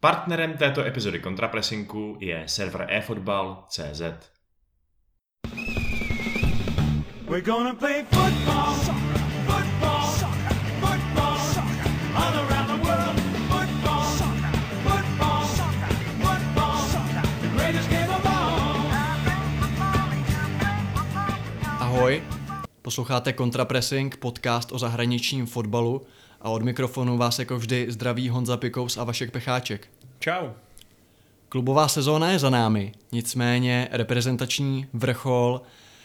Partnerem této epizody Kontrapressingu je server eFootball.cz. We're gonna play football, football, football, all around the world. Football, football, football, the greatest game of all. Ahoj, posloucháte Kontrapressing, podcast o zahraničním fotbalu a od mikrofonu vás jako vždy zdraví Honza Pikous a Vašek Pecháček. Čau. Klubová sezóna je za námi, nicméně reprezentační vrchol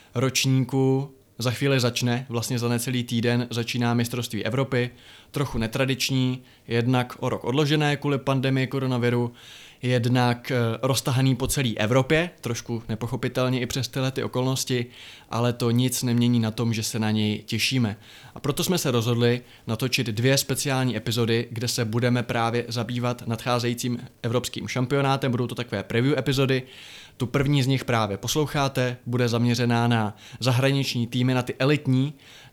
ročníku za chvíli začne, vlastně za necelý týden začíná mistrovství Evropy, trochu netradiční, jednak o rok odložené kvůli pandemii koronaviru, jednak roztahaný po celé Evropě, trošku nepochopitelně i přes tyhle ty okolnosti, ale to nic nemění na tom, že se na něj těšíme. A proto jsme se rozhodli natočit 2 speciální epizody, kde se budeme právě zabývat nadcházejícím evropským šampionátem, budou to takové preview epizody. Tu první z nich právě posloucháte, bude zaměřená na zahraniční týmy, na ty elitní,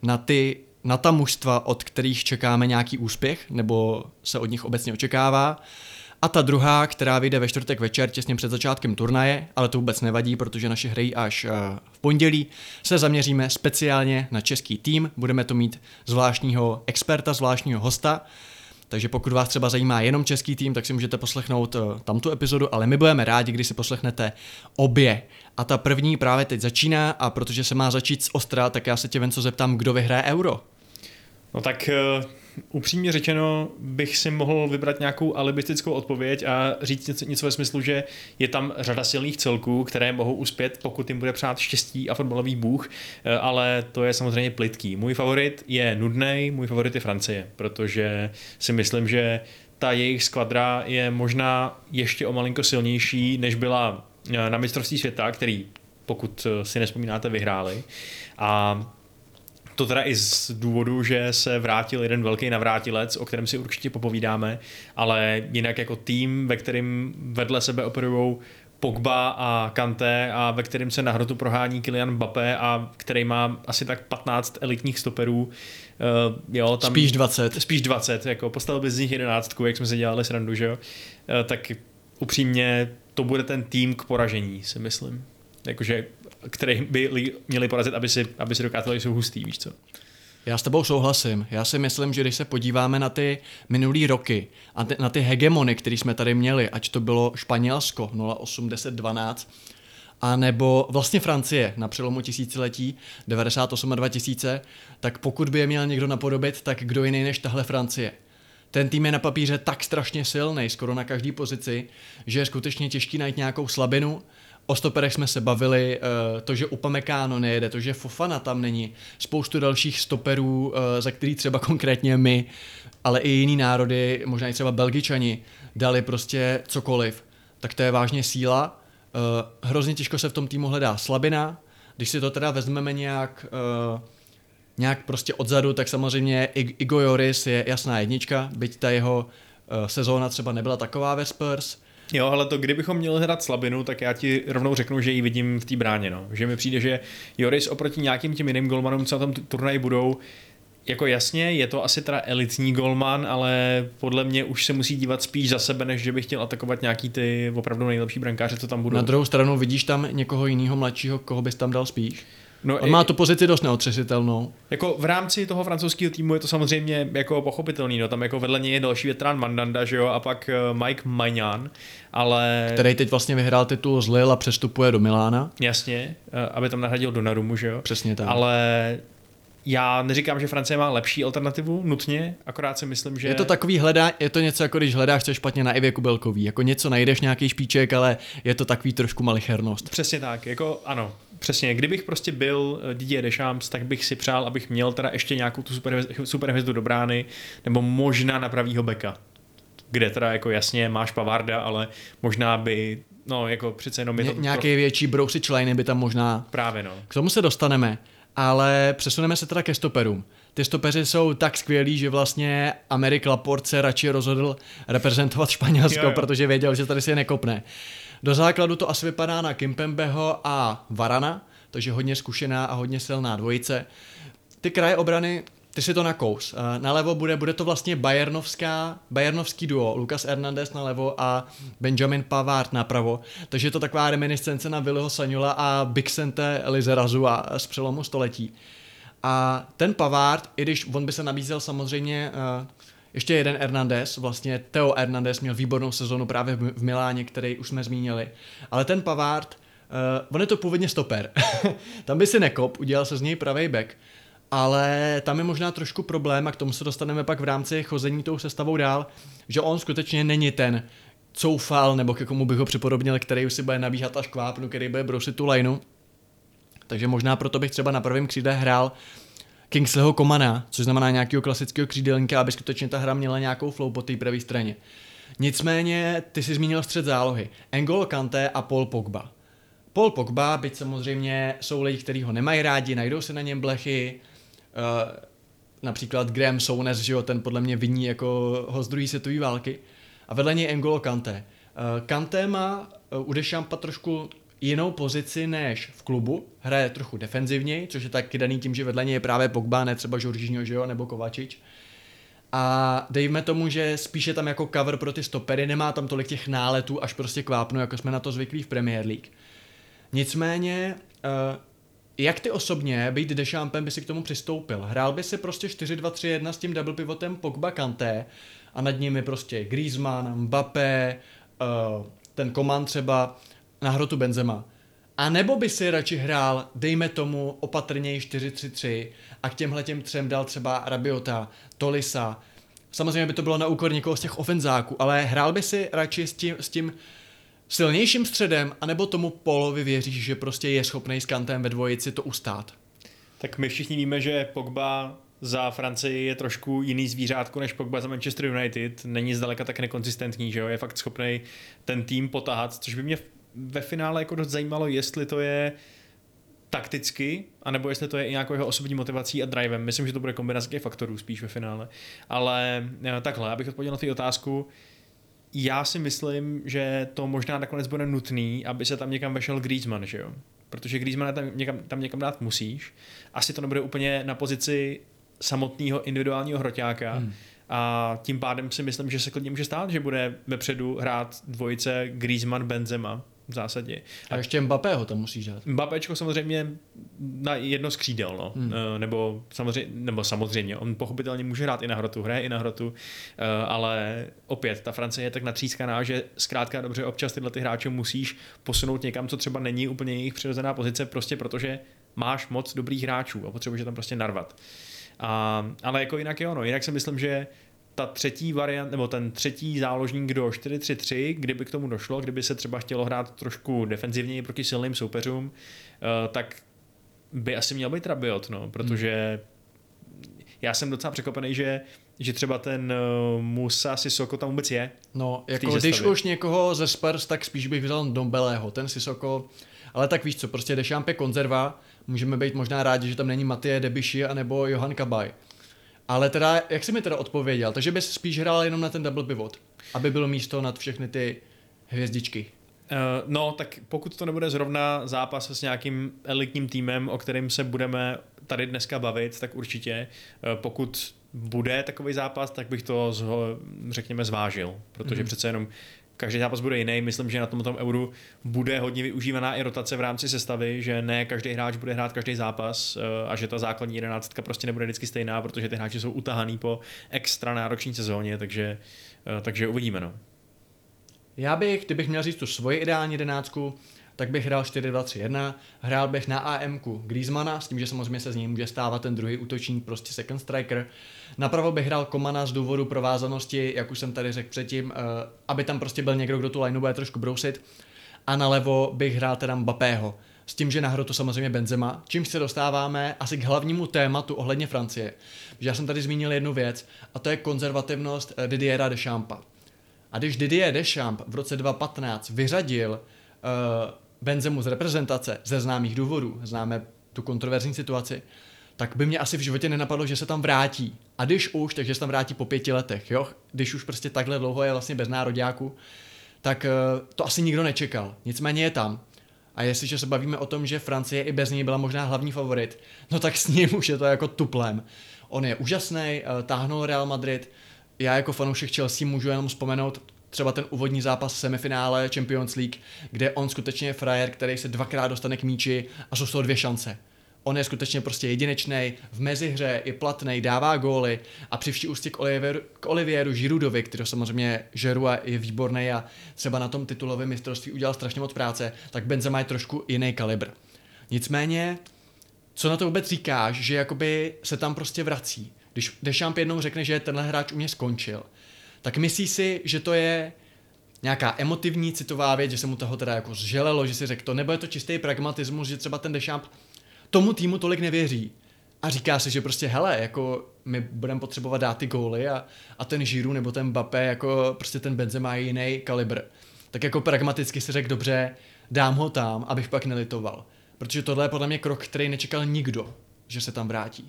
na ta mužstva, od kterých čekáme nějaký úspěch, nebo se od nich obecně očekává. A ta druhá, která vyjde ve čtvrtek večer, těsně před začátkem turnaje, ale to vůbec nevadí, protože naše hry až v pondělí, se zaměříme speciálně na český tým, budeme to mít zvláštního experta, zvláštního hosta, takže pokud vás třeba zajímá jenom český tým, tak si můžete poslechnout tamtu epizodu, ale my budeme rádi, když si poslechnete obě. A ta první právě teď začíná a protože se má začít z ostra, tak já se tě, Venco, zeptám, kdo vyhraje Euro. No tak upřímně řečeno bych si mohl vybrat nějakou alibistickou odpověď a říct něco ve smyslu, že je tam řada silných celků, které mohou uspět, pokud jim bude přát štěstí a fotbalový bůh, ale to je samozřejmě plytký. Můj favorit je nudnej, můj favorit je Francie, protože si myslím, že ta jejich skvadra je možná ještě o malinko silnější, než byla na mistrovství světa, který, pokud si nevzpomínáte, vyhráli. A to teda i z důvodu, že se vrátil jeden velký navrátilec, o kterém si určitě popovídáme, ale jinak jako tým, ve kterém vedle sebe operujou Pogba a Kanté a ve kterém se na hrotu prohání Kylian Mbappé a který má asi tak 15 elitních stoperů. Jo, tam Spíš 20, jako postavil by z nich 11, jak jsme se dělali srandu, že jo? Tak upřímně to bude ten tým k poražení, si myslím. Jakože, který by měli porazit, aby si dokázali, že jsou hustý, víš co? Já s tebou souhlasím. Já si myslím, že když se podíváme na ty minulý roky a na ty hegemony, které jsme tady měli, ať to bylo Španělsko 08, 10, 12, a nebo vlastně Francie na přelomu tisíciletí 98 a 2000, tak pokud by je měl někdo napodobit, tak kdo jiný než tahle Francie. Ten tým je na papíře tak strašně silný, skoro na každý pozici, že je skutečně těžký najít nějakou slabinu. O stoperech jsme se bavili, to, že Upamecano nejede, to, že Fofana tam není, spoustu dalších stoperů, za který třeba konkrétně my, ale i jiný národy, možná i třeba Belgičani, dali prostě cokoliv. Tak to je vážně síla. Hrozně těžko se v tom týmu hledá slabina. Když si to teda vezmeme nějak prostě odzadu, tak samozřejmě Igo Lloris je jasná jednička, byť ta jeho sezóna třeba nebyla taková ve Spurs. Jo, ale to kdybychom měli hledat slabinu, tak já ti rovnou řeknu, že ji vidím v té bráně, no. Že mi přijde, že Lloris oproti nějakým těm jiným golmanům, co na tom turnaji budou, jako jasně, je to asi teda elitní golman, ale podle mě už se musí dívat spíš za sebe, než že by chtěl atakovat nějaký ty opravdu nejlepší brankáře, co tam budou. Na druhou stranu vidíš tam někoho jiného mladšího, koho bys tam dal spíš? No, on má tu pozici dost neotřesitelnou. Jako v rámci toho francouzského týmu je to samozřejmě jako pochopitelný, no tam jako vedle něj je další veterán Mandanda, že jo, a pak Mike Maignan, ale... Který teď vlastně vyhrál titul z Lille a přestupuje do Milána. Jasně, aby tam nahradil Donnarumu, že jo. Přesně tak. Ale já neříkám, že Francie má lepší alternativu, nutně, akorát si myslím, že... Je to něco jako když hledáš, co je špatně na Ivě Kubelkový, jako něco najdeš, nějaký špiček, ale je to takový trošku malichernost. Přesně tak, jako ano, přesně, kdybych prostě byl Didier Deschamps, tak bych si přál, abych měl teda ještě nějakou tu superhvězdu do brány, nebo možná na pravýho beka, kde teda jako jasně máš Pavarda, ale možná by, no jako přece jenom je to... Nějaký větší brousič line by tam možná... Právě no. K tomu se dostaneme. Ale přesuneme se teda ke stoperům. Ty stopeři jsou tak skvělí, že vlastně Aymeric Laporte se radši rozhodl reprezentovat Španělsko, protože věděl, že tady si je nekopne. Do základu to asi vypadá na Kimpembeho a Varana, takže hodně zkušená a hodně silná dvojice. Ty kraje obrany ty si to nakous. Nalevo bude to vlastně bayernovský duo, Lucas Hernandez nalevo a Benjamin Pavard napravo. Takže je to taková reminiscence na Viliho Sagniola a Bixente Lizerazua z přelomu století. A ten Pavard, i když on by se nabízel samozřejmě ještě jeden Hernandez, vlastně Theo Hernandez měl výbornou sezonu právě v Miláně, který už jsme zmínili. Ale ten Pavard, on je to původně stoper. Tam by si nekop, udělal se z něj pravej back. Ale tam je možná trošku problém a k tomu se dostaneme pak v rámci chození tou sestavou dál, že on skutečně není ten coufal, nebo ke komu bych ho připodobnil, který už si bude nabíhat až kvápnu, který bude brousit tu lineu. Takže možná proto bych třeba na prvém křídle hrál Kingsleyho Comana, což znamená nějakého klasického křídelníka, aby skutečně ta hra měla nějakou flow po té pravé straně. Nicméně, ty jsi zmínil střed zálohy. N'Golo Kanté a Paul Pogba. Paul Pogba, byť samozřejmě jsou lidi, kteří ho nemají rádi, najdou se na něm blechy, například Graham Souness, že jo, ten podle mě viní jako host druhé světové války. A vedle něj N'Golo Kanté. Kanté má u Deschampa trošku jinou pozici než v klubu, hraje trochu defenzivněji, což je taky daný tím, že vedle něj je právě Pogba, ne třeba Jorginho, že jo, nebo Kovačič. A dejme tomu, že spíše tam jako cover pro ty stopery, nemá tam tolik těch náletů až prostě kvápnu, jako jsme na to zvyklí v Premier League. Nicméně, jak ty osobně, být Deschampem, by si k tomu přistoupil? Hrál by si prostě 4-2-3-1 s tím double pivotem Pogba Kanté a nad nimi prostě Griezmann, Mbappé, ten Coman třeba, na hrotu Benzema. A nebo by si radši hrál, dejme tomu, opatrněji 4-3-3 a k těmhletěm třem dal třeba Rabiota, Tolisa. Samozřejmě by to bylo na úkor někoho z těch ofenzáků, ale hrál by si radši s tím silnějším středem, anebo tomu Paulovi věříš, že prostě je schopnej s Kantem ve dvojici to ustát? Tak my všichni víme, že Pogba za Francii je trošku jiný zvířátko než Pogba za Manchester United. Není zdaleka tak nekonzistentní, že jo? Je fakt schopný ten tým potahat, což by mě ve finále jako dost zajímalo, jestli to je takticky, anebo jestli to je i nějakou jeho osobní motivací a drivem. Myslím, že to bude kombinace těch faktorů spíš ve finále. Ale takhle, abych odpověděl na tu otázku, já si myslím, že to možná nakonec bude nutný, aby se tam někam vešel Griezmann, že jo? Protože Griezmanna tam někam dát musíš. Asi to nebude úplně na pozici samotného individuálního hroťáka. A tím pádem si myslím, že se klidně může stát, že bude vepředu hrát dvojice Griezmann-Benzema v zásadě. A ještě Mbappého tam musíš dát. Mbappéčko samozřejmě na jedno z křídel, no. Nebo samozřejmě, on pochopitelně může hrát i na hrotu, hraje i na hrotu, ale opět, ta Francie je tak natřískaná, že zkrátka dobře občas tyhle ty hráče musíš posunout někam, co třeba není úplně jejich přirozená pozice, prostě protože máš moc dobrých hráčů a potřebuješ je tam prostě narvat. Ale jako jinak je ono, jinak si myslím, že ta třetí variant, nebo ten třetí záložník do 4-3-3, kdyby k tomu došlo, kdyby se třeba chtělo hrát trošku defenzivněji proti silným soupeřům, tak by asi měl být Rabiot, no, protože já jsem docela překvapený, že třeba ten Moussa Sissoko tam vůbec je. No, jako když už někoho ze Spurs, tak spíš bych vzal Dombeleho, ten Sissoko, ale tak víš co, prostě Deschamps je konzerva, můžeme být možná rádi, že tam není Matěj Debuchy anebo Johan Kabaj. Ale teda, jak jsi mi teda odpověděl, takže bys spíš hrál jenom na ten double pivot, aby bylo místo nad všechny ty hvězdičky. No, tak pokud to nebude zrovna zápas s nějakým elitním týmem, o kterým se budeme tady dneska bavit, tak určitě, pokud bude takový zápas, tak bych to, řekněme, zvážil, protože přece jenom každý zápas bude jiný. Myslím, že na tom Euru bude hodně využívaná i rotace v rámci sestavy, že ne každý hráč bude hrát každý zápas a že ta základní 11 prostě nebude vždycky stejná, protože ty hráči jsou utahaný po extra náročné sezóně, takže uvidíme. No. Já bych, kdybych měl říct tu svoji ideální 11, tak bych hrál 4-2-3-1, hrál bych na AMku Griezmana, s tím, že samozřejmě se z něj může stávat ten druhý útočník, prostě second striker. Napravo bych hrál Komana z důvodu provázanosti, jak už jsem tady řekl předtím, aby tam prostě byl někdo, kdo tu lineu bude trošku brousit. A nalevo bych hrál teda Mbappého, s tím, že na hrotu samozřejmě Benzema, čímž se dostáváme asi k hlavnímu tématu ohledně Francie. Že já jsem tady zmínil jednu věc, a to je konzervativnost Didiera Deschampa. A když Didier Deschamps v roce 2015 vyřadil Benzemu z reprezentace ze známých důvodů, známe tu kontroverzní situaci, tak by mě asi v životě nenapadlo, že se tam vrátí. A když už, takže se tam vrátí po 5 letech, jo? Když už prostě takhle dlouho je vlastně bez nároďáku, tak to asi nikdo nečekal. Nicméně je tam. A jestliže se bavíme o tom, že Francie i bez něj byla možná hlavní favorit, no tak s ním už je to jako tuplem. On je úžasný, táhnul Real Madrid. Já jako fanoušek Chelsea můžu jenom vzpomenout třeba ten úvodní zápas v semifinále Champions League, kde on skutečně je frajer, který se 2krát dostane k míči a jsou z toho 2 šance. On je skutečně prostě jedinečný, v mezihře je platný, dává góly a při vší úctě k Olivieru Giroudovi, který samozřejmě žeru a je výborný a třeba na tom titulovém mistrovství udělal strašně moc práce, tak Benzema je trošku jiný kalibr. Nicméně, co na to vůbec říkáš, že jakoby se tam prostě vrací? Když Deschamps jednou řekne, že tenhle hráč u mě skončil, tak myslíš si, že to je nějaká emotivní citová věc, že se mu toho teda jako zželelo, že si řekl to, nebo je to čistý pragmatismus, že třeba ten Deschamps tomu týmu tolik nevěří a říká si, že prostě hele, jako my budeme potřebovat dát ty góly a ten Giroud nebo ten Mbappé, jako prostě ten Benzema je jiný kalibr. Tak jako pragmaticky si řekl, dobře, dám ho tam, abych pak nelitoval. Protože tohle je podle mě krok, který nečekal nikdo, že se tam vrátí.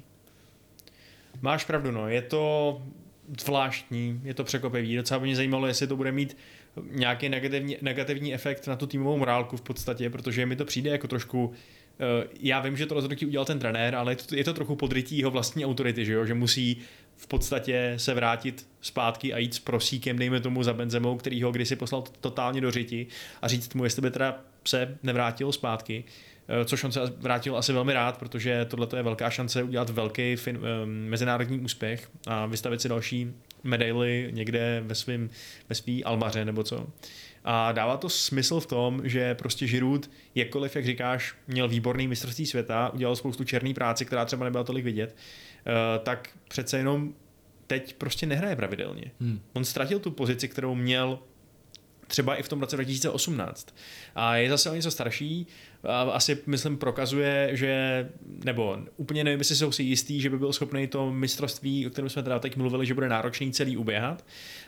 Máš pravdu, no, je to zvláštní, je to překvapivý. Docela by mě zajímalo, jestli to bude mít nějaký negativní efekt na tu týmovou morálku v podstatě, protože mi to přijde jako trošku. Já vím, že to rozhodnutí udělal ten trenér, ale je to trochu podrytí jeho vlastní autority, že musí v podstatě se vrátit zpátky a jít s prosíkem, dejme tomu za Benzemou, který ho kdysi poslal totálně do řiti a říct mu, jestli by teda se nevrátil zpátky, což on se vrátil asi velmi rád, protože tohle je velká šance udělat velký mezinárodní úspěch a vystavit si další medaily někde ve svý almaře nebo co. A dává to smysl v tom, že prostě Giroud, jakkoliv, jak říkáš, měl výborný mistrovství světa, udělal spoustu černý práce, která třeba nebyla tolik vidět, tak přece jenom teď prostě nehraje pravidelně. On ztratil tu pozici, kterou měl třeba i v tom roce 2018. A je zase o něco starší, asi myslím prokazuje, že, nebo úplně nevím, jestli jsou si jistý, že by byl schopný to mistrovství, o kterém jsme teda teď mluvili, že bude náročný celý uběhat.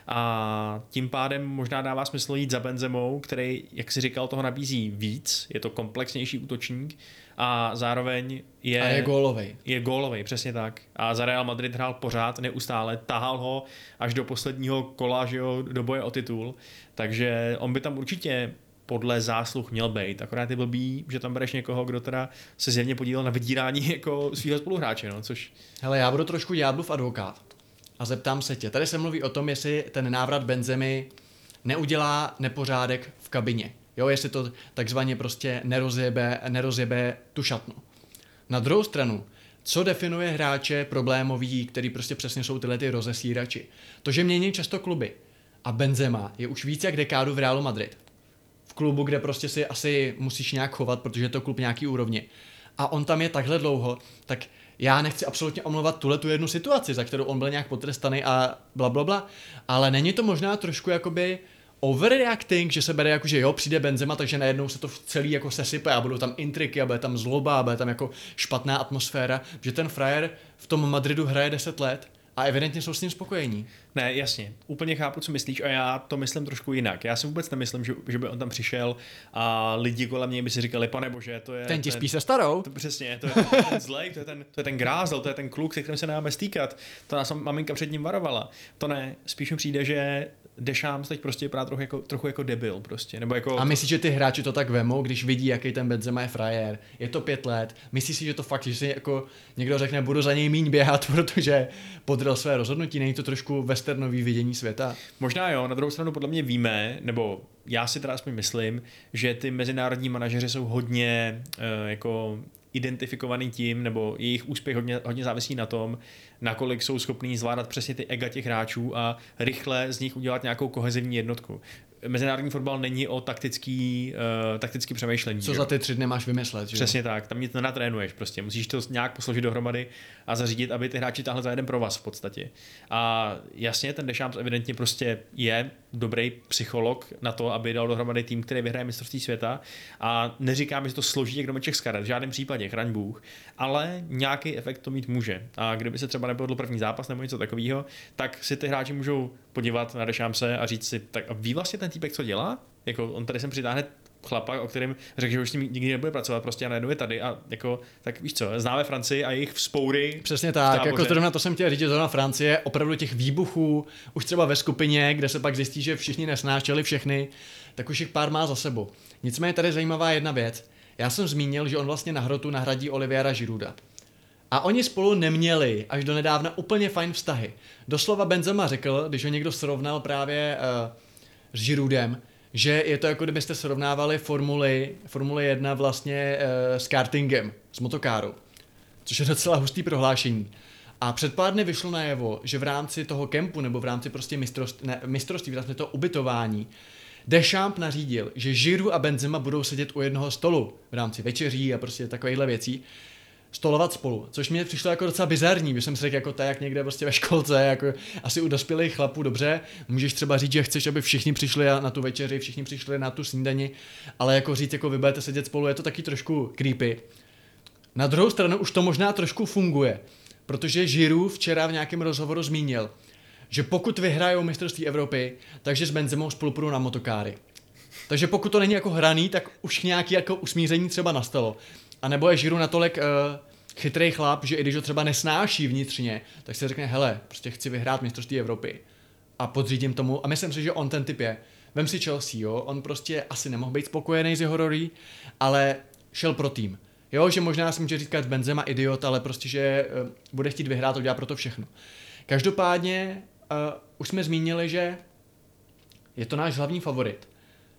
A tím pádem možná dává smysl jít za Benzemou, který, jak si říkal, toho nabízí víc, je to komplexnější útočník a zároveň je gólovej. Je gólovej, přesně tak. A za Real Madrid hrál pořád, neustále, tahal ho až do posledního kola, že jo, do boje o titul. Takže on by tam určitě podle zásluh měl být. Akorát je blbý, že tam bereš někoho, kdo teda se zjevně podílel na vydírání jako svého spoluhráče, no, což... Hele, já budu trošku ďáblův advokát a zeptám se tě. Tady se mluví o tom, jestli ten návrat Benzemy neudělá nepořádek v kabině. Jo, jestli to takzvaně prostě nerozjebe tu šatnu. Na druhou stranu, co definuje hráče problémový, který prostě přesně jsou tyhle ty rozesírači? To, že mění často kluby. A Benzema je už víc jak dekádu v Realu Madrid. V klubu, kde prostě si asi musíš nějak chovat, protože je to klub nějaký úrovně. A on tam je takhle dlouho, tak já nechci absolutně omlouvat tu jednu situaci, za kterou on byl nějak potrestaný a blablabla, ale není to možná trošku jakoby overreacting, že se bere jako, že jo, přijde Benzema, takže najednou se to celý jako sesype a budou tam intriky a bude tam zloba a bude tam jako špatná atmosféra, že ten frajer v tom Madridu hraje 10 let a evidentně jsou s ním spokojení. Ne, jasně, úplně chápu, co myslíš a já to myslím trošku jinak. Já si vůbec nemyslím, že by on tam přišel a lidi kolem něj by si říkali, pane bože, to je... Ten ti spí se starou. Přesně, to je ten zlej, to je ten grázel, to je ten kluk, se kterým se nemáme stýkat. To nás maminka před ním varovala. To ne, spíš mi přijde, že Deschamps teď prostě vypadá trochu jako debil prostě. Nebo jako... A myslíš, že ty hráči to tak vemou, když vidí, jaký ten Benzema je frajer, je to 5 let, myslíš si, že to fakt, že si jako někdo řekne, budu za něj míň běhat, protože podryl své rozhodnutí, není to trošku westernový vidění světa? Možná jo, na druhou stranu podle mě víme, nebo já si teda aspoň myslím, že ty mezinárodní manažeři jsou hodně jako identifikovaný tím, nebo jejich úspěch hodně závisí na tom, nakolik jsou schopní zvládat přesně ty ega těch hráčů a rychle z nich udělat nějakou kohezivní jednotku. Mezinárodní fotbal není o taktický přemýšlení. Co za ty 3 dny máš vymyslet? Že? Přesně tak, tam nic nenatrénuješ prostě, musíš to nějak posložit dohromady a zařídit, aby ty hráči táhli za jeden provaz v podstatě. A jasně, ten Deschamps evidentně prostě je dobrý psycholog na to, aby dal dohromady tým, který vyhraje mistrovství světa a neříkám, že to složí jak domeček z karet, v žádném případě, chraň Bůh, ale nějaký efekt to mít může. A kdyby se třeba nepovedl první zápas nebo něco takového, tak si ty hráči můžou podívat na Deschampse a říct si, tak a ví vlastně ten týpek, co dělá? Jako on tady sem přitáhne chlapa, o kterém řekl, že už s ním nikdy nebude pracovat, prostě a najednou je tady a jako, tak víš co, známe Francii a jejich vzpoury. Přesně tak, jako zrovna to jsem chtěl říct, že zrovna Francie, opravdu těch výbuchů, už třeba ve skupině, kde se pak zjistí, že všichni nesnášeli všechny, tak už jich pár má za sebou. Nicméně tady zajímavá jedna věc. Já jsem zmínil, že on vlastně na hrotu nahradí Oliviera Girouda. A oni spolu neměli až do nedávna úplně fajn vztahy. Doslova Benzema řekl, když ho někdo srovnal právě s Giroudem, že je to jako kdybyste srovnávali Formuli 1 vlastně s kartingem, s motokárou. Což je docela hustý prohlášení. A před pár dny vyšlo najevo, že v rámci toho kempu nebo v rámci prostě mistrovství, v rámci toho ubytování, Deschamps nařídil, že Giroud a Benzema budou sedět u jednoho stolu v rámci večeří a prostě takovýchhle věcí, stolovat spolu, což mi přišlo jako docela bizarní, když jsem si řekl, jako to jak někde prostě ve školce, jako asi u dospělých chlapů, dobře, můžeš třeba říct, že chceš, aby všichni přišli na tu večeři, všichni přišli na tu snídani, ale jako říct, jako vy budete sedět spolu, je to taky trošku creepy. Na druhou stranu už to možná trošku funguje, protože Giroud včera v nějakém rozhovoru zmínil, že pokud vyhrajou mistrovství Evropy, takže s Benzemou spolu půjdou na motokáry. Takže pokud to není jako hraný, tak už nějaký jako usmíření třeba nastalo. A nebo je Giroud natolik chytrý chlap, že i když ho třeba nesnáší vnitřně, tak si řekne, hele, prostě chci vyhrát mistrovství Evropy a podřídím tomu. A myslím si, že on ten typ je. Vem si Chelsea, jo, on prostě asi nemohl být spokojený z jeho rolí, ale šel pro tým. Jo, že možná si může říkat Benzema idiot, ale prostě, že bude chtít vyhrát, to dělá pro to všechno. Každopádně už jsme zmínili, že je to náš hlavní favorit.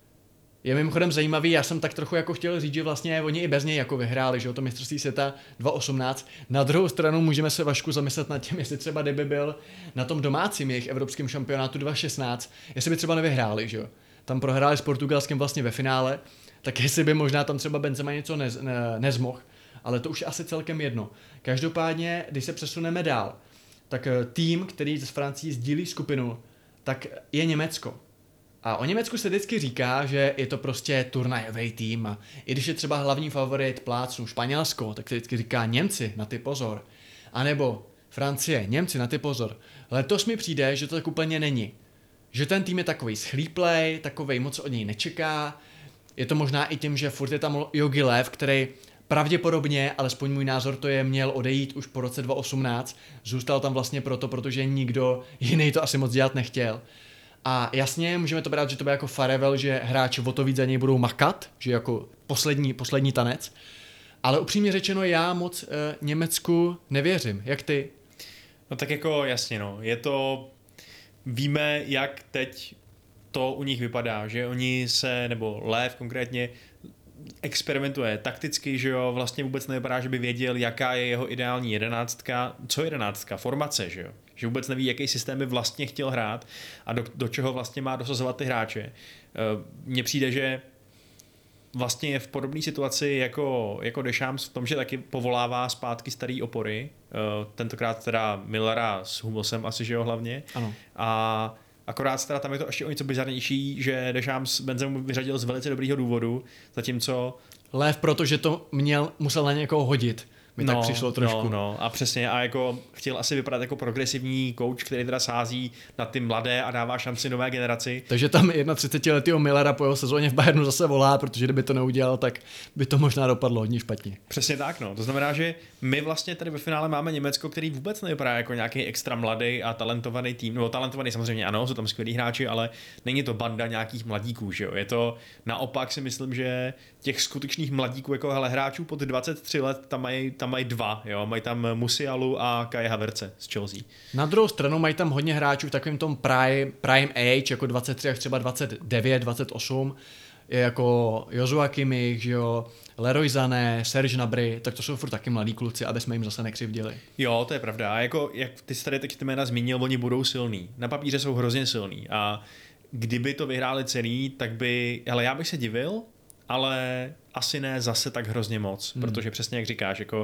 Je mimochodem zajímavý, já jsem tak trochu jako chtěl říct, že vlastně oni i bez něj jako vyhráli, že jo, to mistrovství světa 2018. Na druhou stranu můžeme se, Vašku, zamyslet nad tím, jestli třeba kdyby byl na tom domácím jejich evropském šampionátu 2016, jestli by třeba nevyhráli, že jo. Tam prohráli s Portugalskem vlastně ve finále, tak jestli by možná tam třeba Benzema něco nezmohl, ale to už je asi celkem jedno. Každopádně, když se přesuneme dál, tak tým, který z Francii sdílí skupinu, tak je Německo. A o Německu se vždycky říká, že je to prostě turnajový tým a i když je třeba hlavní favorit plácnu Španělsko, tak se vždycky říká Němci, na ty pozor. A nebo Francie, Němci, na ty pozor. Letos mi přijde, že to tak úplně není. Že ten tým je takovej schlíplej, takovej moc od něj nečeká. Je to možná i tím, že furt je tam Jogi Löw, který pravděpodobně, alespoň můj názor to je, měl odejít už po roce 2018. Zůstal tam vlastně proto, protože nikdo jiný to asi moc dělat nechtěl. A jasně, můžeme to brát, že to bude jako farewell, že hráči o to víc za něj budou makat, že jako poslední tanec. Ale upřímně řečeno, já moc Německu nevěřím. Jak ty? No tak jako jasně, no. Je to... Víme, jak teď to u nich vypadá, že oni se, nebo Löw konkrétně, experimentuje takticky, že jo, vlastně vůbec nevypadá, že by věděl, jaká je jeho ideální jedenáctka, formace, že jo, že vůbec neví, jaký systém by vlastně chtěl hrát a do čeho vlastně má dosazovat ty hráče. Mně přijde, že vlastně je v podobné situaci jako Deschamps v tom, že taky povolává zpátky starý opory, tentokrát teda Millera s Hummelsem asi, že jo, hlavně. Ano. A akorát teda tam je to ještě o něco bizarnější, že Deschamps Benzemu vyřadil z velice dobrýho důvodu, zatímco Löw, protože to musel na někoho hodit. Mi tak přišlo trošku. No, a přesně, a jako chtěl asi vypadat jako progresivní coach, který teda sází na ty mladé a dává šanci nové generaci. Takže tam 31letýho Millera po jeho sezóně v Bayernu zase volá, protože kdyby to neudělal, tak by to možná dopadlo hodně špatně. Přesně tak, no. To znamená, že my vlastně tady ve finále máme Německo, který vůbec nevypadá jako nějaký extra mladý a talentovaný tým. No, talentovaný samozřejmě ano, jsou tam skvělí hráči, ale není to banda nějakých mladíků, že jo. Je to naopak, si myslím, že těch skutečných mladíků jako hráčů pod 23 let tam mají dva, jo, mají tam Musialu a Kai Havertze z Chelsea. Na druhou stranu mají tam hodně hráčů v takovém tom prime age, jako 23 až třeba 29, 28, jako Joshua Kimmich, že jo, Leroy Sané, Serge Gnabry, tak to jsou furt taky mladí kluci, aby jsme jim zase nekřivdili. Jo, to je pravda. A jako, jak ty jsi tady taky ty jména zmínil, oni budou silní. Na papíře jsou hrozně silní a kdyby to vyhráli celý, tak by, hele, já bych se divil, ale asi ne zase tak hrozně moc, protože přesně jak říkáš, jako,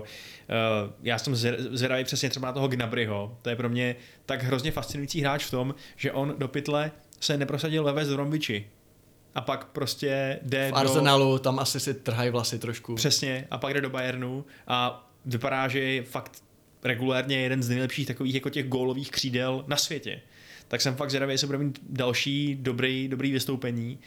já jsem zvědavý přesně třeba na toho Gnabryho, to je pro mě tak hrozně fascinující hráč v tom, že on do pytle se neprosadil ve West Bromwichi a pak prostě jde v Arsenalu, tam asi si trhají vlasy trošku. Přesně, a pak jde do Bayernu a vypadá, že je fakt regulérně jeden z nejlepších takových jako těch gólových křídel na světě. Tak jsem fakt zvědavý, jestli bude mít další dobrý vystoupení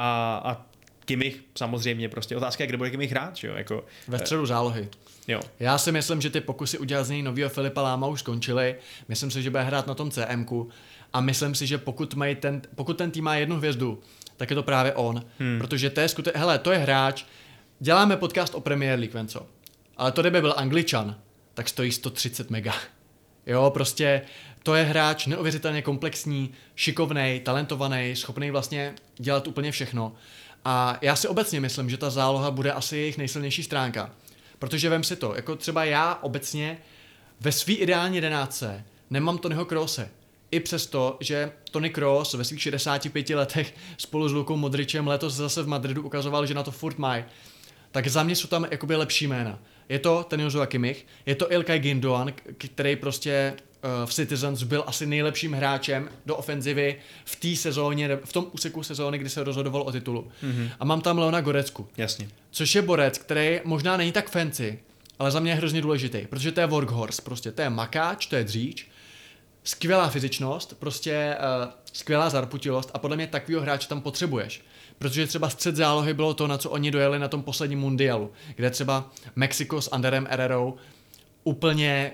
a Kimmich samozřejmě prostě. Otázka je, kde bude Kimmich hrát, jo? Jako, ve středu zálohy. Jo. Já si myslím, že ty pokusy udělat z něj novýho Filipa Láma už skončily. Myslím si, že bude hrát na tom CMku a myslím si, že pokud ten tým má jednu hvězdu, tak je to právě on. Protože to je to je hráč. Děláme podcast o Premier League, Venco. Ale to kdyby byl Angličan, tak stojí 130 mega. Jo, prostě to je hráč neuvěřitelně komplexní, šikovnej, talentovaný, schopný vlastně dělat úplně všechno. A já si obecně myslím, že ta záloha bude asi jejich nejsilnější stránka. Protože vem si to, jako třeba já obecně ve svý ideální jedenáctce nemám Tonyho Kroose. I přesto, že Tony Kroos ve svých 65 letech spolu s Lukou Modričem letos zase v Madridu ukazoval, že na to furt mají, tak za mě jsou tam jakoby lepší jména. Je to ten Joshua Kimmich, je to Ilkay Gündoğan, který prostě v Citizens byl asi nejlepším hráčem do ofenzivy v té sezóně, v tom úseku sezóny, kdy se rozhodoval o titulu. A mám tam Leona Gorecku. Jasně. Což je borec, který možná není tak fancy, ale za mě je hrozně důležitý, protože to je workhorse, prostě to je makáč, to je dříč, skvělá fyzičnost, prostě skvělá zarputilost a podle mě takovýho hráče tam potřebuješ. Protože třeba střed zálohy bylo to, na co oni dojeli na tom posledním mundialu, kde třeba Mexiko s Anderem Herrerou úplně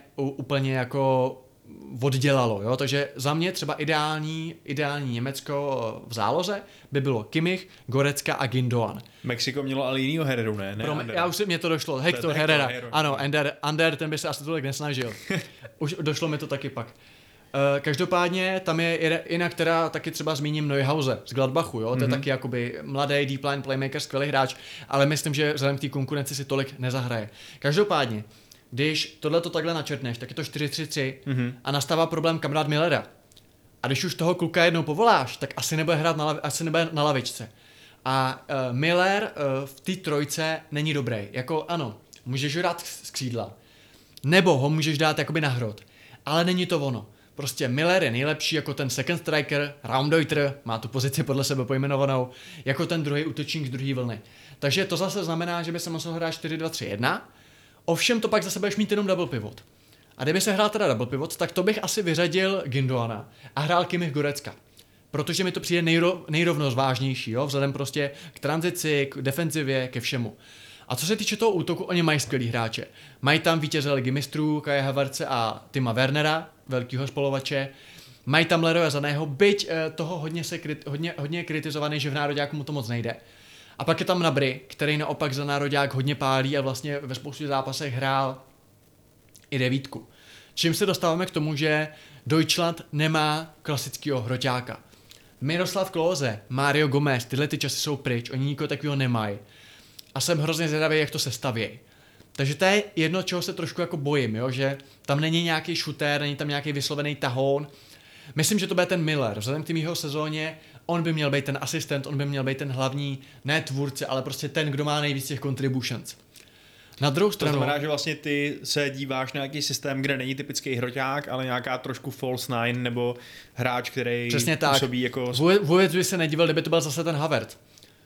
jako oddělalo, jo? Takže za mě třeba ideální Německo v záloze by bylo Kimmich, Goretzka a Gündoğan. Mexiko mělo ale jinýho Herreru, ne? Já už mě to došlo, Hector Herrera, ano, Ander, ten by se asi tolik nesnažil. Už došlo mi to taky pak. Každopádně tam je jinak teda taky třeba zmíním Neuhause z Gladbachu, jo? To je taky jakoby mladý deep line playmaker, skvělý hráč, ale myslím, že vzhledem k té konkurenci si tolik nezahraje. Každopádně, když tohleto takhle načrtneš, tak je to 4-3-3 a nastává problém kamarád Millera. A když už toho kluka jednou povoláš, tak asi nebude hrát na lavičce. A Miller v té trojce není dobrý. Jako ano, můžeš ho dát z křídla, nebo ho můžeš dát jakoby na hrot, ale není to ono. Prostě Miller je nejlepší jako ten second striker, Raumdeuter, má tu pozici podle sebe pojmenovanou, jako ten druhý útočník z druhé vlny. Takže to zase znamená, že by se musel hrát 4-2-3-1, ovšem to pak zase budeš mít jenom double pivot. A kdyby se hrál teda double pivot, tak to bych asi vyřadil Gündoğana a hrál Kimmich Gorecka. Protože mi to přijde nejrovnozvážnější, jo? Vzhledem prostě k tranzici, k defenzivě, ke všemu. A co se týče toho útoku, oni mají skvělý hráče. Mají tam vítěze Ligy mistrů, Kaje Havertze a Tima Wernera, velkýho spolovače. Mají tam Leroya Saného, byť toho hodně kritizovaný, že v nároďáku mu to moc nejde. A pak je tam Gnabry, který naopak za nároďák hodně pálí a vlastně ve spoustě zápasech hrál i devítku. Čím se dostáváme k tomu, že Deutschland nemá klasického hroťáka. Miroslav Klose, Mario Gomez, tyhle ty časy jsou pryč, oni nikoho takového nemají. A jsem hrozně zvědavý, jak to sestavějí. Takže to je jedno, čeho se trošku jako bojím, jo? Že tam není nějaký šutér, není tam nějaký vyslovený tahoun. Myslím, že to bude ten Miller. Vzhledem k jeho sezóně, on by měl být ten asistent, on by měl být ten hlavní, ne tvůrce, ale prostě ten, kdo má nejvíc těch contributions. Na druhou stranu... To znamená, že vlastně ty se díváš na nějaký systém, kde není typický hroťák, ale nějaká trošku false nine, nebo hráč, který působí jako... Vůbec by se nedíval, kdyby to byl zase ten Havertz.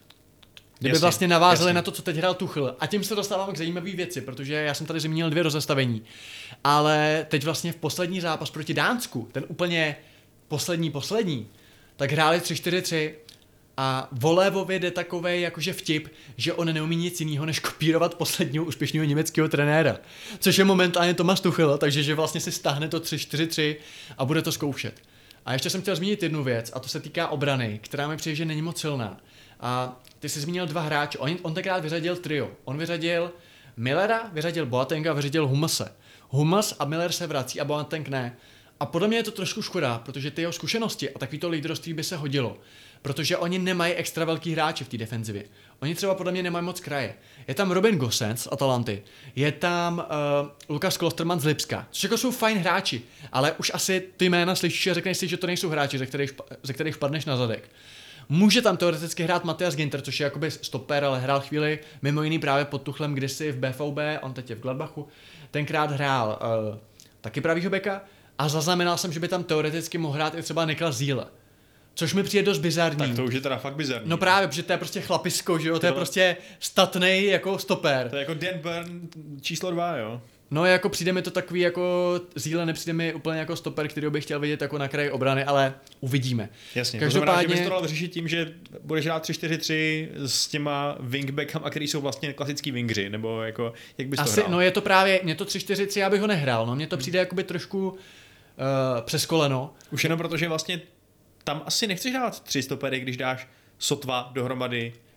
Kdyby vlastně navázali na to, co teď hrál Tuchel. A tím se dostávám k zajímavé věci, protože já jsem tady zmínil 2 rozestavení. Ale teď vlastně v poslední zápas proti Dánsku, ten úplně poslední, tak hráli 3-4-3 a Volévovi jde takovej jakože vtip, že on neumí nic jiného, než kopírovat posledního úspěšného německého trenéra. Což je momentálně Thomas Tuchel, takže že vlastně si stáhne to 3-4-3 a bude to zkoušet. A ještě jsem chtěl zmínit jednu věc, a to se týká obrany, která mi přijde, že není moc silná. A ty jsi zmínil 2 hráče. On tenkrát vyřadil trio. On vyřadil Millera, vyřadil Boatenga a vyřadil Hummelse. Hummels a Miller se vrací a Boateng ne. A podle mě je to trošku škoda, protože ty jeho zkušenosti a takovýto lídrovství by se hodilo. Protože oni nemají extra velký hráče v té defenzivě. Oni třeba podle mě nemají moc kraje. Je tam Robin Gosens z Atalanty, je tam Lukas Klosterman z Lipska, což jako jsou fajn hráči, ale už asi ty jména slyšíš a řekneš si, že to nejsou hráči, ze kterých vpadneš na zadek. Může tam teoreticky hrát Matthias Ginter, což je jakoby stoper, ale hrál chvíli mimo jiný právě pod Tuchlem kdysi v BVB, on teď je v Gladbachu. Tenkrát hrál taky pravýho beka a zaznamenal jsem, že by tam teoreticky mohl hrát i třeba Niklas Ziele. Což mi přijde dost bizarní. Tak to už je teda fakt bizarní. No právě, protože to je prostě chlapisko, že jo, to je prostě statnej jako stoper. To je jako Dan Burn číslo 2, jo. No jako přijde mi to takový jako Ziele, nepřijde mi úplně jako stoper, který bych chtěl vidět jako na kraji obrany, ale uvidíme. Jasně, každopádně... to znamená, že bys to dal řešit tím, že budeš hrát 3-4-3 s těma wingbackama, který jsou vlastně klasický wingři, nebo jako, jak bys to hrál? No je to právě, mě to 3-4-3, já bych ho nehrál, no mně to přijde jakoby trošku přes koleno. Už jenom protože vlastně tam asi nechceš dát 3 stopery, když dáš sotva dohromady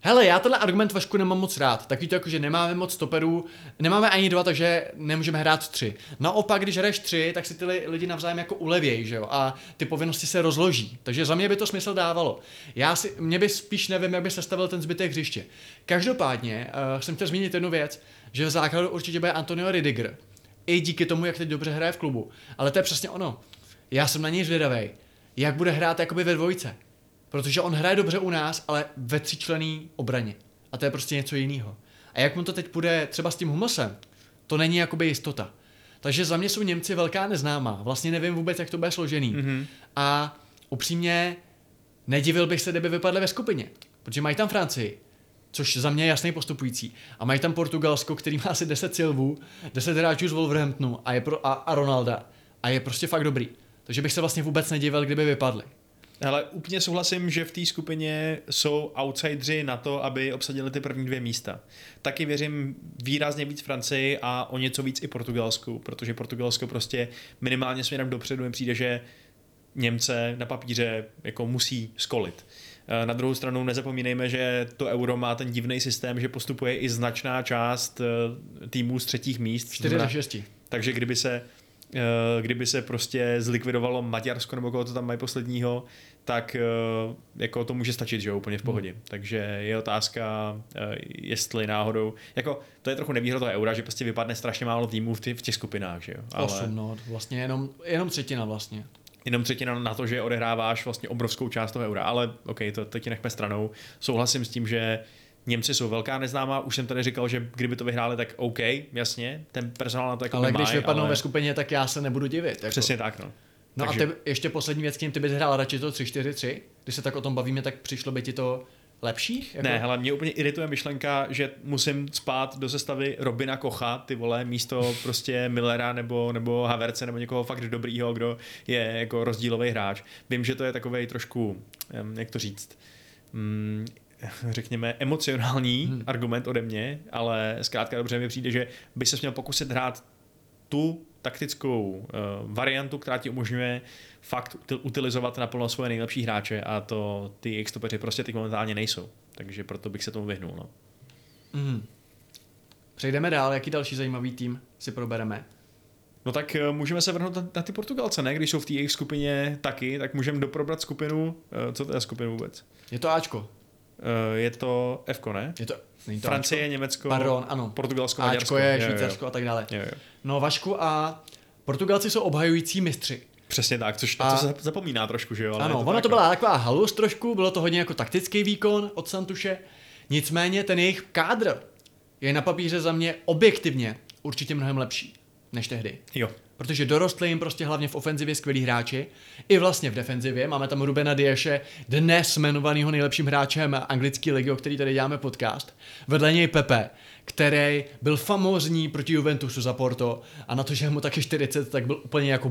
Hele, já tenhle argument Vašku nemám moc rád. Takový to jako, že nemáme moc stoperů, nemáme ani 2, takže nemůžeme hrát 3. Naopak, když hraješ 3, tak si ty lidi navzájem jako ulevějí, že jo? A ty povinnosti se rozloží. Takže za mě by to smysl dávalo. Mě by spíš nevím, jak by sestavil ten zbytek hřiště. Každopádně jsem chtěl zmínit jednu věc, že v základu určitě bude Antonio Rüdiger. I díky tomu, jak teď dobře hraje v klubu. Ale to je přesně ono. Já jsem na něj zvědavej, jak bude hrát jakoby ve dvojce. Protože on hraje dobře u nás, ale ve 3členný obraně. A to je prostě něco jiného. A jak mu to teď půjde třeba s tím Hummelsem, to není jakoby jistota. Takže za mě jsou Němci velká neznámá. Vlastně nevím vůbec, jak to bude složený. Mm-hmm. A upřímně nedivil bych se, kdyby vypadli ve skupině. Protože mají tam Francii, což za mě je jasný postupující. A mají tam Portugalsko, který má asi 10 Silvů, 10 hráčů z Wolverhamptonu a Ronalda. A je prostě fakt dobrý. Takže bych se vlastně vůbec nedivil, kdyby vypadli. Ale úplně souhlasím, že v té skupině jsou outsidři na to, aby obsadili ty první 2 místa. Taky věřím výrazně víc Francii a o něco víc i Portugalsku, protože Portugalsko prostě minimálně směrem dopředu mi přijde, že Němce na papíře jako musí skolit. Na druhou stranu nezapomínejme, že to Euro má ten divný systém, že postupuje i značná část týmů z třetích míst. 4 na 6. Takže kdyby se prostě zlikvidovalo Maďarsko nebo koho to tam mají posledního, tak jako to může stačit, že jo, úplně v pohodě. Takže je otázka, jestli náhodou, jako to je trochu nevýhoda toho Eura, že prostě vypadne strašně málo týmů v těch skupinách, že jo. Ale 8, no, vlastně jenom třetina vlastně. Jenom třetina na to, že odehráváš vlastně obrovskou část toho Eura, ale ok, to teď nechme stranou. Souhlasím s tím, že Němci jsou velká neznámá, už jsem tady říkal, že kdyby to vyhráli, tak OK, jasně, ten personál na to jako ale nemají, když vypadnou ve skupině, tak já se nebudu divit. Jako. Přesně tak, no. No Takže a ještě poslední věc, kým ty bys hrál radši to 3-4-3? Když se tak o tom bavíme, tak přišlo by ti to lepší? Jako? Ne, hele, mě úplně irituje myšlenka, že musím spát do sestavy Robina Kocha, ty vole, místo prostě Millera nebo Havertze nebo někoho fakt dobrýho, kdo je jako rozdílový hráč. Vím, že to je takovej trošku, jak to říct, řekněme, emocionální argument ode mě, ale zkrátka dobře mi přijde, že by se měl pokusit hrát tu taktickou variantu, která ti umožňuje fakt utilizovat naplno svoje nejlepší hráče a to ty jejich stopeři prostě teď momentálně nejsou. Takže proto bych se tomu vyhnul. No. Přejdeme dál, jaký další zajímavý tým si probereme? No tak můžeme se vrhnout na ty Portugalce, ne? Když jsou v té jejich skupině taky, tak můžeme doprobrat skupinu. Co to je skupina vůbec? Je to Ačko. Je to Fko, ne? Není to Francie, Ačko? Německo, Pardon, ano. Portugalsko, Ačko Maďarsko. je Švýcarsko a tak dále. Jo. No Vašku, a Portugalci jsou obhajující mistři. Přesně tak, což to se zapomíná trošku, že jo? Ale ano, ono to byla taková halus trošku, bylo to hodně jako taktický výkon od Santuše, nicméně ten jejich kádr je na papíře za mě objektivně určitě mnohem lepší než tehdy. Jo. Protože dorostli jim prostě hlavně v ofenzivě skvělí hráči, i vlastně v defenzivě. Máme tam Rubena Diesche, dnes jmenovanýho nejlepším hráčem anglické ligy, o který tady děláme podcast. Vedle něj Pepe, který byl famózní proti Juventusu za Porto a na to, že mu taky 40, tak byl úplně jako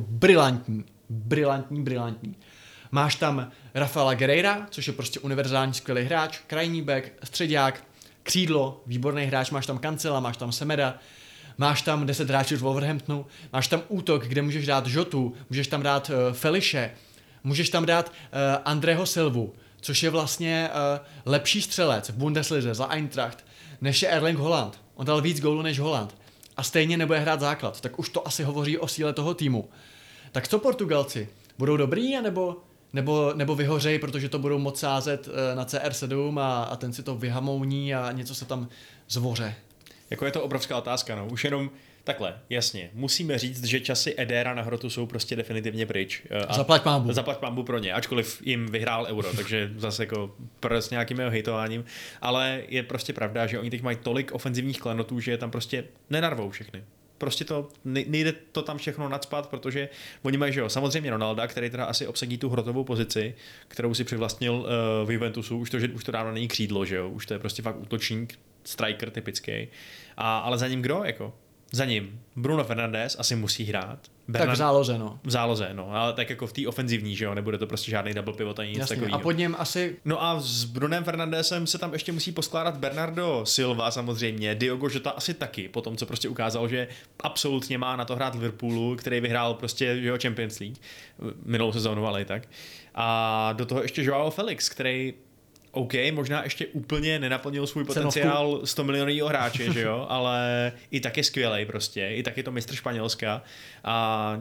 brilantní. Máš tam Rafaela Guerreira, což je prostě univerzální skvělý hráč, krajní back, středák, křídlo, výborný hráč, máš tam Cancela, máš tam Semeda, máš tam 10 hráčů z Wolverhamptonu, máš tam útok, kde můžeš dát Jotu, můžeš tam dát Feliše, můžeš tam dát Andreho Silvu, což je vlastně lepší střelec v Bundeslize za Eintracht, než je Erling Haaland. On dal víc gólů než Haaland. A stejně nebude hrát základ, tak už to asi hovoří o síle toho týmu. Tak co Portugalci? Budou dobrý, nebo vyhořejí, protože to budou moc sázet na CR7 a ten si to vyhamouní a něco se tam zvoře? Jako je to obrovská otázka, no. Už jenom takhle, jasně. Musíme říct, že časy Edera na hrotu jsou prostě definitivně pryč. Zaplať pánbu. Zaplať pánbu pro ně, ačkoliv jim vyhrál Euro, takže zase jako s nějakým jeho hejtováním. Ale je prostě pravda, že oni teď mají tolik ofenzivních klenotů, že je tam prostě nenarvou všechny. Prostě to nejde to tam všechno nacpat, protože oni mají, že jo, samozřejmě Ronalda, který teda asi obsadí tu hrotovou pozici, kterou si přivlastnil v Juventusu, už to dávno není křídlo, že jo, už to je prostě fakt útočník, striker typický. Ale za ním kdo, jako? Za ním Bruno Fernandes asi musí hrát. Tak v záloze, no. V záloze, no, ale tak jako v té ofenzivní, že jo, nebude to prostě žádný double pivot ani nic takového. A pod něm asi... No a s Brunem Fernandesem se tam ještě musí poskládat Bernardo Silva samozřejmě, Diogo Jota asi taky, po tom, co prostě ukázal, že absolutně má na to hrát Liverpoolu, který vyhrál prostě, že jo, Champions League minulou sezónu, ale i tak. A do toho ještě Joao Felix, který OK, možná ještě úplně nenaplnil svůj potenciál 100 milionového hráče, že jo, ale i tak je skvělej prostě, i tak je to mistr Španělska a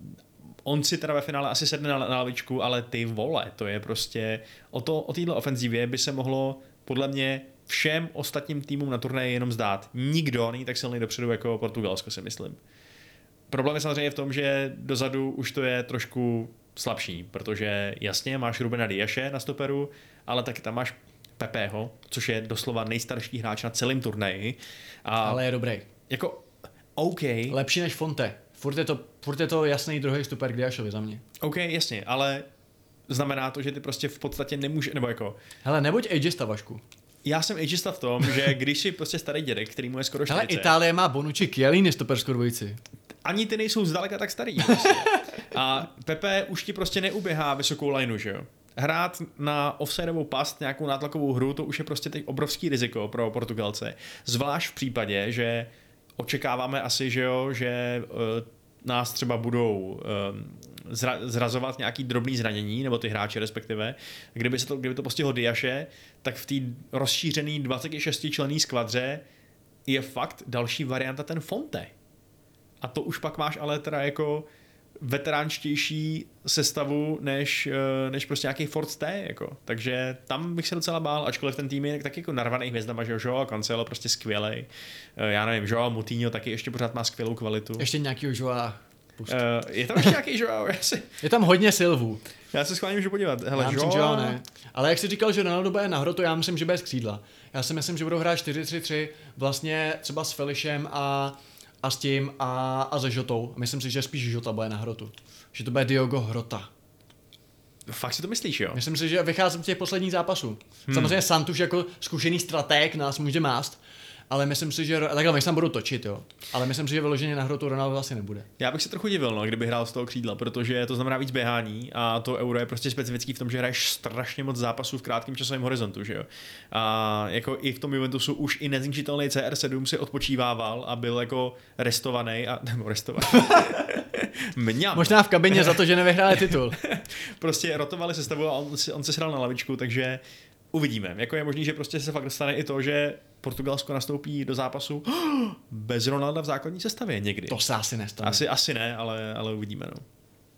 on si teda ve finále asi sedne na lavičku, ale ty vole, to je prostě, o téhle ofenzivě by se mohlo podle mě všem ostatním týmům na turnaji jenom zdát. Nikdo není tak silný dopředu jako Portugalsko, si myslím. Problém je samozřejmě v tom, že dozadu už to je trošku slabší, protože jasně máš Rubena Diaše na stoperu, ale taky tam máš Pepeho, což je doslova nejstarší hráč na celém turnaji. Ale je dobrý. Jako, OK. Lepší než Fonte. Furt je to jasný druhý stoper k Diašovi za mě. OK, jasně, ale znamená to, že ty prostě v podstatě nemůžeš, nebo jako... Hele, nebuď ageista, Vašku. Já jsem ageista v tom, že když si prostě starý dědek, který mu je skoro 40... Hele, Itálie má Bonucci, Chiellini stoperskou dvojici. Ani ty nejsou zdaleka tak starý. Prostě. A Pepe už ti prostě neuběhá vysokou lineu, že jo? Hrát na offsideovou past, nějakou nátlakovou hru, to už je prostě teď obrovský riziko pro Portugalce. Zvlášť v případě, že očekáváme asi, že jo, že nás třeba budou zrazovat nějaký drobný zranění, nebo ty hráči respektive. Kdyby to postihlo Diaše, tak v té rozšířený 26 členný skvadře je fakt další varianta ten Fonte. A to už pak máš ale teda jako veteránštější sestavu než prostě nějaký Ford T, jako. Takže tam bych se docela bál, ačkoliv ten tým je tak jako narvaný hvězdama, že jo, Cancelo prostě skvělej. Já nevím, Joao Moutinho taky ještě pořád má skvělou kvalitu. Ještě nějakýho Joao. Je tam ještě nějaký Joao? Je tam hodně Silvů. Já se schválně můžu podívat. Hele, já myslím, že jo, ne. Ale jak jsi říkal, že Ronaldo bude na hrotu, já myslím, že bude z křídla. Já si myslím, že budou hrát 4-3-3 vlastně třeba s Felišem a s tím a se Žotou. Myslím si, že spíš Žota bude na hrotu. Že to bude Diogo Hrota. Fakt si to myslíš, jo? Myslím si, že vycházím z těch posledních zápasů. Samozřejmě Santuš jako zkušený stratég nás může mást, ale myslím si, že takhle my se tam budou točit, jo. Ale myslím si, že vyloženě na hrotu Ronaldo asi nebude. Já bych se trochu divil, no, kdyby hrál z toho křídla, protože to znamená víc běhání a to Euro je prostě specifický v tom, že hraješ strašně moc zápasů v krátkém časovém horizontu, že jo. A jako i v tom Juventusu už i nezničitelný CR7 si odpočívával a byl jako restovaný nebo restovaný. Mňam. Možná v kabině za to, že nevyhráli titul. Prostě rotovali sestavu a on se sral na lavičku, takže uvidíme. Jako je možný, že prostě se fakt dostane i to, že Portugalsko nastoupí do zápasu bez Ronalda v základní sestavě někdy. To se asi nestane. Asi ne, ale uvidíme. No.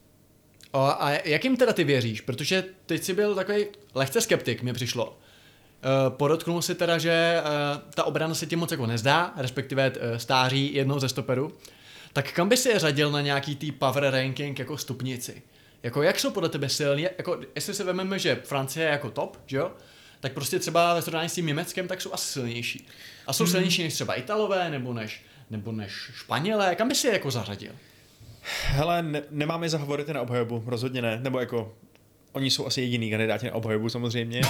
A jakým teda ty věříš? Protože teď jsi byl takový lehce skeptik, mi přišlo. Podotknul si teda, že ta obrana se ti moc jako nezdá, respektive stáří jednou ze stoperů. Tak kam by si je řadil na nějaký tý power ranking jako stupnici? Jako jak jsou podle tebe silní? Jako jestli se vezmeme, že Francie je jako top, že jo? Tak prostě třeba ve srovnání s tím Německem, tak jsou asi silnější. A jsou silnější než třeba Italové, nebo než Španělé. Kam by si je jako zařadil? Hele, nemáme je za favority na obhajobu, rozhodně ne. Nebo jako, oni jsou asi jediný kandidáti na obhajobu samozřejmě,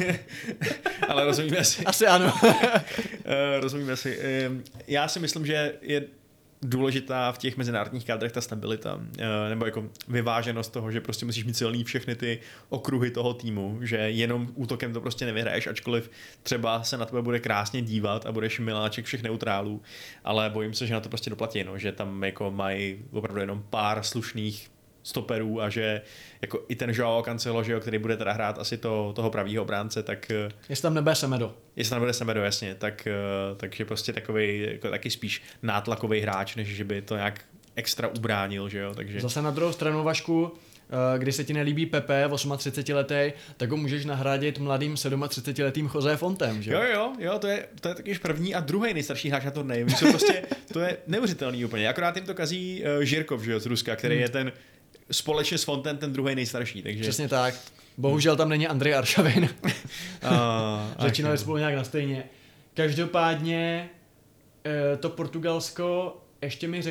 ale rozumíme si. Asi ano. Rozumíme si. Já si myslím, že je důležitá v těch mezinárodních kádrech ta stabilita, nebo jako vyváženost toho, že prostě musíš mít silný všechny ty okruhy toho týmu, že jenom útokem to prostě nevyhraješ, ačkoliv třeba se na tebe bude krásně dívat a budeš miláček všech neutrálů, ale bojím se, že na to prostě doplatí, no, že tam jako mají opravdu jenom pár slušných stoperů a že jako i ten Joao Cancelo, že jo, který bude teda hrát asi toho pravýho obránce, tak... Jestli tam nebude Semedo. Jestli tam nebude Semedo, jasně, takže prostě takovej, jako taky spíš nátlakový hráč, než že by to nějak extra ubránil, že jo, takže... Zase na druhou stranu, Vašku, když se ti nelíbí Pepe, 38letý, tak ho můžeš nahradit mladým 37letým José Fontem, že jo, to je taky první a druhý nejstarší hráč na turnaji. Prostě, to je neuvěřitelný úplně. Akorát jim to kazí Žirkov, že jo, z Ruska, který je ten společně s Fontem ten druhý nejstarší, takže... Přesně tak. Bohužel tam není Andrej Aršavin. Začínali spolu nějak na stejně. Každopádně to Portugalsko, ještě mi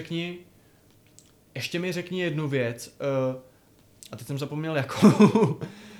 řekni jednu věc. A teď jsem zapomněl jakou.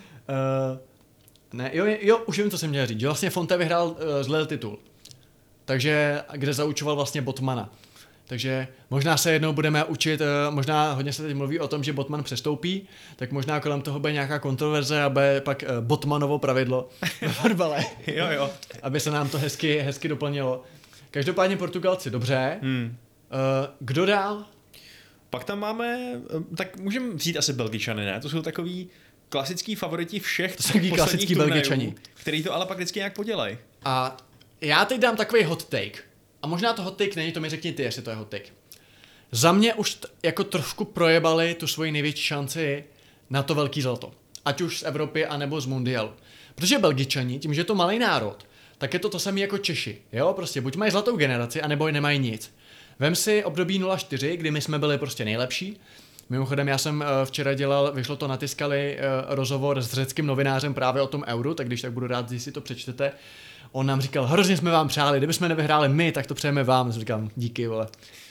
Ne, jo, už vím, co jsem měl říct. Že vlastně Fonte vyhrál zlý titul. Takže, kde zaučoval vlastně Botmana. Takže možná se jednou budeme učit, možná hodně se teď mluví o tom, že Botman přestoupí, tak možná kolem toho bude nějaká kontroverze a bude pak Botmanovo pravidlo ve fotbale. jo. Aby se nám to hezky doplnilo. Každopádně Portugalci, dobře. Kdo dál? Pak tam máme, tak můžeme vzít asi Belgičany, ne? To jsou takový klasický favoriti všech To jsou taky klasický Belgičani. který to ale pak vždycky nějak podělají. A já teď dám takový hot take. A možná to hot take není, to mi řekni ty, jestli to je hot take. Za mě už jako trošku projebali tu svoji největší šanci na to velký zlato. Ať už z Evropy, anebo z Mundialu. Protože Belgičani, tím, že je to malý národ, tak je to samé jako Češi. Jo, prostě buď mají zlatou generaci, anebo nemají nic. Vem si období 04, kdy my jsme byli prostě nejlepší. Mimochodem, já jsem včera vyšlo to na Tiskali, rozhovor s řeckým novinářem právě o tom euru, tak když tak budu rád, když si to přečtete. On nám říkal, hrozně jsme vám přáli, kdybychom nevyhráli my, tak to přejeme vám. Říkám, díky, vole.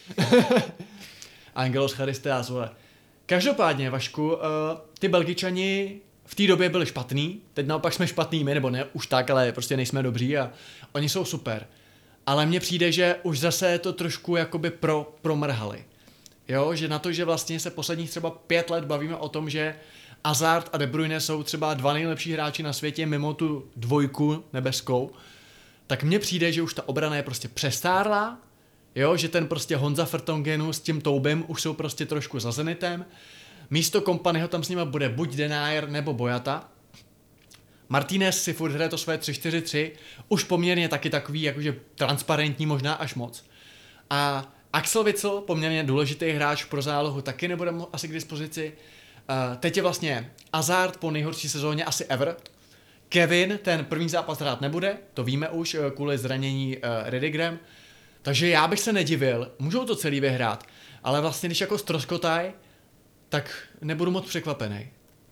Angelos Charisteas, vole. Každopádně, Vašku, ty Belgičani v té době byli špatný, teď naopak jsme špatný my, nebo ne už tak, ale prostě nejsme dobří a oni jsou super. Ale mně přijde, že už zase to trošku jakoby promrhali. Jo, že na to, že vlastně se posledních třeba 5 let bavíme o tom, že Hazard a De Bruyne jsou třeba 2 nejlepší hráči na světě mimo tu dvojku nebeskou, tak mně přijde, že už ta obrana je prostě přestárlá, jo, že ten prostě Honza Vertongenu s tím Toubem už jsou prostě trošku za Zenitem. Místo Kompanyho tam s nima bude buď Denayer nebo Boyata. Martinez si furt hraje to své 3-4-3, už poměrně taky takový jakože transparentní možná až moc. A Axel Witsel, poměrně důležitý hráč pro zálohu, taky nebude asi k dispozici. Teď je vlastně Hazard po nejhorší sezóně asi ever. Kevin ten první zápas hrát nebude, to víme už kvůli zranění Rüdigerem. Takže já bych se nedivil, můžou to celý vyhrát, ale vlastně když jako stroskotaj, tak nebudu moc překvapený.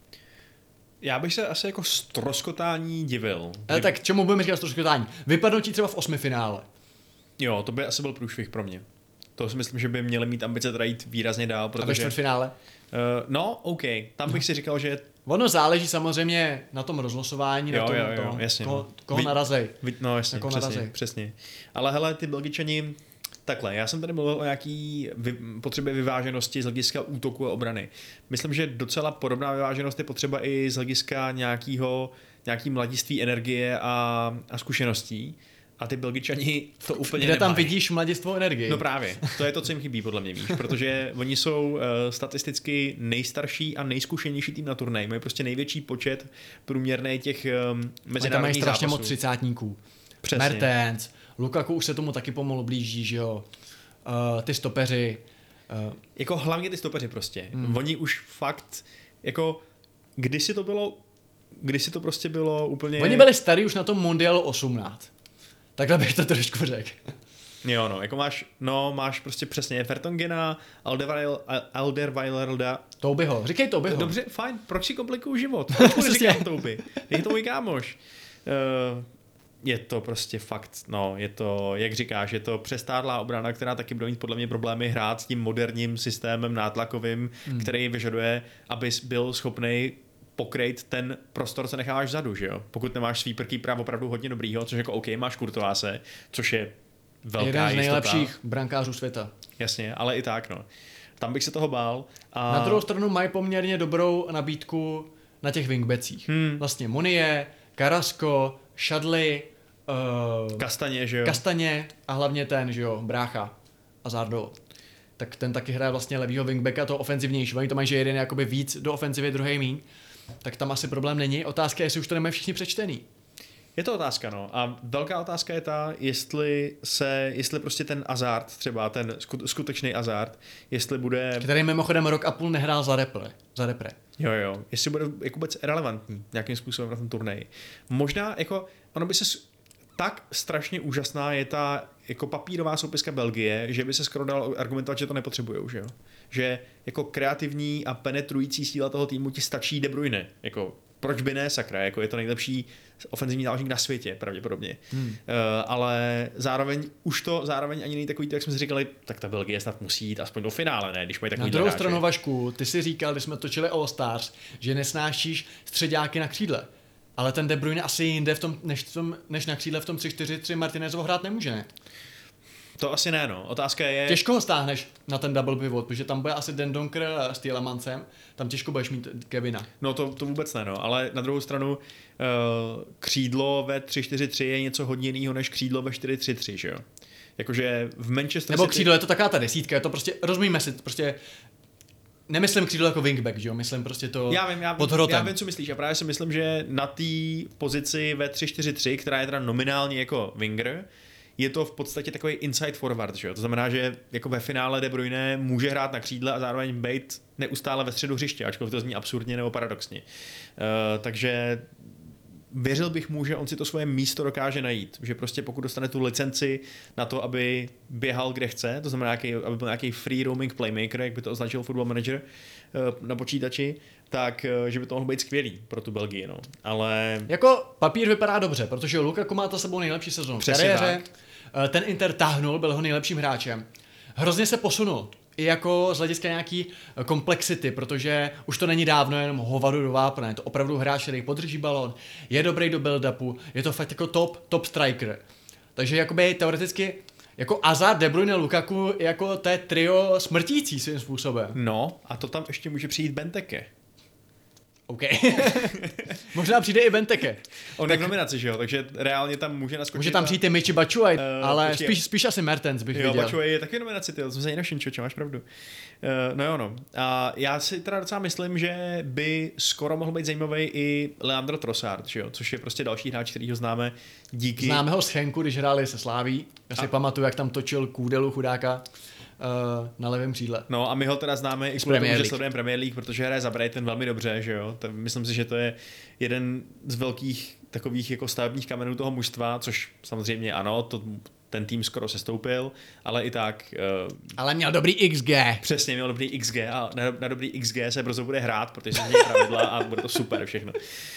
Já bych se asi jako stroskotání divil. Ale tak čemu budeme říkat stroskotání? Vypadnutí třeba v 8. finále. Jo, to by asi byl průšvih pro mě. To si myslím, že by měli mít ambice teda jít výrazně dál, protože... A ve čtvrtfinále? No, OK. Tam bych si říkal, že... Ono záleží samozřejmě na tom rozlosování, na tom, jasně, koho narazej. No jasně, Jako přesně. Ale hele, ty Belgičani... Takhle, já jsem tady mluvil o nějaký potřebě vyváženosti z hlediska útoku a obrany. Myslím, že docela podobná vyváženost je potřeba i z hlediska nějaký mladiství, energie a zkušeností. A ty Belgičani to úplně Kde tam nemají. vidíš mladistvou energii? No právě, to je to, co jim chybí podle mě, víš, protože oni jsou statisticky nejstarší a nejzkušenější tým na turnaji. Mají prostě největší počet průměrný těch mezinárodních zápasů. Strašně moc třicátníků. Přesně. Mertens, Lukaku už se tomu taky pomalu blíží, že jo. Ty stopeři. Jako hlavně ty stopeři prostě. Oni už fakt, jako kdysi to prostě bylo úplně... Oni byli starý už na tom Mundialu 18. Takhle bych to trošku řekl. Jo, no, jako máš prostě přesně Vertongena, Alderweirelda. Toubyho, říkej Toubyho. Dobře, fajn, proč si komplikuju život? Proč mu neříkám Touby? Je to můj kámoš. Je to prostě fakt, je to, jak říkáš, je to přestárlá obrana, která taky bude mít podle mě problémy hrát s tím moderním systémem nátlakovým, který vyžaduje, abys byl schopnej pokrýt ten prostor, co necháváš vzadu, že jo? Pokud nemáš sweeper keepera opravdu hodně dobrýho, což jako OK, máš Courtoise, což je velká jeden z jistota. nejlepších brankářů světa. Jasně, ale i tak, no. Tam bych se toho bál. A... Na druhou stranu mají poměrně dobrou nabídku na těch wingbacích. Vlastně Monie, Carrasco, Shadley, Kastaně, že jo? Kastaně a hlavně ten, že jo, brácha Hazardo. Tak ten taky hraje vlastně levýho wingbacka, toho ofenzivnější. Oni to mají, že jeden je jakoby víc do ofenzivy, druhý míň. Tak tam asi problém není. Otázka je, jestli už to nemají všichni přečtený. Je to otázka, no. A velká otázka je ta, jestli prostě ten Hazard, třeba ten skutečný Hazard, jestli bude... Který mimochodem rok a půl nehrál za repre. Jo. Jestli bude jako vůbec relevantní nějakým způsobem na tom turnaji. Možná, jako, ono by se tak strašně úžasná je ta jako papírová soupiska Belgie, že by se skoro dalo argumentovat, že to nepotřebujou, že jo? Že jako kreativní a penetrující síla toho týmu ti stačí De Bruyne, jako proč by ne, sakra, jako je to nejlepší ofenzivní záložník na světě, pravděpodobně. Ale zároveň ani není takový, jak jsme si říkali, tak ta Belgie snad musí jít aspoň do finále, ne, když mají takový. Na druhou stranu, Vašku, ty si říkal, když jsme točili All Stars, že nesnášíš středáky na křídle. Ale ten De Bruyne asi jinde než na křídle v tom 3-4-3 Martinezovo hrát nemůže, ne? To asi ne, no. Otázka je... Těžko ho stáhneš na ten double pivot, protože tam bude asi Den Donker s Tielemansem, tam těžko budeš mít Kevina. No to vůbec ne, no. Ale na druhou stranu křídlo ve 3-4-3 je něco hodně jiného než křídlo ve 4-3-3, že jo? Jakože v Manchester Nebo City... křídlo je to taková ta desítka, je to prostě, rozumíme si, prostě nemyslím křídlo jako wingback, že jo, myslím prostě to Já pod hrotem. já vím, co myslíš. A právě si myslím, že na té pozici ve 3-4-3, která je teda nominálně jako winger, je to v podstatě takový inside forward, že jo? To znamená, že jako ve finále De Bruyne může hrát na křídle a zároveň být neustále ve středu hřiště, ačkoliv to zní absurdně nebo paradoxně. Takže věřil bych mu, že on si to svoje místo dokáže najít, že prostě pokud dostane tu licenci na to, aby běhal kde chce, to znamená, aby byl nějaký free roaming playmaker, jak by to označil Football Manager na počítači, tak že by to mohlo být skvělý pro tu Belgii, no. Ale jako papír vypadá dobře, protože Lukaku má za sebou nejlepší sezónu v kariéře. Ten Inter táhnul, byl ho nejlepším hráčem. Hrozně se posunul. I jako z hlediska nějaký komplexity, protože už to není dávno jenom hovadu do vápna, je to opravdu hráč, který podrží balón, je dobrý do build-upu, je to fakt jako top striker. Takže jakoby teoreticky jako Hazard, De Bruyne, Lukaku, jako to je trio smrtící svým způsobem. no, a to tam ještě může přijít Benteke. OK. Možná přijde i Benteke. On je v nominaci, že jo, takže reálně tam může naskočit. Může tam přijít i Michy Batshuayi, ale počkej. spíš asi Mertens bych Jo, viděl. Batshuayi je taky v nominaci, to jsem se jinak všiml, máš pravdu. No jo, no. A já si teda docela myslím, že by skoro mohl být zajímavý i Leandro Trossard, že jo, což je prostě další hráč, který ho známe díky... Známe ho z Chenku, když hráli se Sláví. Já si pamatuju, jak tam točil Kůdelu chudáka na levém křídle. No a my ho teda známe i kvůli tomu, Premier že League. sledujeme Premier League, protože hraje za Brighton velmi dobře, že jo. Myslím si, že to je jeden z velkých takových jako stavebních kamenů toho mužstva, což samozřejmě ano, ten tým skoro sestoupil, ale i tak... Ale měl dobrý XG. Přesně, měl dobrý XG a na dobrý XG se brzo bude hrát, protože se změní pravidla a bude to super všechno.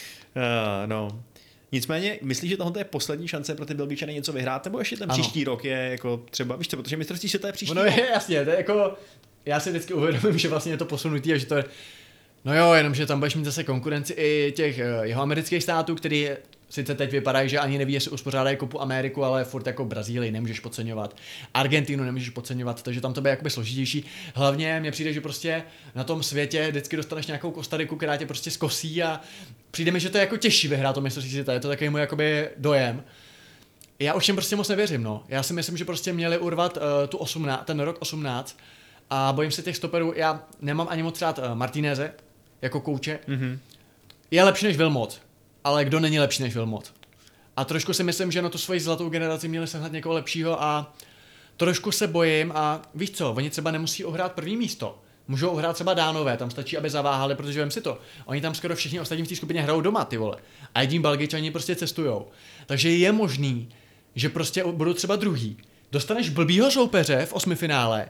No. Nicméně, myslíš, že tohle je poslední šance pro ty Belgičany něco vyhrát, nebo ještě ten příští rok je jako třeba, víš co, protože mistrovství světa je příští No rok. je jasně, to je jako, já si vždycky uvědomím, že vlastně je to posunutý a že to je, no jo, jenomže tam budeš mít zase konkurenci i těch jeho amerických států, který sice teď vypadají, že ani neví, jestli uspořádají Copu Ameriku, ale furt jako Brazílii nemůžeš podceňovat, Argentinu nemůžeš podceňovat, takže tam to bude jakoby složitější. Hlavně mně přijde, že prostě na tom světě vždycky dostaneš nějakou Kostariku, která tě prostě zkosí a přijde mi, že to je jako těžší vyhrát to mistrovství světa, je to takový můj jakoby dojem. Já už jim prostě moc nevěřím, no. Já si myslím, že prostě měli urvat ten rok 18 a bojím se těch stoperů, já nemám ani moc rád Martineze jako kouče. Mm-hmm. Je lepší než Wilmot, ale kdo není lepší než Wilmot? A trošku si myslím, že na tu svoji zlatou generaci měli sehnat někoho lepšího a trošku se bojím a víš co, oni třeba nemusí ohrát první místo. Můžou ohrát třeba Dánové, tam stačí, aby zaváhali, protože vem si to. Oni tam skoro všichni ostatní v té skupině hrajou doma, ty vole. A jedním Belgičani prostě cestujou. Takže je možný, že prostě budou třeba druhý. Dostaneš blbýho soupeře v 8finále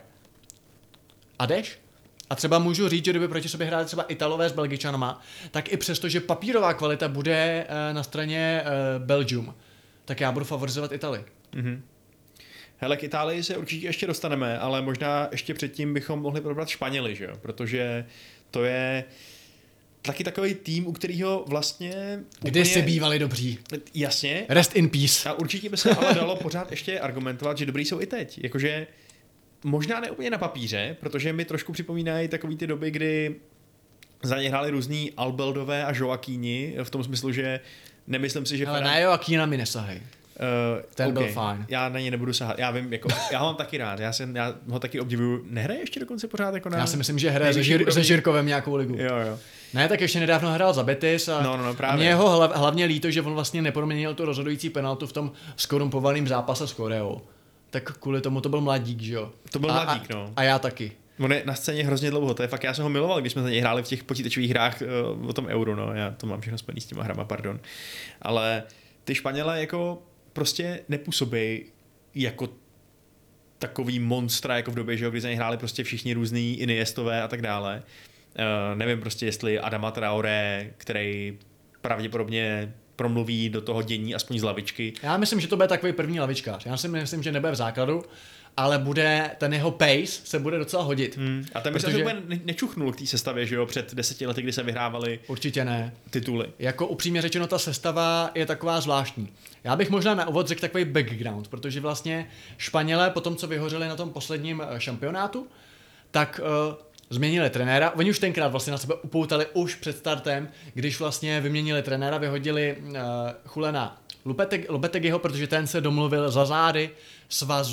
a jdeš. A třeba můžu říct, že kdyby proti sobě hráli třeba Italové s Belgičanama, tak i přesto, že papírová kvalita bude na straně Belgium, tak já budu favorizovat Itálii. Mm-hmm. Hele, k Itálii se určitě ještě dostaneme, ale možná ještě předtím bychom mohli probrat Španěli, že jo? Protože to je taky takový tým, u kterého vlastně... Kde se bývali dobří. Jasně. Rest in peace. A určitě by se ale dalo pořád ještě argumentovat, že dobrý jsou i teď. Jakože možná ne úplně na papíře, protože mi trošku připomínají takový ty doby, kdy za ně hráli různý Albeldové a Joaquíni, v tom smyslu, že nemyslím si, že... Ale na Joaquína mi nesahej. Ten byl fajn. Já na ně nebudu sahat. Já vím, jako, já ho mám taky rád. Já ho taky obdivuju. Nehraje ještě dokonce pořád jako na... Já si myslím, že hraje se Žirkovem nějakou ligu. Jo. Ne, tak ještě nedávno hrál za Betis a právě. Mě jeho hlavně líto, že on vlastně neproměnil tu rozhodující penaltu v tom skorumpovaném zápase s Koreou. Tak kvůli tomu to byl mladík, že jo? To byl mladík, no. A já taky. On je na scéně hrozně dlouho, to je fakt, já jsem ho miloval, když jsme za něj hráli v těch počítačových hrách o tom Euro, no, já to mám všechno spojený s těma hrama, pardon. Ale ty Španělé jako prostě nepůsobí jako takový monstra, jako v době, že jo, kdy za něj hráli prostě všichni různý Iniestové a tak dále. Nevím prostě, jestli Adama Traoré, který pravděpodobně promluví do toho dění aspoň z lavičky. Já myslím, že to bude takový první lavičkář. Já si myslím, že nebude v základu, ale bude ten jeho pace se bude docela hodit. A ten myslím, že úplně nečuchnul k té sestavě, že jo, před 10 lety, kdy se vyhrávali určitě ne. Tituly. Jako upřímně řečeno, ta sestava je taková zvláštní. Já bych možná na úvod řekl takový background, protože vlastně Španělé po tom, co vyhořeli na tom posledním šampionátu, tak změnili trenéra. Oni už tenkrát vlastně na sebe upoutali už před startem, když vlastně vyměnili trenéra, vyhodili Juliana Lopeteguiho, protože ten se domluvil za zády svazu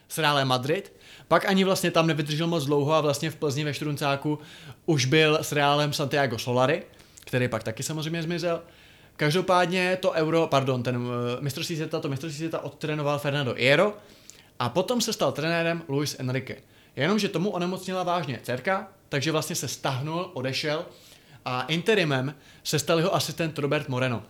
s Realem Madrid, pak ani vlastně tam nevydržel moc dlouho a vlastně v Plzni ve Štruncáku už byl s Realem Santiago Solari, který pak taky samozřejmě zmizel. Každopádně ten mistrovství světa odtrénoval Fernando Hierro a potom se stal trenérem Luis Enrique. Jenomže tomu onemocnila vážně dcerka, takže vlastně se stáhnul, odešel a interimem se stal jeho asistent Robert Moreno.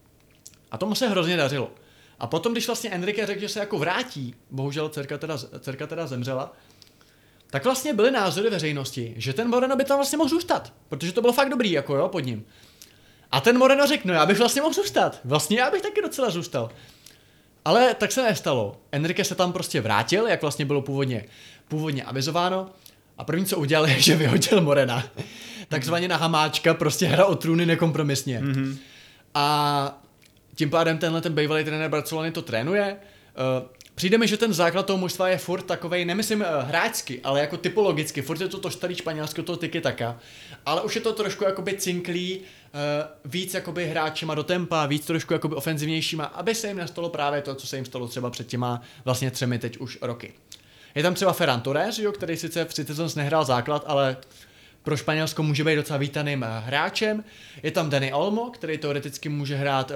A tomu se hrozně dařilo. A potom, když vlastně Enrique řekl, že se jako vrátí, bohužel dcerka teda zemřela, tak vlastně byly názory veřejnosti, že ten Moreno by tam vlastně mohl zůstat, protože to bylo fakt dobrý, jako jo, pod ním. A ten Moreno řekl, no já bych vlastně mohl zůstat, vlastně já bych taky docela zůstal. Ale tak se nestalo. Enrique se tam prostě vrátil, jak vlastně bylo původně avizováno. A první, co udělal, je, že vyhodil Morena. Takzvaně na hamáčka, prostě hra o trůny nekompromisně. Mm-hmm. A tím pádem tenhle ten bývalý trenér Barcelony to trénuje. Přijde mi, že ten základ toho mužstva je furt takovej, nemyslím hráčsky, ale jako typologicky. Furt je to starý španělské, to tiki-taka. Ale už je to trošku jakoby cinklý, víc jakoby hráčima do tempa, víc trošku jakoby ofenzivnějšíma, aby se jim nestalo právě to, co se jim stalo třeba před těma vlastně 3 teď už roky. Je tam třeba Ferran Torres, jo, který sice v Citizens nehrál základ, ale pro Španělsko může být docela vítaným hráčem. Je tam Dani Olmo, který teoreticky může hrát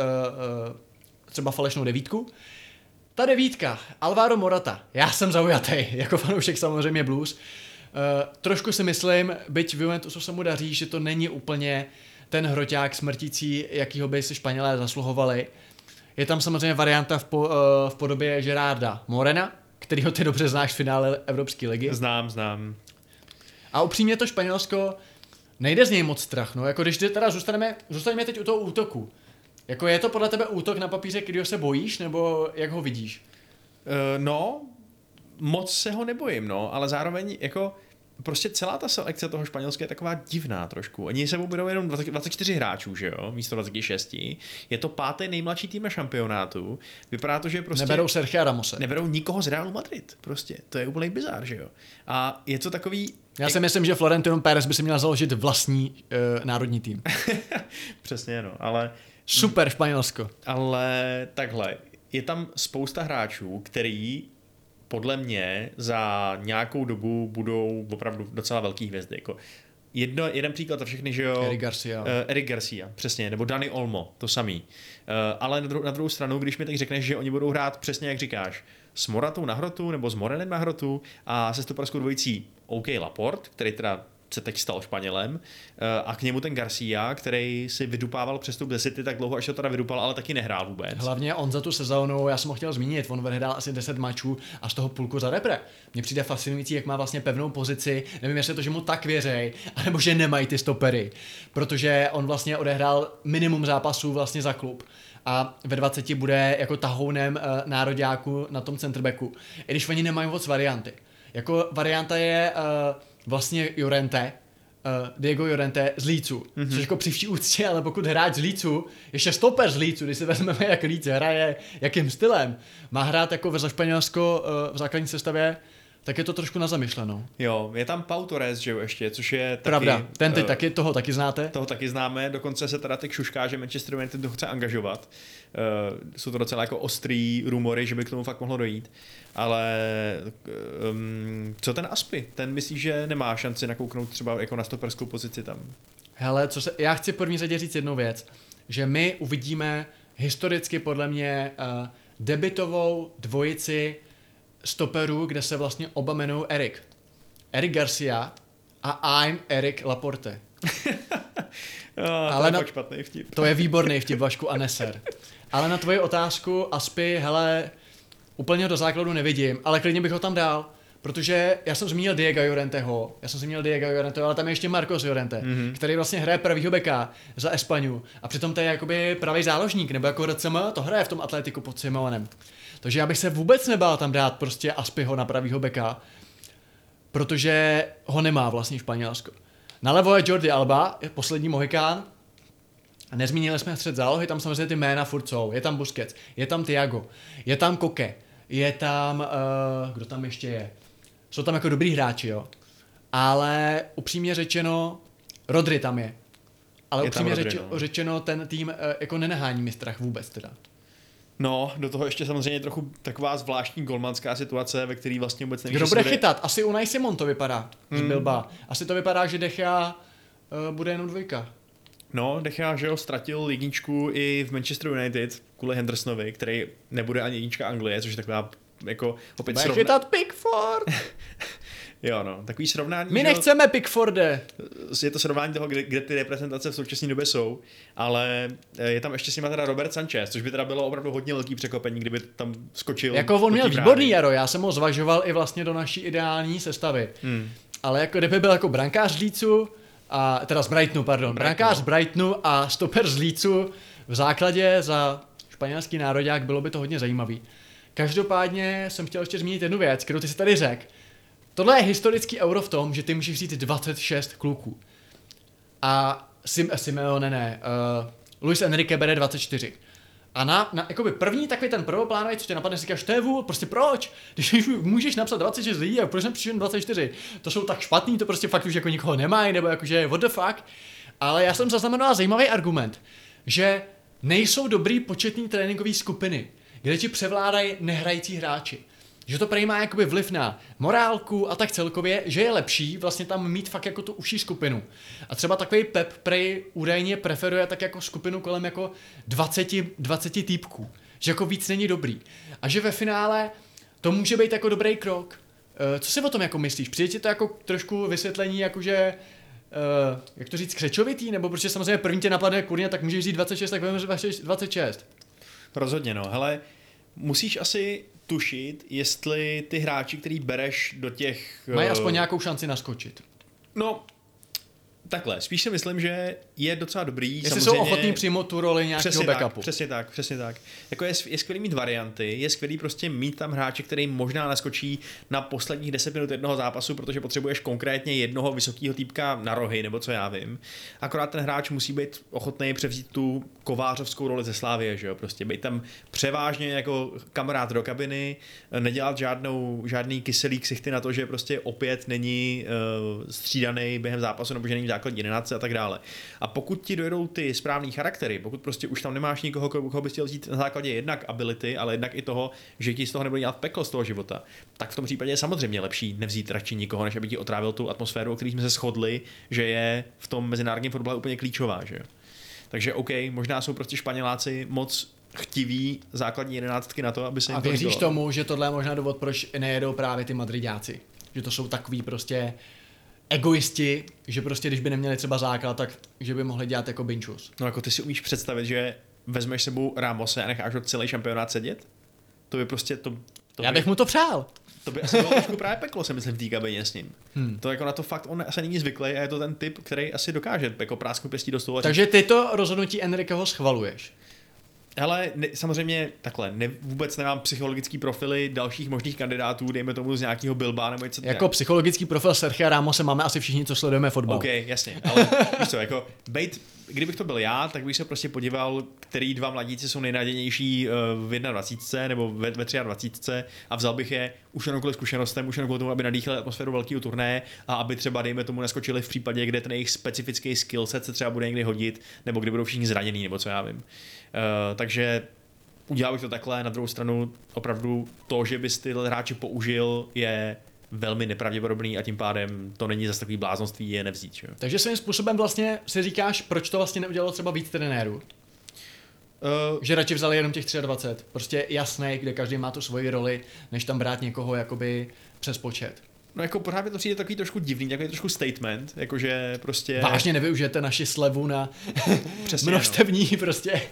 třeba falešnou devítku. Ta devítka, Alvaro Morata, já jsem zaujatý, jako fanoušek samozřejmě Blues. Trošku si myslím, byť v Juventusu se mu daří, že to není úplně ten hroťák smrtící, jakýho by si Španělé zasluhovali. Je tam samozřejmě varianta v podobě Gerarda Morena, kterýho ty dobře znáš v finále Evropské ligy. Znám. A upřímně to Španělsko nejde z něj moc strach, no, jako když teda zůstaneme teď u toho útoku. Jako je to podle tebe útok na papíře, kterýho se bojíš, nebo jak ho vidíš? No, moc se ho nebojím, no, ale zároveň jako prostě celá ta selekce toho Španělska je taková divná trošku. Oni se budou jenom 24 hráčů, že jo, místo 26. Je to 5. nejmladší tým na šampionátu. Vypadá to, že prostě neberou Sergio Ramose. Neberou nikoho z Realu Madrid, prostě. To je úplně bizár, že jo. A je to takový... Já si myslím, že Florentino Pérez by si měl založit vlastní národní tým. Přesně, no, ale... Super Španělsko. Ale takhle, je tam spousta hráčů, který podle mě za nějakou dobu budou opravdu docela velký hvězdy. Jako jeden příklad pro všechny, že jo? Eric Garcia, přesně, nebo Dani Olmo, to samý. Ale na druhou stranu, když mi teď řekneš, že oni budou hrát přesně jak říkáš, s Moratou na hrotu, nebo s Morenem na hrotu a se stoperskou dvojicí OK Laporte, který teda se teď stal Španělem, a k němu ten Garcia, který si vydupával přestup ze City tak dlouho, až to teda vydupal, ale taky nehrál vůbec. Hlavně on za tu sezónu, já jsem ho chtěl zmínit, on vyhrál asi 10 mačů a z toho půlku za repre. Mně přijde fascinující, jak má vlastně pevnou pozici, nevím, jestli je to, že mu tak věřej, anebo že nemají ty stopery, protože on vlastně odehrál minimum zápasů vlastně za klub a ve 20 bude jako tahounem nároďáku na tom centerbacku, i když oni nemají moc varianty. Jako varianta je vlastně Diego Llorente z Lícu, což jako při vší úctě, ale pokud hráč z Lícu, ještě stoper z Lícu, když si vezmeme, jak Líc hraje, jakým stylem, má hrát jako za Španělsko v základní sestavě, tak je to trošku na zamyšlenou. Jo, je tam Pau Torres, že jo, ještě, což je taky... Pravda, toho taky znáte? Toho taky známe, dokonce se teda teď šušká, že Manchester United to chce angažovat. Jsou to docela jako ostrý rumory, že by k tomu fakt mohlo dojít. Ale co ten Aspi? Ten myslí, že nemá šanci nakouknout třeba jako na stoperskou pozici tam? Hele, já chci v první řadě říct jednu věc, že my uvidíme historicky podle mě debutovou dvojici stoperů, kde se vlastně oba jmenují Eric Garcia a I'm Eric Laporte. Ale to je špatný vtip. To je výborný vtip, Vašku, a neser. Ale na tvoji otázku, Aspi, hele, úplně ho do základu nevidím, ale klidně bych ho tam dal, protože já jsem zmínil Diego Llorenteho, ale tam je ještě Marcos Llorente, který vlastně hraje pravýho beka za Espaňu a přitom to je jakoby pravý záložník, nebo jako RCM, to hraje v tom Atletiku pod Simeonem. Takže já bych se vůbec nebál tam dát prostě Aspiho na pravýho beka, protože ho nemá vlastně Španělsko. Nalevo je Jordi Alba, poslední mohikán. Nezmínili jsme střed zálohy, tam samozřejmě ty jména furt jsou. Je tam Busquets, je tam Thiago, je tam Koke, je tam, kdo tam ještě je? Jsou tam jako dobrý hráči, jo. Ale upřímně řečeno, Rodri tam je. Ale upřímně řečeno, ten tým jako nenahání mi strach vůbec teda. No, do toho ještě samozřejmě trochu taková zvláštní golmanská situace, ve které vlastně vůbec nevíš, Kdo jestli bude chytat? Asi Unai Simon to vypadá z Bilba. Asi to vypadá, že De Gea bude jenom 2. No, De Gea, že jo, ztratil jedničku i v Manchester United kvůli Hendersonovi, který nebude ani jednička Anglie, což je taková jako opět Bude chytat Pickford! Jo, no, takový srovnání. My nechceme Pickforde! Je to srovnání toho, kde ty reprezentace v současné době jsou, ale je tam ještě s nima teda Robert Sanchez, což by teda bylo opravdu hodně velký překvapení, kdyby tam skočil. Jako on měl výborný jaro, já jsem ho zvažoval i vlastně do naší ideální sestavy. Ale jako kdyby byl jako brankář z Leedsu, a teda z Brightonu, pardon, brankář z Brightonu a stoper z Leedsu v základě za španělský nároďák, bylo by to hodně zajímavý. Každopádně jsem chtěl ještě zmínit jednu věc, kterou ty si tady řekl. Tohle je historický euro v tom, že ty můžeš vzít 26 kluků. A Luis Enrique bere 24. A na jakoby první takový ten prvoplánový, co tě napadne, si říkáš, to je prostě proč? Když můžeš napsat 26 lidí a proč jsem přišel 24? To jsou tak špatný, to prostě fakt už jako nikoho nemají, nebo jakože what the fuck? Ale já jsem zaznamenal zajímavý argument, že nejsou dobrý početní tréninkové skupiny, kde ti převládají nehrající hráči. Že to prej má jakoby vliv na morálku a tak celkově, že je lepší vlastně tam mít fakt jako tu užší skupinu. A třeba takový Pep prej údajně preferuje tak jako skupinu kolem jako 20 týpků. Že jako víc není dobrý. A že ve finále to může být jako dobrý krok. Co si o tom jako myslíš? Přijde ti to jako trošku vysvětlení jakože jak to říct, křečovitý? Nebo protože samozřejmě první tě napadne kurně, tak můžeš říct 26, tak vezmeš 26. Rozhodně, no. Hele, musíš asi tušit, jestli ty hráči, který bereš do těch... Mají aspoň nějakou šanci naskočit. No, takhle, spíš si myslím, že je docela dobrý. Jestli jsou ochotní přijmout tu roli nějakého backupu. Přesně tak. Jako je skvělý mít varianty, je skvělý prostě mít tam hráče, který možná naskočí na posledních 10 minut jednoho zápasu, protože potřebuješ konkrétně jednoho vysokého týpka na rohy, nebo co já vím. Akorát ten hráč musí být ochotný převzít tu kovářovskou roli ze Slávie, že jo, prostě být tam převážně jako kamarád do kabiny, nedělat žádný kyselý ksichty na to, že prostě opět není střídaný během zápasu, nebo že není v základní 11 a tak dále. A pokud ti dojedou ty správný charaktery, pokud prostě už tam nemáš nikoho, koho bys chtěl vzít na základě jednak ability, ale jednak i toho, že ti z toho nebude dělat peklo z toho života, tak v tom případě je samozřejmě lepší nevzít radši nikoho, než aby ti otrávil tu atmosféru, o které jsme se shodli, že je v tom mezinárodním fotbale úplně klíčová, že jo. Takže OK, možná jsou prostě Španěláci moc chtiví základní 11 na to, aby se jim a věříš tomu, že tohle je možná důvod, proč nejedou právě ty Madriďáci? Že to jsou takový prostě egoisti, že prostě když by neměli třeba základ, tak že by mohli dělat jako binčus. No jako ty si umíš představit, že vezmeš sebou Ramose a necháš ho celý šampionát sedět? To by prostě Já bych mu to přál. To by asi bylo trošku právě peklo, si myslím, v té kabině s ním. To jako na to fakt on asi není zvyklý a je to ten typ, který asi dokáže jako prásknout pěstí do stolu. Takže ty to rozhodnutí Enriqueho schvaluješ? Hele, samozřejmě takhle, vůbec nemám psychologický profily dalších možných kandidátů, dejme tomu z nějakého Bilba nebo něco. Jako psychologický profil Sergio Ramose máme asi všichni, co sledujeme fotbal. OK, jasně, ale víš co, jako kdybych to byl já, tak bych se prostě podíval, který dva mladíci jsou nejnadějnější v 21 nebo ve 23 a vzal bych je už jenom kvůli zkušenostem, už jenom kvůli tomu, aby nadýchali atmosféru velkého turné a aby třeba, dejme tomu, naskočili v případě, kde ten jejich specifický skillset se třeba bude někdy hodit, nebo kdy budou všichni zranění, nebo co já vím. Takže udělal bych to takhle, na druhou stranu opravdu to, že bys tyhle hráči použil, je velmi nepravděpodobný a tím pádem to není zase takový bláznoství je nevzít. Že? Takže svým způsobem vlastně si říkáš, proč to vlastně neudělalo třeba víc trenérů? Že radši vzali jenom těch 23. Prostě jasné, kde každý má tu svoji roli, než tam brát někoho jakoby přes počet. No jako pořád mi to přijde takový trošku divný, takový trošku statement, jakože prostě... Vážně nevyužijete naši slevu na množstevní prostě.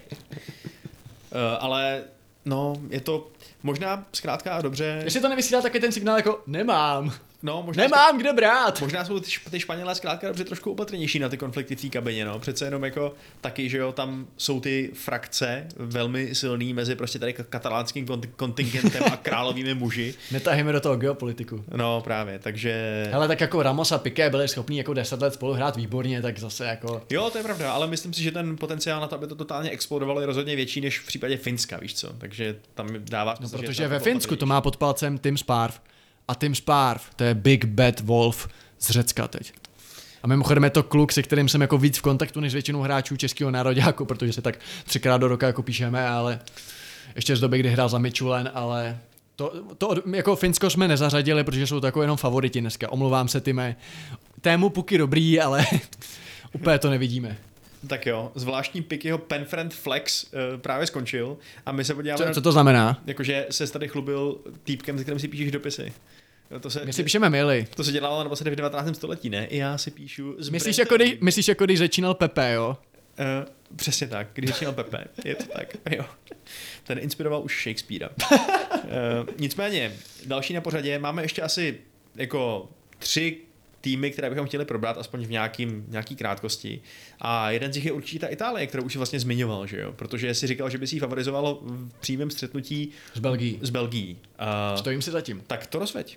Ale no, je to možná zkrátka a dobře... Jestli to nevysílá takový ten signál jako nemám. No, možná nemám kde brát. Možná jsou ty Španělé zkrátka dobře trošku opatrnější na ty konflikty v té kabině, no. Přece jenom jako taky, že jo, tam jsou ty frakce velmi silný mezi prostě tady katalánským kontingentem a královými muži. Netahejme do toho geopolitiku. No právě, takže... Hele, tak jako Ramos a Piqué byli schopní jako 10 let spolu hrát výborně, tak zase jako... Jo, to je pravda, ale myslím si, že ten potenciál na to, aby to totálně explodovalo, je rozhodně větší než v případě Finska, víš co? Takže tam dává... No, protože ve Finsku to má pod palcem Tim Sparv. A Tim Sparv, to je Big Bad Wolf z Řecka teď. A mimochodem je to kluk, se kterým jsem jako víc v kontaktu než většinou hráčů českého nároďáku, protože se tak 3krát do roka jako píšeme, ale ještě z doby, kdy hrál za Michulen, ale to jako Finsko jsme nezařadili, protože jsou takové jenom favoriti dneska. Omlouvám se, Time. Tému puky dobrý, ale úplně to nevidíme. Tak jo, zvláštní pick jeho Penfriend Flex právě skončil a my se podíváme... Co to znamená? Jakože se tady chlubil týpkem, se kterým si píšeš dopisy. My si píšeme maily. To se dělalo v 19. století, ne? I já si píšu... Myslíš jako když začínal Pepe, jo? Přesně tak, když začínal Pepe. Je to tak, jo. Ten inspiroval už Shakespearea. Nicméně, další na pořadě, máme ještě asi jako 3 týmy, které bychom chtěli probrat, aspoň v nějaký krátkosti. A jeden z nich je určitě ta Itálie, kterou už vlastně zmiňoval, že jo? Protože si říkal, že by si ji favorizoval v přímém střetnutí s Belgií. Stojím si zatím. Tak to rozveď.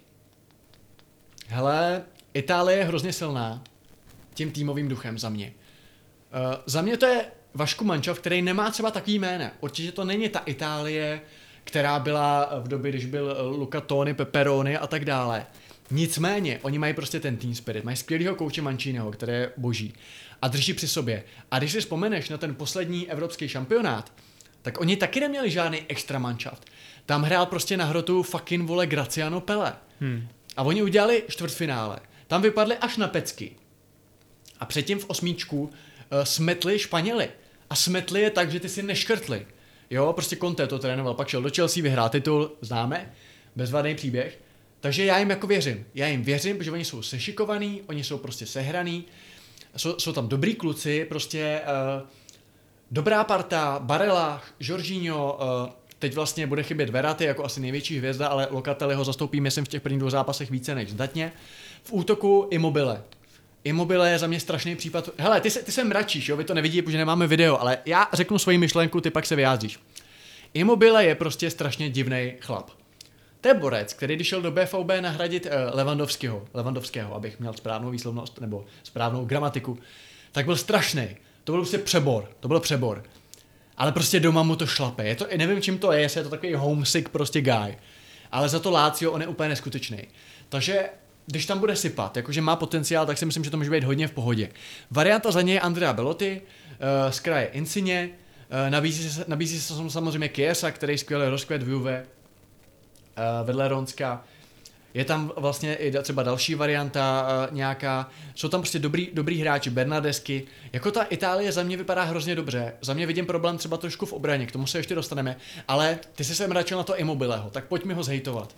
Hele, Itálie je hrozně silná tím týmovým duchem za mě. Za mě to je Vašku mančaft, který nemá třeba takový jména. Určitě to není ta Itálie, která byla v době, když byl Luca Toni, Pepperoni a tak dále. Nicméně, oni mají prostě ten team spirit, mají skvělýho kouče Manciniho, který je boží a drží při sobě. A když si vzpomeneš na ten poslední evropský šampionát, tak oni taky neměli žádný extra manšaft. Tam hrál prostě na hrotu fucking vole Graziano Pelle. A oni udělali čtvrtfinále. Tam vypadli až na pecky. A předtím v 8. smetli Španěli. A smetli je tak, že ty si neškrtli. Jo, prostě Conte to trénoval, pak šel do Chelsea, vyhrál titul, známe, bezvadný příběh. Takže já jim jako věřím. Já jim věřím, protože oni jsou sešikovaný, oni jsou prostě sehraný, jsou tam dobrý kluci, prostě dobrá parta, Barella, Jorginho, teď vlastně bude chybět Verratti jako asi největší hvězda, ale Locatelli ho zastoupí, myslím, v těch prvních 2 zápasech více než zdatně. V útoku Immobile. Immobile je za mě strašný případ. Hele, ty se mračíš, jo, vy to nevidíte, protože nemáme video, ale já řeknu svoji myšlenku, ty pak se vyjádříš. Immobile je prostě strašně divný chlap. To je borec, který když šel do BVB nahradit Lewandowského, abych měl správnou výslovnost nebo správnou gramatiku, tak byl strašný. To byl prostě přebor. Ale prostě doma mu to šlape. Nevím, čím to je, jestli je to takový homesick prostě guy. Ale za to Lazio on je úplně neskutečný. Takže když tam bude sypat, jakože má potenciál, tak si myslím, že to může být hodně v pohodě. Varianta za něj je Andrea Belotti, z kraje Insigne, nabízí se samozřejmě Chiesa, který skvěle rozkvět v Juve, vedle Ronska. Je tam vlastně i třeba další varianta nějaká. Jsou tam prostě dobrý hráči, Bernardeschi. Jako ta Itálie za mě vypadá hrozně dobře. Za mě vidím problém třeba trošku v obraně, k tomu se ještě dostaneme. Ale ty jsi se mračil na to Immobileho, tak pojď mi ho zhejtovat.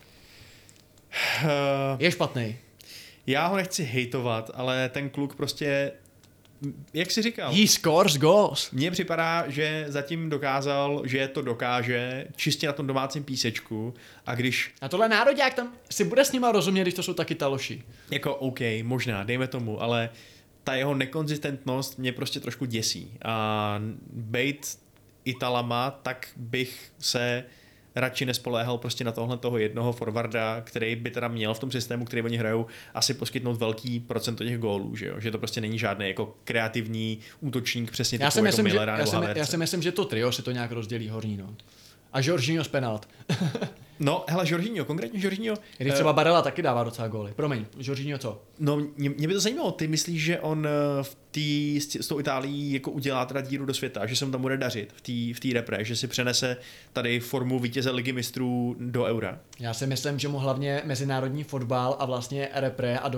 Je špatný. Já ho nechci hejtovat, ale ten kluk prostě, jak jsi říkal, He scores goals. mně připadá, že zatím dokázal, že to dokáže čistě na tom domácím písečku a když... A tohle nároďák tam si bude s nima rozumět, když to jsou taky taloši. Jako OK, možná, dejme tomu, ale ta jeho nekonzistentnost mě prostě trošku děsí. A bejt Italama, tak bych se radši nespoléhal prostě na tohle toho jednoho forwarda, který by teda měl v tom systému, který oni hrajou, asi poskytnout velký procento těch gólů, že jo? Že to prostě není žádný jako kreativní útočník, přesně typu jako Millera nebo Havertze. Já si myslím, že to trio si to nějak rozdělí horní, no. A Jorginho z penalt. No, hele, konkrétně Jorginho. Když třeba Barella taky dává docela góly. Promiň, Jorginho co? No, mě by to zajímalo, ty myslíš, že on s tou Itálií jako udělá teda díru do světa, že se mu tam bude dařit v té repre, že si přenese tady formu vítěze Ligy mistrů do Eura? Já si myslím, že mu hlavně mezinárodní fotbal a vlastně repre a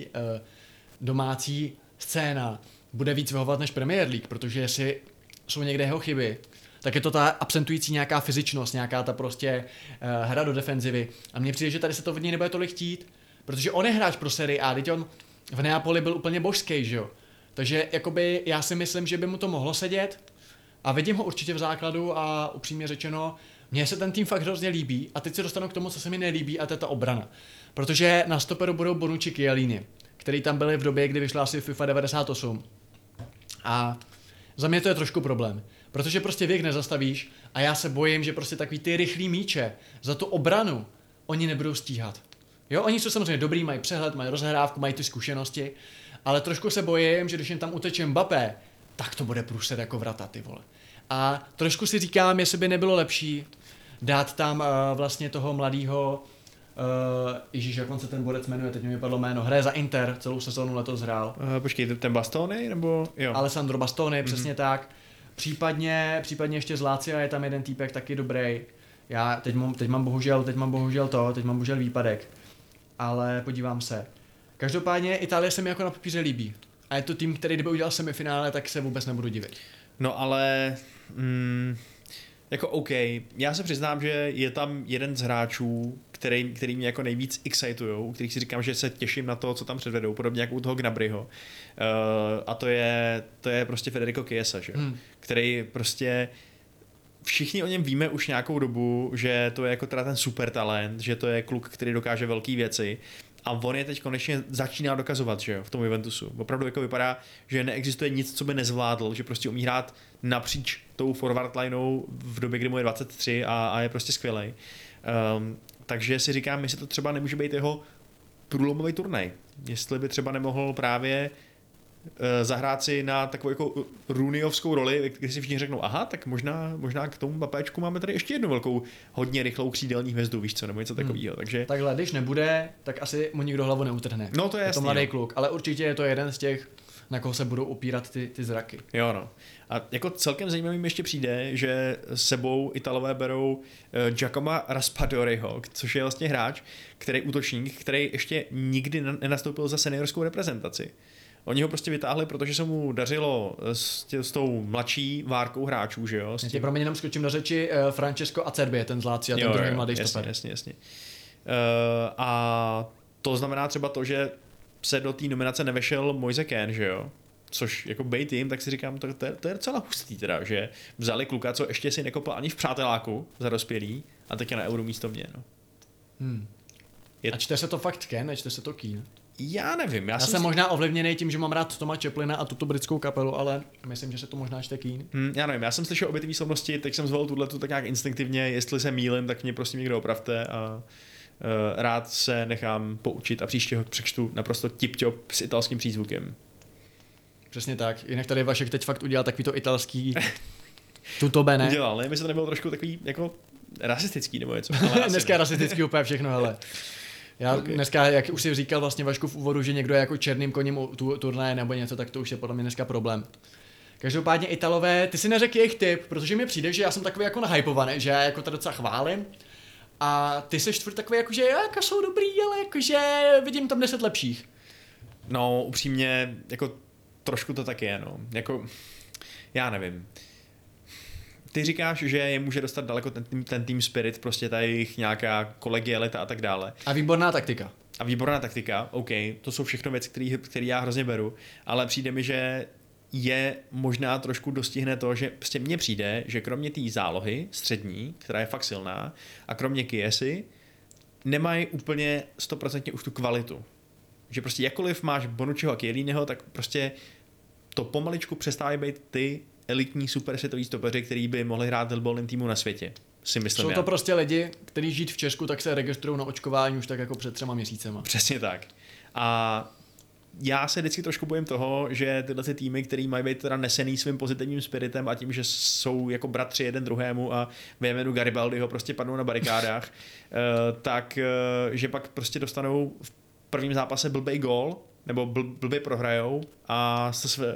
domácí scéna bude víc vyhovovat než Premier League, protože jestli jsou někde jeho chyby, tak je to ta absentující nějaká fyzičnost, nějaká ta prostě hra do defenzivy. A mně přijde, že tady se to od něj nebude tolik chtít, protože on je hráč pro Serie A, teď on v Neapoli byl úplně božský, že jo. Takže jakoby já si myslím, že by mu to mohlo sedět a vidím ho určitě v základu a upřímně řečeno, mně se ten tým fakt hrozně líbí a teď se dostanu k tomu, co se mi nelíbí a to je ta obrana. Protože na stoperu budou Bonucci, Chiellini, který tam byli v době, kdy vyšla asi FIFA 98. A za mě to je trošku problém. Protože prostě věk nezastavíš a já se bojím, že prostě takový ty rychlý míče za tu obranu oni nebudou stíhat. Jo, oni jsou samozřejmě dobrý, mají přehled, mají rozhrávku, mají ty zkušenosti, ale trošku se bojím, že když jim tam uteče Mbappé, tak to bude průser jako vrata, ty vole. A trošku si říkám, jestli by nebylo lepší dát tam vlastně toho mladýho, Ježíš, jak on se ten borec jmenuje, teď mi vypadlo jméno, hraje za Inter, celou sezónu letos hrál. Počkej, ten Bastoni, nebo jo? Alessandro Bastoni, přesně tak. Případně ještě z Lácia je tam jeden týpek taky dobrý. Já teď mám bohužel výpadek. Ale podívám se. Každopádně Itálie se mi jako na papíře líbí. A je to tým, který kdyby udělal semifinále, tak se vůbec nebudu divit. No ale jako OK, já se přiznám, že je tam jeden z hráčů, který mě jako nejvíc excitujou, u kterých si říkám, že se těším na to, co tam předvedou, podobně jako u toho Gnabryho. A to je prostě Federico Chiesa, že? Který prostě všichni o něm víme už nějakou dobu, že to je jako teda ten super talent, že to je kluk, který dokáže velké věci. A on je teď konečně začíná dokazovat, že jo, v tom Juventusu. Opravdu jako vypadá, že neexistuje nic, co by nezvládl, že prostě umí hrát napříč tou forward lineou v době, kdy mu je 23 a je prostě skvělej. Takže si říkám, jestli to třeba nemůže být jeho průlomový turnaj. Jestli by třeba nemohl právě zahrát si na takovou jako Rooneyovskou roli, kdy si všichni řeknou, aha, tak možná k tomu Mbappéčku máme tady ještě jednu velkou, hodně rychlou křídelní hvězdu, víš co, nebo něco takového. Takže takhle, když nebude, tak asi mu nikdo hlavu neutrhne. No to je jasný, to mladý kluk, ale určitě je to jeden z těch, na koho se budou opírat ty zraky. Jo no. A jako celkem zajímavým ještě přijde, že sebou Italové berou Giacomo Raspadoriho, což je vlastně hráč, útočník, který ještě nikdy nenastoupil za seniorskou reprezentaci. Oni ho prostě vytáhli, protože se mu dařilo s tou mladší várkou hráčů, že jo? Já pro mě jenom skočím do řeči Francesco Acerbi, ten z Lazio a ten druhý mladý stoper. Jasně. A to znamená třeba to, že se do té nominace nevešel Moise Kean, že jo? Což jako bejt jim, tak si říkám, to je docela hustý teda, že vzali kluka, co ještě si nekopl ani v přáteláku za dospělý a teď je na Euro místo mě, no. A čte se to fakt Kean, nečte se to Kean? Já nevím. Já jsem možná ovlivněný tím, že mám rád Toma Chaplina a tuto britskou kapelu, ale myslím, že se to možná čte Kean. Já nevím, já jsem slyšel obě ty výslovnosti, teď jsem zvolil tuhletu tak nějak instinktivně, jestli se mýlim, tak mě prostě někdo opravte a rád se nechám poučit a příště ho přečtu naprosto tip-top s italským přízvukem. Přesně tak, jinak tady Vašek teď fakt udělal takový to italský tuto bene. Udělal, nevím, jestli to nebylo trošku takový jako rasistický nebo něco. Dneska je rasistický úplně všechno, hele. Já dneska, jak už si říkal vlastně Vašku v úvodu, že někdo je jako černým koním u turnaje nebo něco, tak to už je podle mě dneska problém. Každopádně Italové, ty si neřekl jejich tip, protože mi přijde, že já jsem takový jako nahypovaný, že já jako to docela chválím. A ty seš furt takový jako, že jako jsou dobrý, ale jakože vidím tam 10 lepších. No, upřímně, jako trošku to tak je, no. Jako, já nevím. Ty říkáš, že je může dostat daleko ten team spirit, prostě ta jejich nějaká kolegialita a tak dále. A výborná taktika. OK, to jsou všechno věci, které já hrozně beru, ale přijde mi, že je možná trošku dostihne to, že prostě mně přijde, že kromě té zálohy střední, která je fakt silná, a kromě Chiesy, nemají úplně 100% už tu kvalitu. Že prostě jakkoliv máš Bonucciho a Chielliniho, tak prostě to pomaličku přestávají být ty elitní supersvětový stopeři, který by mohli hrát v volném týmu na světě. Si myslím. Jsou to prostě lidi, kteří žijí v Česku, tak se registrují na očkování už tak jako před 3 měsícema. Přesně tak. A já se vždycky trošku bojím toho, že tyhle ty týmy, který mají být teda nesený svým pozitivním spiritem a tím, že jsou jako bratři jeden druhému a ve jménu Garibaldiho prostě padnou na barikádách, tak že pak prostě dostanou v prvním zápase blbej gól, nebo blbě prohrajou a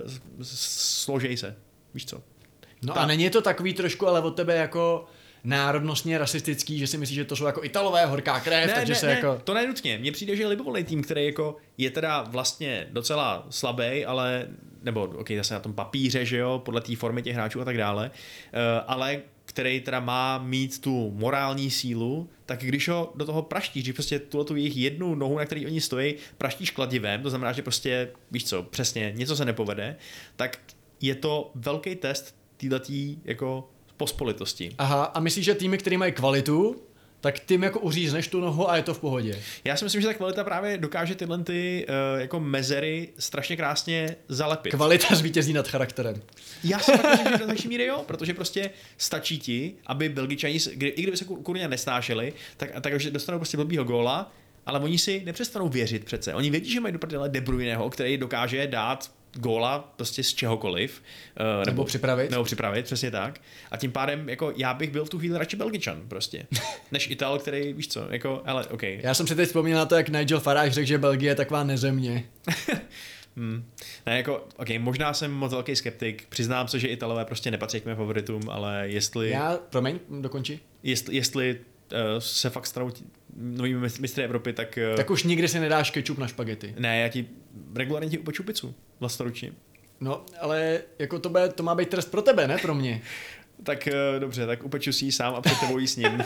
složej se. Víš co? No a není to takový trošku, ale od tebe jako národnostně rasistický, že si myslíš, že to jsou jako Italové, horká krev, takže se jako... to nenutně. Mně přijde, že je libovolný tým, který jako je teda vlastně docela slabý, ale, nebo zase na tom papíře, že jo, podle té formy těch hráčů a tak dále, ale který teda má mít tu morální sílu, tak když ho do toho praštíš, že prostě tu jejich jednu nohu, na který oni stojí, praštíš kladivem, to znamená, že prostě, víš co, přesně, něco se nepovede, tak je to velký test téhletý jako pospolitosti. Aha, a myslíš, že týmy, které mají kvalitu, tak tím jako uřízneš tu nohu a je to v pohodě? Já si myslím, že ta kvalita právě dokáže tyhle ty jako mezery strašně krásně zalepit. Kvalita zvítězí nad charakterem. Já si myslím, že do značné míry jo, protože prostě stačí ti, aby Belgičani, i kdyby se kurně nesnášeli, takže dostanou prostě blbýho góla, ale oni si nepřestanou věřit přece. Oni vědí, že mají do prdele De Bruyneho, který dokáže dát góla prostě z čehokoliv. Nebo připravit, přesně tak. A tím pádem, jako já bych byl v tu chvíli radši Belgičan prostě, než Ital, který, víš co, jako, ale OK. Já jsem si teď vzpomněl na to, jak Nigel Farage řekl, že Belgie je taková nezemě. Ne, jako, okay, možná jsem moc velký skeptik, přiznám se, že Italové prostě nepatří k mým favoritům, ale Promiň, dokonči. jestli se fakt stanou novými mistry Evropy, tak... Tak už nikdy si nedáš kečup na špagety. Ne, já ti regulárně ti upeču pizzu vlastnoručně. No, ale jako to má být trest pro tebe, ne pro mě. Tak dobře, tak upeču si ji sám a před tebou jí s ním.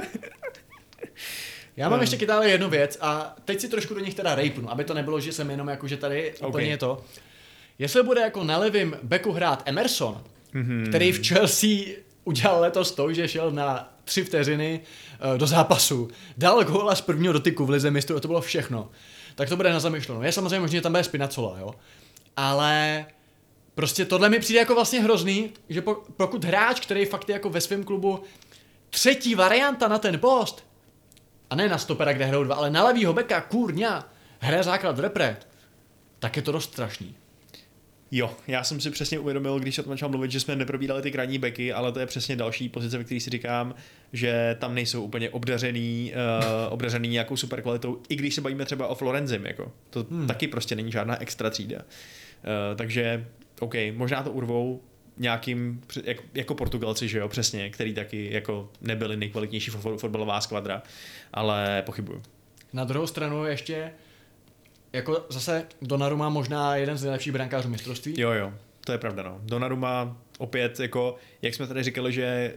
Já mám ještě k Itálii jednu věc a teď si trošku do nich teda rejpnu, aby to nebylo, že jsem jenom jako, že tady úplně to. Jestli bude jako na levém beku hrát Emerson, který v Chelsea udělal letos to, že šel na 3 vteřiny do zápasu, dal góla z prvního dotyku v lize mistrů a to bylo všechno, tak to bude na zamyšlenou. Je samozřejmě možné, že tam bude Spinazzola, jo, ale prostě tohle mi přijde jako vlastně hrozný, že pokud hráč, který fakt je jako ve svém klubu třetí varianta na ten post, a ne na stopera, kde hrajou 2, ale na levýho beka, kurňa, hraje základ v repre, tak je to dost strašný. Jo, já jsem si přesně uvědomil, když o tom začal mluvit, že jsme neprobírali ty krajní beky, ale to je přesně další pozice, ve které si říkám, že tam nejsou úplně obdařený nějakou super kvalitou, i když se bavíme třeba o Florenzim, jako. To taky prostě není žádná extra třída. Takže, OK, možná to urvou nějakým, jako Portugalci, že jo, přesně, který taky jako nebyli nejkvalitnější fotbalová skvadra, ale pochybuju. Na druhou stranu ještě jako zase Donnarumma možná jeden z nejlepších brankářů mistrovství. Jo, to je pravda, no. Donnarumma opět, jako, jak jsme tady říkali,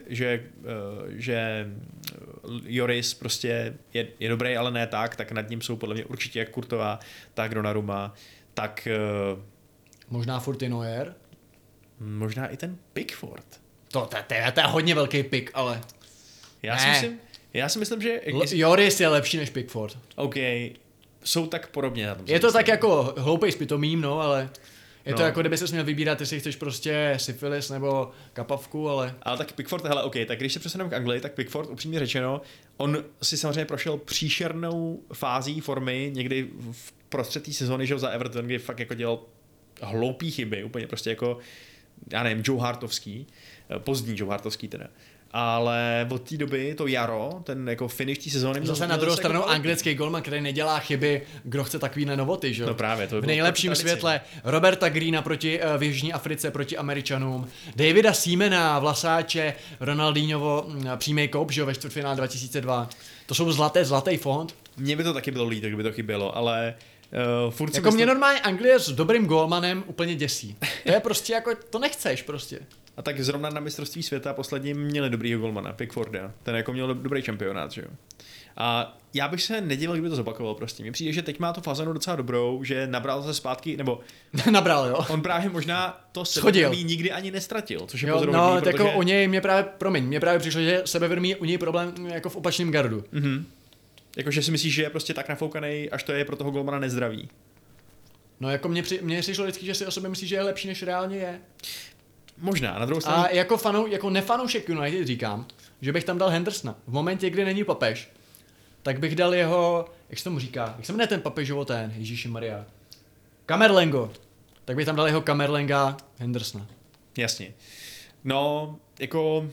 že Lloris prostě je dobrý, ale ne tak nad ním jsou podle mě určitě jak Courtois, tak Donnarumma, tak... Možná Fortinoyer. Možná i ten Pickford. To je hodně velký pick, ale... Já si myslím, že... Lloris je lepší než Pickford. OK, jsou tak podobně na tom. Je to tak jako hloupej s pitomým, no, ale... Je to jako, kdyby ses měl vybírat, jestli chceš prostě syfilis nebo kapavku, ale... Ale tak Pickford, hele, OK, tak když se přesuneme k Anglii, tak Pickford, upřímně řečeno, on si samozřejmě prošel příšernou fází formy někdy v prostřed té sezóny, že za Everton, kdy fakt jako dělal hloupý chyby, úplně prostě jako, já nevím, Joe Hartovský, pozdní Joe Hartovský teda. Ale od té doby to jaro, ten jako finish té sezóny... Zase na druhou stranu anglický golman, který nedělá chyby, kdo chce takovýhle novoty, že? No právě, to v nejlepším světle Roberta Greena v Jižní Africe proti Američanům, Davida Seamana, Vlasáče, Ronaldinhovo přímý koup, že jo, ve čtvrtfinále 2002. To jsou zlatý fond. Mně by to taky bylo líto, kdyby to chybělo, ale... furt jako mě normálně Anglie s dobrým golmanem úplně děsí. To je prostě jako, to nechceš prostě. A tak zrovna na mistrovství světa poslední měli dobrýho golmana, Pickforda. Ten jako měl dobrý šampionát, že jo. A já bych se nedivil, kdyby to zopakoval prostě. Mně přijde, že teď má tu fazonu docela dobrou, že nabral se zpátky, nebo... Nabral, jo. On právě možná to sebevědomí nikdy ani nestratil, což je pozoruhodný, no, protože... jako u něj mě právě přišlo, že sebevědomí je u něj problém jako v opačném gardu. Jakože si myslíš, že je prostě tak nafoukaný, až to je pro toho golmana nezdravý. No jako mně přišlo vždycky, že si o sobě myslí, že je lepší, než reálně je. Možná, na druhou stranu... A jako nefanoušek United říkám, že bych tam dal Hendersona. V momentě, kdy není papež, tak bych dal jeho, jak se tomu říká, jak se jmenuje ten papežovo Ježíšimaria, Camerlengo. Tak bych tam dal jeho Camerlenga Hendersona. Jasně. No, jako...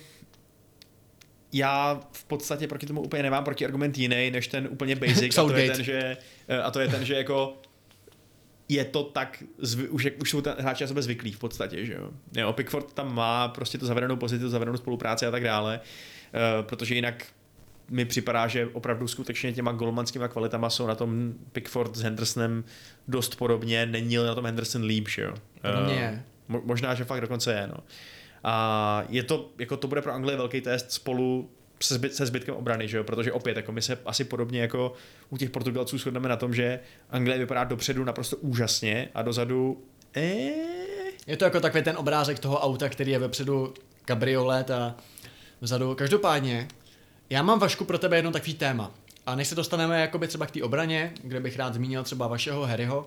Já v podstatě proti tomu úplně nemám protiargument jiný, než ten úplně basic, a to je ten, že jako je to tak, už jsou hráči na sebe zvyklí v podstatě, že jo. Jo, Pickford tam má prostě tu zavedenou pozici, tu zavedenou spolupráci a tak dále, protože jinak mi připadá, že opravdu skutečně těma golmanskýma kvalitama jsou na tom Pickford s Hendersonem dost podobně, není na tom Henderson líp, že jo. Možná, že fakt dokonce je, no. A je to, jako to bude pro Anglii velký test spolu se zbytkem obrany, že jo? Protože opět, jako my se asi podobně jako u těch Portugalců shodneme na tom, že Anglie vypadá dopředu naprosto úžasně a dozadu Je to jako takový ten obrázek toho auta, který je vepředu kabriolet a vzadu. Každopádně, já mám, Vašku, pro tebe jedno takový téma. A než se dostaneme jakoby třeba k té obraně, kde bych rád zmínil třeba vašeho Harryho.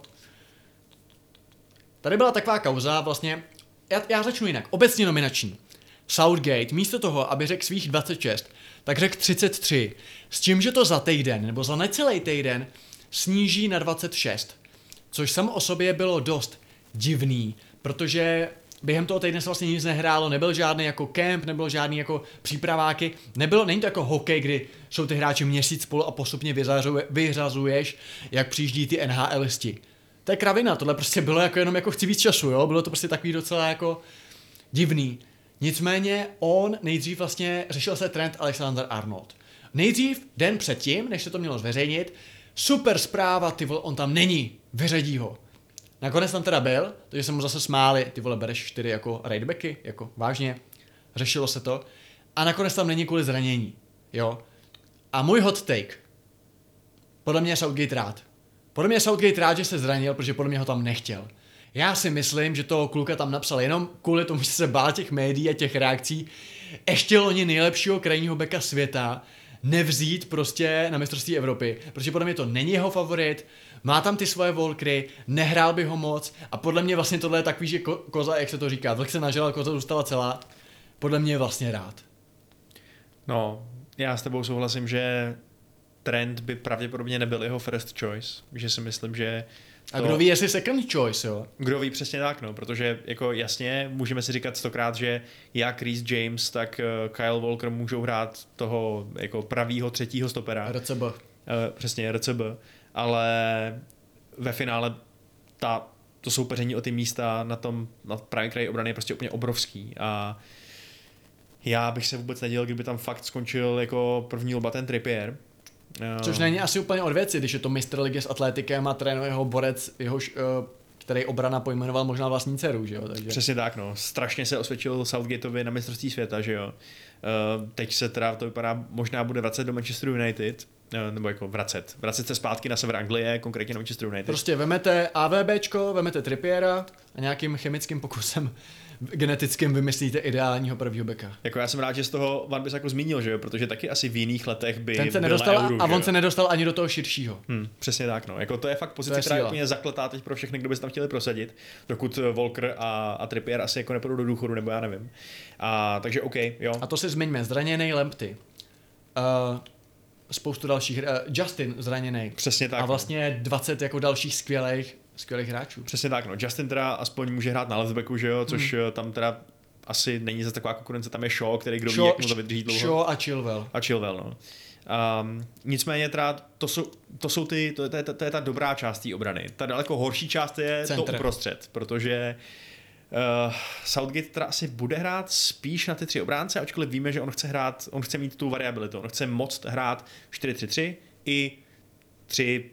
Tady byla taková kauza, vlastně, já začnu jinak, obecně nominační. Southgate místo toho, aby řekl svých 26, tak řekl 33, s tím, že to za týden, nebo za necelý týden, sníží na 26. Což samo o sobě bylo dost divný, protože během toho týdne se vlastně nic nehrálo, nebyl žádný jako kemp, nebyl žádný jako přípraváky, není to jako hokej, kdy jsou ty hráči měsíc spolu a postupně vyřazuješ, jak přijíždí ty NHListi. To je kravina, tohle prostě bylo jako jenom jako chci víc času, jo, bylo to prostě takový docela jako divný. Nicméně on nejdřív vlastně řešil se Trent Alexander-Arnold. Nejdřív, den předtím, než se to mělo zveřejnit, super zpráva, ty vole, on tam není, vyřadí ho. Nakonec tam teda byl, takže se mu zase smáli, ty vole, bereš 4 jako ridebacky, jako vážně, řešilo se to. A nakonec tam není kvůli zranění, jo. A můj hot take, podle mě je Southgate rád. Podle mě je Southgate rád, že se zranil, protože podle mě ho tam nechtěl. Já si myslím, že toho kluka tam napsal jenom kvůli tomu, že se bál těch médií a těch reakcí. Ještě loni nejlepšího krajního beka světa nevzít prostě na mistrovství Evropy, protože podle mě to není jeho favorit, má tam ty svoje volkry, nehrál by ho moc a podle mě vlastně tohle je takový, že koza, jak se to říká, vlk se nažral, koza zůstala celá. Podle mě je vlastně rád. No, já s tebou souhlasím, že Trent by pravděpodobně nebyl jeho first choice, že si myslím, že A kdo ví, jestli second choice, jo? Kdo ví přesně tak, no, protože jako jasně můžeme si říkat 100krát, že jak Reece James, tak Kyle Walker můžou hrát toho jako pravýho třetího stopera. RCB. Přesně, RCB, ale ve finále to soupeření o ty místa na pravém kraji obrany je prostě úplně obrovský a já bych se vůbec nedělal, kdyby tam fakt skončil jako první loba ten Trippier. Což není asi úplně od věci, když je to mistr ligy s atletikem a trénuje jeho borec, který obrana pojmenoval možná vlastní dceru, že jo? Takže... Přesně tak, no. Strašně se osvědčil Southgateovi na mistrovství světa, že jo. Teď se teda, to vypadá, možná bude vracet do Manchester United, nebo jako vracet se zpátky na sever Anglie, konkrétně na Manchester United. Prostě vemete AVBčko, vemete Trippiera a nějakým chemickým pokusem genetickým vymyslíte ideálního prvního beka. Jako já jsem rád, že z toho Van Bissaka zmínil, že jo, protože taky asi v jiných letech by ten se byl nedostal na Euru, a on se nedostal ani do toho širšího. Přesně tak, no. Jako to je fakt pozice, která je úplně zakletá teď pro všechny, kdo by se tam chtěli prosadit, dokud Walker a Trippier asi jako nepůjdou do důchodu, nebo já nevím. Takže OK, jo. A to si zmiňme, zraněnej Lamptey. Spoustu dalších, Justin zraněnej. Přesně tak. A vlastně 20 jako dalších skvělých hráčů. Přesně tak, no. Justin teda aspoň může hrát na leftbacku, že jo, což tam teda asi není zase taková konkurence, tam je Shaw, který kdo ví, jak mu to vydrží dlouho. Shaw a Chilwell. No. Nicméně teda to je ta dobrá část té obrany. Ta daleko horší část je Centr. to uprostřed, protože Southgate teda asi bude hrát spíš na ty 3 obránce, ačkoliv víme, že on chce mít tu variabilitu, on chce moct hrát 4-3-3 i 3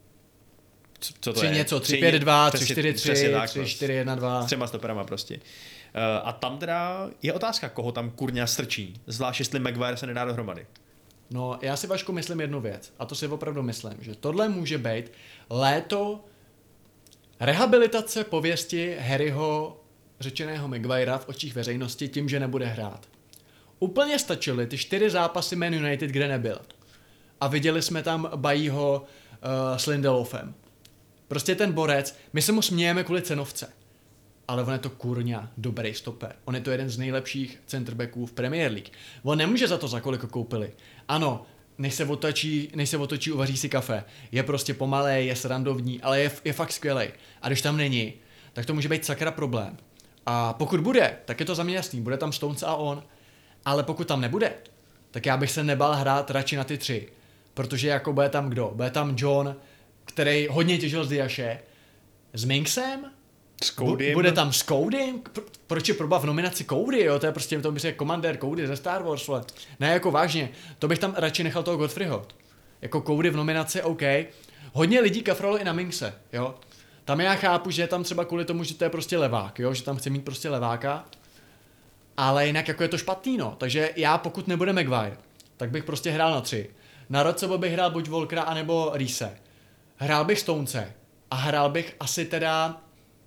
co to 3 je? něco, 3-5-2, 3-4-3, 3-4-1-2. 3-4-1-2. S 3 stoperama prostě. A tam teda je otázka, koho tam kurňa strčí, zvlášť jestli Maguire se nedá dohromady. No, já si, Vašku, myslím jednu věc, a to si opravdu myslím, že tohle může být léto rehabilitace pověsti Harryho řečeného Maguirea v očích veřejnosti tím, že nebude hrát. Úplně stačily ty 4 zápasy Man United, kde nebyl. A viděli jsme tam Baillyho s Lindelofem. Prostě ten borec, my se mu smějeme kvůli cenovce. Ale on je to kurňa dobrý stoper. On je to jeden z nejlepších centerbacků v Premier League. On nemůže za to, za kolik ho koupili. Ano, než se otočí, uvaří si kafe. Je prostě pomalej, je srandovní, ale je fakt skvělej. A když tam není, tak to může být sakra problém. A pokud bude, tak je to za mě jasný. Bude tam Stones a on. Ale pokud tam nebude, tak já bych se nebál hrát radši na ty 3. Protože jako bude tam kdo? Bude tam John, který hodně těžil z Diaše. S Minksem? S Codym? Bude tam s Codym? Proč je proba v nominaci Cody, jo? To je prostě, to by se komandér Cody ze Star Wars, vole. Ne, jako vážně. To bych tam radši nechal toho Godfreyho. Jako Cody v nominaci, OK. Hodně lidí kafralo i na Minkse, jo? Tam já chápu, že je tam třeba kvůli tomu, že to je prostě levák, jo? Že tam chce mít prostě leváka. Ale jinak jako je to špatný, no. Takže já, pokud nebude Maguire, tak bych prostě hrál na 3. Na Rodcebo bych hrál buď Walkera, anebo Reese. Hrál bych Stonese. A hrál bych asi teda...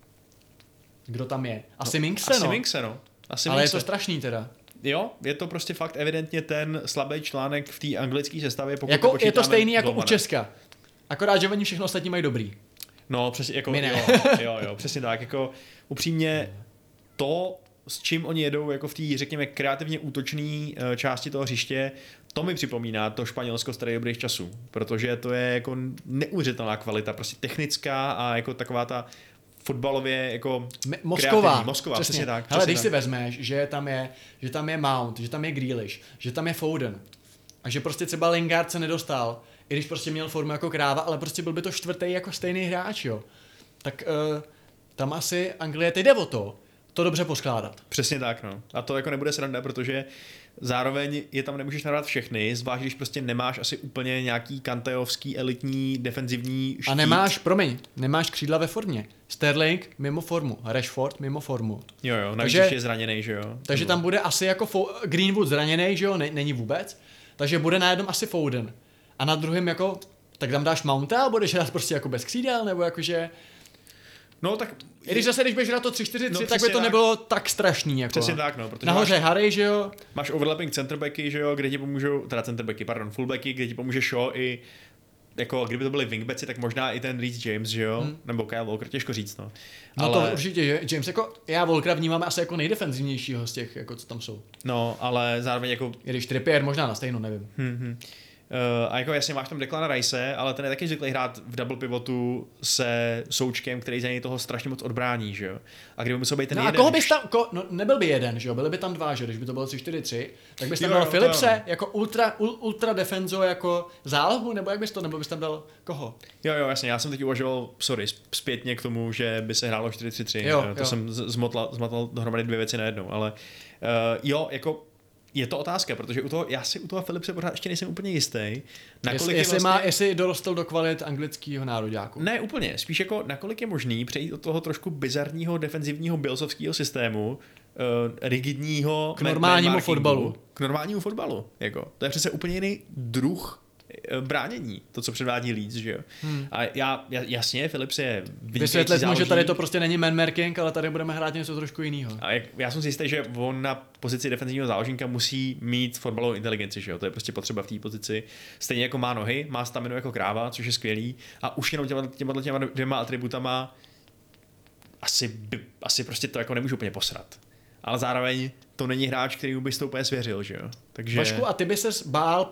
Kdo tam je? Asi Minkse, Asi no. Minkse, no. Ale je to strašný teda. Jo, je to prostě fakt evidentně ten slabý článek v té anglické sestavě, pokud Jako, je to stejný jako Golmana. u Česka. Akorát, že oni všechno ostatní mají dobrý. No, přesně, jako, My ne. jo, přesně tak, jako upřímně to, s čím oni jedou jako v té, řekněme, kreativně útočné části toho hřiště, to mi připomíná to Španělsko starých dobrých časů, protože to je jako neuvěřitelná kvalita, prostě technická a jako taková ta fotbalově jako Mosková, přesně tak. Hele, když tak. si vezmeš, že tam je Mount, že tam je Grealish, že tam je Foden a že prostě třeba Lingard se nedostal, i když prostě měl formu jako kráva, ale prostě byl by to 4. jako stejný hráč, jo. tak tam asi Anglie teď jde o to dobře poskládat. Přesně tak, no. A to jako nebude sranda, protože zároveň je tam nemůžeš narvat všechny, zvlášť když prostě nemáš asi úplně nějaký kanteovský elitní defenzivní štít. A nemáš křídla ve formě. Sterling mimo formu, Rashford mimo formu. Jo, navíc Takže- ještě je zraněnej, že jo. Takže tam bude asi jako Greenwood zraněný, že jo, není vůbec. Takže bude na jednom asi Foden. A na druhém jako, tak tam dáš Mounta a budeš hrát prostě jako bez křídel, nebo jakože... No tak... I když zase, když budeš hrát to 3-4-3, No, tak by přesně to tak. nebylo tak strašný. Jako. Přesně tak, no. Protože Nahoře Harry, že jo. máš overlapping centerbacky, že jo, kde ti pomůžou, teda fullbacky, kde ti pomůže Shaw i jako kdyby to byli wingbacki, tak možná i ten Reece James, že jo, nebo Kyle Walker, těžko říct, no. No ale... to určitě, že James jako, já Walkera vnímám asi jako nejdefenzivnějšího z těch, jako co tam jsou. No, ale zároveň jako... I když Trippier možná na stejno, nevím. A jako jasně máš tam Declana Rice, ale ten je taky zvyklý hrát v double pivotu se Součkem, který za něj toho strašně moc odbrání, že jo. A kdyby musel být ten No jeden... a koho bys tam, no nebyl by jeden, že jo, byly by tam dva, že když by to bylo 3-4-3, tak bys tam Jo, dal to Philipse jo. jako ultra defenzo jako zálohu, nebo jak bys to, nebo bys tam dal koho? Jo, jasně, já jsem teď uvažoval, zpětně k tomu, že by se hrálo 4-3-3, Jo. jsem zmotal dohromady dvě věci najednou, ale jo, jako je to otázka, protože já si u toho Philipse pořád ještě nejsem úplně jistý, nakolik Jestli dorostl do kvalit anglického nároďáku. Ne úplně, spíš jako nakolik je možný přejít od toho trošku bizarního defenzivního bilsovského systému, rigidního K normálnímu fotbalu. K normálnímu fotbalu, jako. To je přece úplně jiný druh bránění, to, co předvádí Leeds, že jo. A jasně, Philips je Vysvětlit mu, že tady to prostě není man-marking, ale tady budeme hrát něco trošku jiného. A já jsem si jistý, že on na pozici defenzivního záložníka musí mít fotbalovou inteligenci, že jo? To je prostě potřeba v té pozici. Stejně jako má nohy, má staminu jako kráva, což je skvělý. A už jenom těma dvěma atributama asi prostě to jako nemůžu úplně posrat. Ale zároveň to není hráč, který bych to úplně svěřil, že jo? Takže... Vašku, a ty by ses bál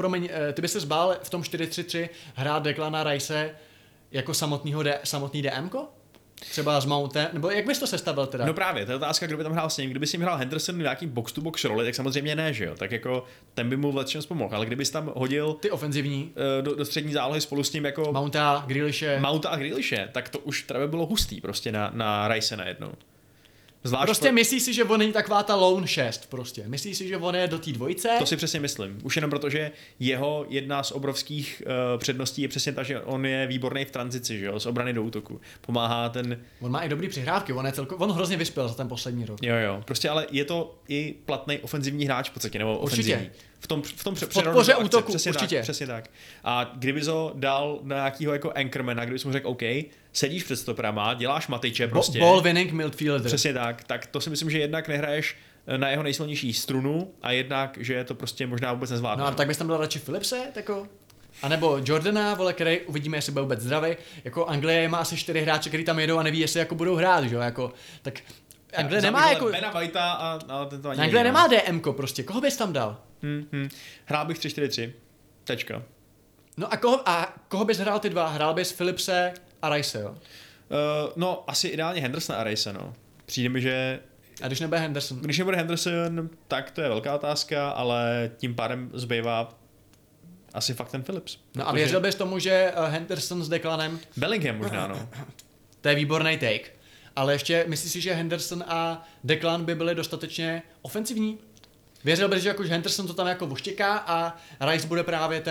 v tom 4-3-3 hrát Declana Rice jako samotný DMko? Třeba s Mountem, nebo jak bys to sestavil teda? No právě, to je otázka, kdo by tam hrál s ním. Kdyby si jim hrál Henderson v nějaký box-to-box roli, tak samozřejmě ne, že jo? Tak jako ten by mu v lecčem pomohl, ale kdybys tam hodil ty ofenzivní do střední zálohy spolu s ním jako Mounta a Grealishe, tak to už teda by bylo hustý prostě na Rice najednou. Zvlášť prostě myslíš si, že on není taková ta lone 6 prostě. Myslíš si, že on je do té dvojice? To si přesně myslím. Už jenom proto, že jeho jedna z obrovských předností je přesně ta, že on je výborný v tranzici, že jo, z obrany do útoku. Pomáhá ten... On má i dobrý přihrávky, on hrozně vyspěl za ten poslední rok. Jo, prostě ale je to i platný ofenzivní hráč v podstatě, nebo ofenzivní. V tom podpoře útoku, přesně určitě. Tak, přesně tak. A kdyby ho dal na nějakýho jako anchormana, kdyby mu řekl OK, sedíš před stoperama, děláš matyče prostě. Ball winning midfielder. Přesně tak to si myslím, že jednak nehraješ na jeho nejsilnější strunu a jednak, že to prostě možná vůbec nezvládne. No a tak bys tam dal radši Philipse, jako? A nebo Jordana, vole, který uvidíme, jestli bude vůbec zdravý. Jako Anglie má asi 4 hráče, kteří tam jedou a neví, jestli jako budou hrát, že jo, jako, tak Anglie nemá jako... Bena Whitea a ten to ani Anglie nemá DMko prostě, koho bys tam dal? Hrál bych 3-4-3. Tečka. No a koho bys hrál ty dva? Hrál bys Philipse a Rice, jo? No, asi ideálně Henderson a Rice, no. Přijde mi, že... A když nebude Henderson? Když nebude Henderson, tak to je velká otázka, ale tím pádem zbývá asi fakt ten Phillips. No a věřil bys tomu, že Henderson s Declanem... Bellingham možná, no. To je výborný take. Ale ještě myslíš si, že Henderson a Declan by byli dostatečně ofenzivní? Věřil bys, že jakož Henderson to tam jako voštěká a Rice bude právě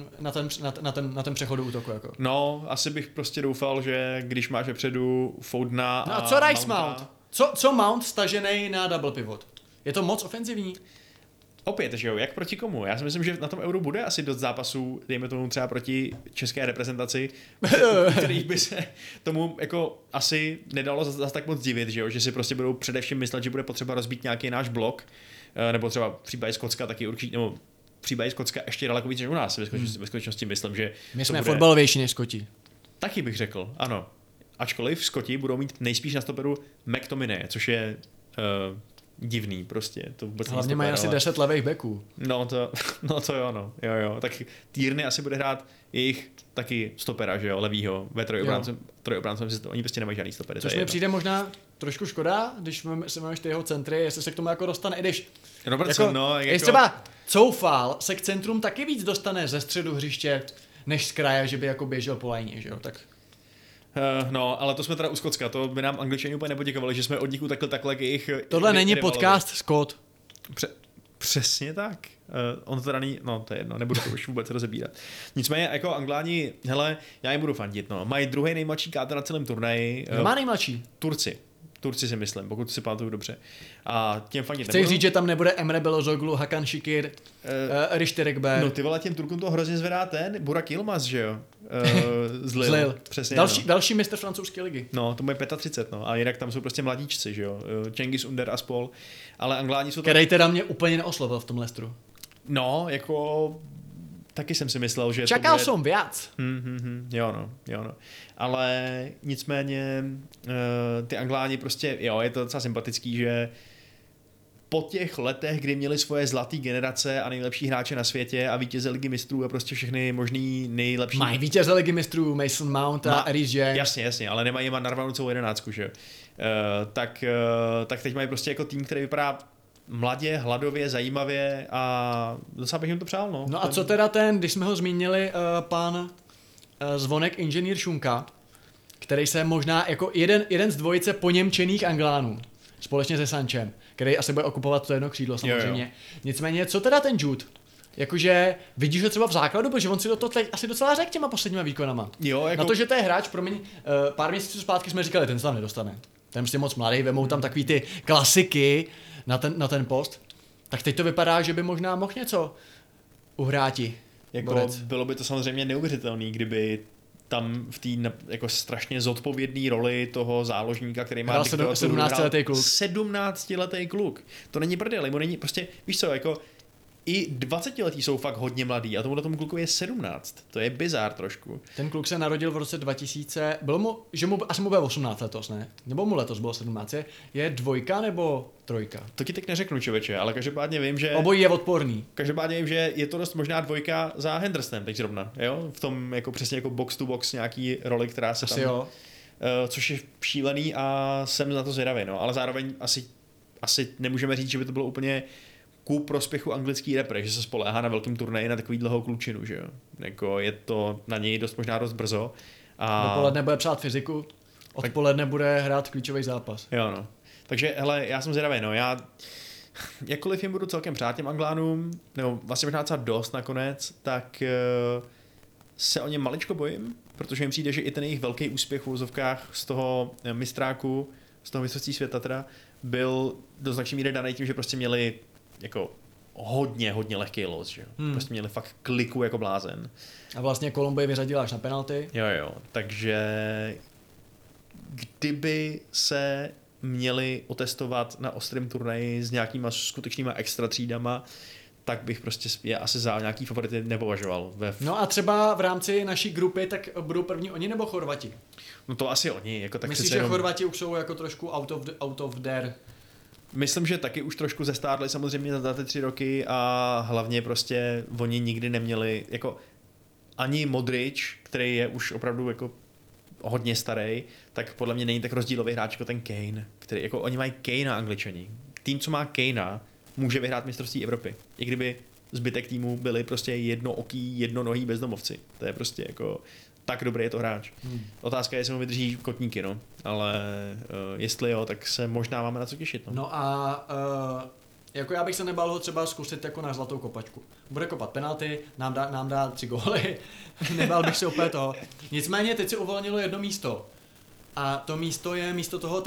na ten přechodu útoku? Jako. No, asi bych prostě doufal, že když máš vepředu Foudna no a co Rice Mount? Co Mount stažený na double pivot? Je to moc ofenzivní? Opět, že jo, jak proti komu? Já si myslím, že na tom Euru bude asi dost zápasů, dejme tomu třeba proti české reprezentaci, kterých by se tomu jako asi nedalo zase tak moc divit, že jo, že si prostě budou především myslet, že bude potřeba rozbít nějaký náš blok, nebo třeba v případě Skotska taky určitě, nebo v případě Skotska ještě daleko víc než u nás, ve skutečnosti myslím, že my jsme bude... fotbalovější než Skoti. Taky bych řekl, ano. Ačkoliv Skoti budou mít nejspíš na stoperu McTominay, což je divný prostě. To vůbec hlavně mají asi 10 levých backů. No to jo, no. Jo. Tak Tierney asi bude hrát jejich taky stopera, že jo, levýho, ve trojobráncem, oni prostě nemají žádný stopery. Což mi přijde možná trošku škoda, když si máš ty jeho centry, jestli se k tomu jako dostane, i když Robertson, jako, třeba Coufal se k centrum taky víc dostane ze středu hřiště, než z kraje, že by jako běžel po lajně, že jo, tak... No, ale to jsme teda u Skotska, to by nám Angličani úplně nepoděkovali, že jsme od nich utekli takhle k jejich... Tohle není rivalovi. podcast Scott. Přesně tak. On to není, no to je jedno, nebudu to už vůbec rozebírat. Nicméně jako Angláni, hele, já jim budu fandit, no. Mají druhý nejmladší kádr na celém turnaji. Kdo má nejmladší? Turci si myslím, pokud si pamatuju dobře. A těm fandit Chci říct, že tam nebude Emre Belozoglu, Hakan Şikir, Richter Ekber. No ty vole, těm Turkům to hrozně zvedá ten Burak Yilmaz, že jo? Z Lille. Přesně, další mistr francouzské ligy. No, to bude 35, no. A jinak tam jsou prostě mladíčci, že jo? Cengiz Under a spol. Ale Angláni jsou tam... Který teda mě úplně neoslovil v tom Leicesteru. No, jako... Taky jsem si myslel, že... Čakal jsem viac. Jo no. Ale nicméně ty Angláni prostě, jo, je to docela sympatický, že po těch letech, kdy měli svoje zlatý generace a nejlepší hráče na světě a vítěze ligy mistrů a prostě všechny možný nejlepší... Mají vítěze ligy mistrů, Mason Mount a Reece James. Jasně, ale nemají jim narvanou celou 11, že jo. Tak teď mají prostě jako tým, který vypadá mladě, hladově, zajímavě a docela bych jim to přál, no. No a co teda když jsme ho zmínili, pan Zvonek inženýr Šunka, který se možná jako jeden z dvojice poněmčených Anglánů, společně se Sanchem, který asi bude okupovat to jedno křídlo samozřejmě. Jo. Nicméně, co teda ten Jude? Jakože vidíš ho třeba v základu, protože on si to teď asi docela řekl těma posledníma výkonama. Jo, jako... Na to, že to je hráč, promiň, pár měsíců zpátky jsme říkali, ten se tam nedostane. Ten prostě moc mladý, vemou tam takový ty klasiky na ten post. Tak teď to vypadá, že by možná mohl něco uhráti. Jako bylo by to samozřejmě neuvěřitelný, kdyby tam v té jako strašně zodpovědné roli toho záložníka, který má 17letý kluk. 17letý kluk. To není prdel, není prostě, víš co, jako i 20letí jsou fakt hodně mladý a tomu kluku je 17. To je bizár trošku. Ten kluk se narodil v roce 2000, asi mu bude 18 letos, ne? Nebo mu letos bylo 17. Je dvojka nebo trojka? To ti teď neřeknu, člověče, ale každopádně vím, že... Obojí je odporný. Každopádně vím, že je to dost možná dvojka za Hendersonem teď zrovna, jo? V tom jako přesně jako box to box nějaký roli, která se asi tam... Jo. Což je šílený a jsem na to zvědavý, no. Ale zároveň asi nemůžeme říct, že by to bylo úplně ku prospěchu anglický repre, že se spoléhá na velkém turnaji na takový dlouhou klučinu, že jo. Jako je to na něj možná dost brzo. A... Dopoledne bude psát fyziku, odpoledne bude hrát klíčový zápas. Jo no. Takže hele, já jsem zvědavý, no. Já jakkoliv jim budu celkem přát těm Anglánům, nebo vlastně možná docela dost nakonec, tak se o ně maličko bojím, protože mi přijde, že i ten jejich velký úspěch v úzovkách z toho mistráku, z toho mistrovství světa teda, byl do značné míry daný tím, že prostě měli jako hodně lehký los, že jo. Prostě měli fakt kliku jako blázen. A vlastně Kolumbii vyřadila až na penalty. Jo, takže kdyby se měli otestovat na ostrém turnaji s nějakýma skutečnýma extra třídama, tak bych prostě je asi za nějaký favority nepovažoval. No a třeba v rámci naší grupy, tak budou první oni nebo Chorvati? No to asi oni. Jako tak myslíš, že Chorvati už jsou jako trošku out of their... Myslím, že taky už trošku zestárli samozřejmě za ty 3 roky a hlavně prostě oni nikdy neměli, jako ani Modric, který je už opravdu jako hodně starý, tak podle mě není tak rozdílový hráč jako ten Kane, který, jako oni mají Kanea Angličani. Tým, co má Kanea, může vyhrát mistrovství Evropy. I kdyby zbytek týmu byli prostě jednooký, jednonohý bezdomovci. To je prostě jako tak dobrý je to hráč. Otázka je, jestli mu vydrží kotníky, no. Ale jestli jo, tak se možná máme na co těšit. No a jako já bych se nebál ho třeba zkusit jako na zlatou kopačku. Bude kopat penalty, nám dá 3 góly, nebál bych se úplně toho. Nicméně teď si uvolnilo jedno místo. A to místo je místo toho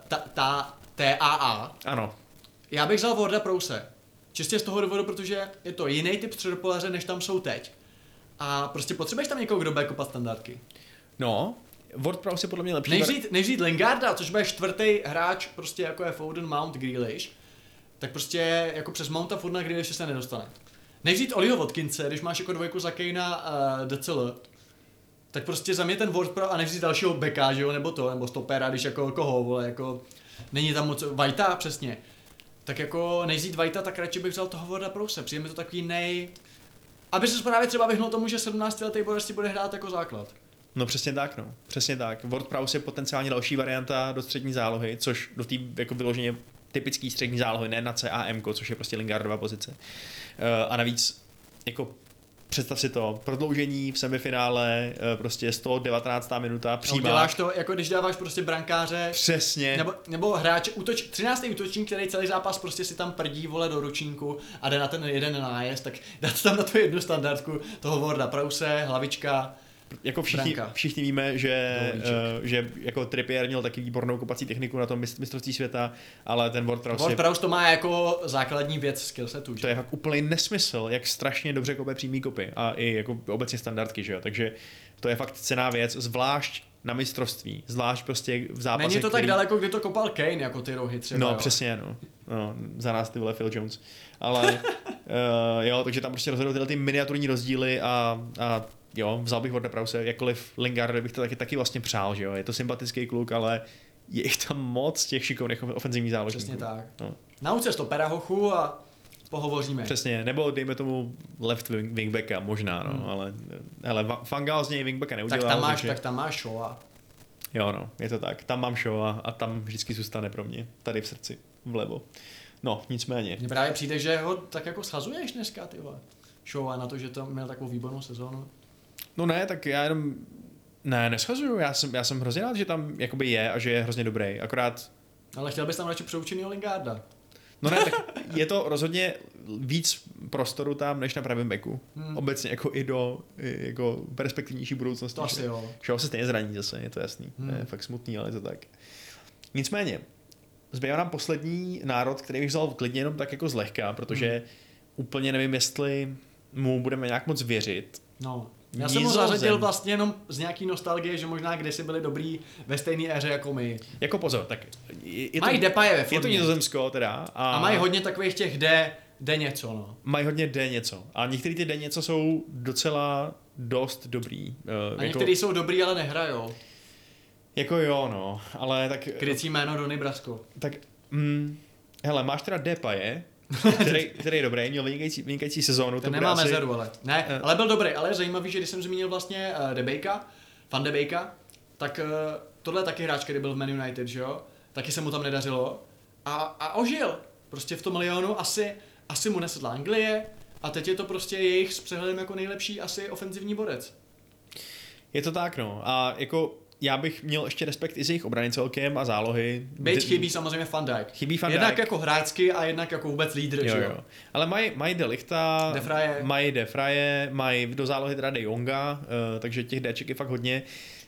TAA. Ano. Já bych vzal Warda Prowse. Čistě z toho důvodu, protože je to jiný typ středopolaře, než tam jsou teď. A prostě potřebuješ tam někoho, kdo bude kopat standardky. No, Ward Prowse je podle mě lepší. Než jít Lingarda, což bude 4. hráč, prostě jako je Foden, Mount, Grealish, tak prostě jako přes Mounta Foodna Grealish se nedostane. Než jít Oliho Watkinse, když máš jako dvojku za Kanea DCL, tak prostě za mě ten Ward Prowse, a než jít dalšího beka, že jo, nebo stopera, když jako koho, vole, jako není tam moc, Whitea přesně. Tak jako než jít Whitea, tak radši bych vzal toho Warda Prowse, přijde mi to takový aby se právě třeba vyhnul tomu, že 17letý borec si bude hrát jako základ. No přesně tak, no. Přesně tak. Ward Prowse je potenciálně další varianta do střední zálohy, což do té jako vyloženě typický střední zálohy, ne na CAM, což je prostě Lingardova pozice. A navíc jako představ si to, prodloužení v semifinále, prostě 119. minuta, přímá. Děláš to, jako když dáváš prostě brankáře, Přesně. nebo hráče, 13. útočník, který celý zápas prostě si tam prdí, vole, do ručníku a jde na ten jeden nájezd, tak dát tam na tu jednu standardku toho Warda Prause, hlavička, Jako branka. všichni víme, že jako Trippier měl taky výbornou kopací techniku na tom mistrovství světa, ale ten Ward Prowse Ward Prowse to má jako základní věc skillsetu, že? to je fakt úplný nesmysl, jak strašně dobře kope přímý kopy a i jako obecně standardky, že jo, takže to je fakt cenná věc, zvlášť na mistrovství, zvlášť prostě v zápasech, Není to tak daleko, kdy to kopal Kane, jako ty rohy třeba, No, jo. přesně, no, za nás ty vole Phil Jones, ale jo, takže tam prostě rozhodují tyhle ty miniaturní rozdíly a jo, vzal bych Warda Prowse, jakkoliv Lingard bych to taky vlastně přál, že jo, je to sympatický kluk, ale je jich tam moc těch šikovných ofenzivních záložníků. Přesně tak. No. Nauč se stopera hochu a pohovoříme. Přesně, nebo dejme tomu left wingbacka možná, no, ale Van Gaal z něj wingbacka neudělal. Tak tam máš Shoa. Jo, no, je to tak. Tam mám show a tam vždycky zůstane pro mě, tady v srdci, vlevo. No, nicméně. Mně právě přijde, že ho tak jako schazuješ dneska, ty vole. Shoa na to, že to měl takovou výbornou sezónu. No ne, tak já jenom neschazuju, já jsem hrozně rád, že tam jakoby je a že je hrozně dobrý, akorát... Ale chtěl bys tam radši přeučenýho Lingarda. No ne, tak je to rozhodně víc prostoru tam, než na pravém beku. Obecně jako i do jako perspektivnější budoucnosti. To asi jo. Že se stejně zraní zase, je to jasný. To je fakt smutný, ale je to tak. Nicméně, zbývá nám poslední národ, který bych vzal klidně jenom tak jako zlehka, protože úplně nevím, jestli mu budeme nějak moc věřit. No. Já jsem ho zařadil vlastně jenom z nějaký nostalgie, že možná kdysi byli dobrý ve stejné éře jako my. Jako pozor, tak Mají Depaye ve je to formě. Nizozemsko teda. A mají hodně takových těch jde něco, no. Mají hodně jde něco. A některý ty jde něco jsou docela dost dobrý. A některý jsou dobrý, ale nehrajou. Jako jo, no, ale tak... Krycí jméno Donny Brasco. Tak, hele, máš teda Depaye, který je dobrý, měl vynikající sezónu. Ten nemá mezeru, ale. Ne, ale byl dobrý, ale je zajímavý, že když jsem zmínil vlastně Van de Beeka, tak tohle je taky hráč, který byl v Man United, že jo? Taky se mu tam nedařilo a ožil. Prostě v tom Lyonu asi mu nesedla Anglie a teď je to prostě jejich s přehledem jako nejlepší asi ofenzivní borec. Je to tak, no. A jako já bych měl ještě respekt i z jejich obrany celkem a zálohy. Byť chybí samozřejmě Van Dijk. Chybí Van Dijk. Jednak jako hráčsky a jednak jako vůbec lídr, že jo? Ale mají De Lichta, mají De Vrije, mají do zálohy teda De Jonga, takže těch Dček je fakt hodně.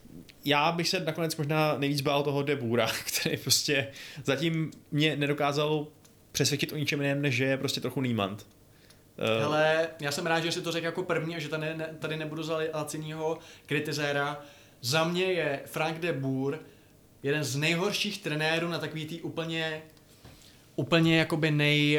Já bych se nakonec možná nejvíc bál toho De Boera, který prostě zatím mě nedokázal přesvědčit o ničem jiném, než že je prostě trochu Niemand. Hele, já jsem rád, že si to řekl jako první a že tady nebudu za lacinýho kritizéra. Za mě je Frank de Boer jeden z nejhorších trenérů na takový tý úplně jakoby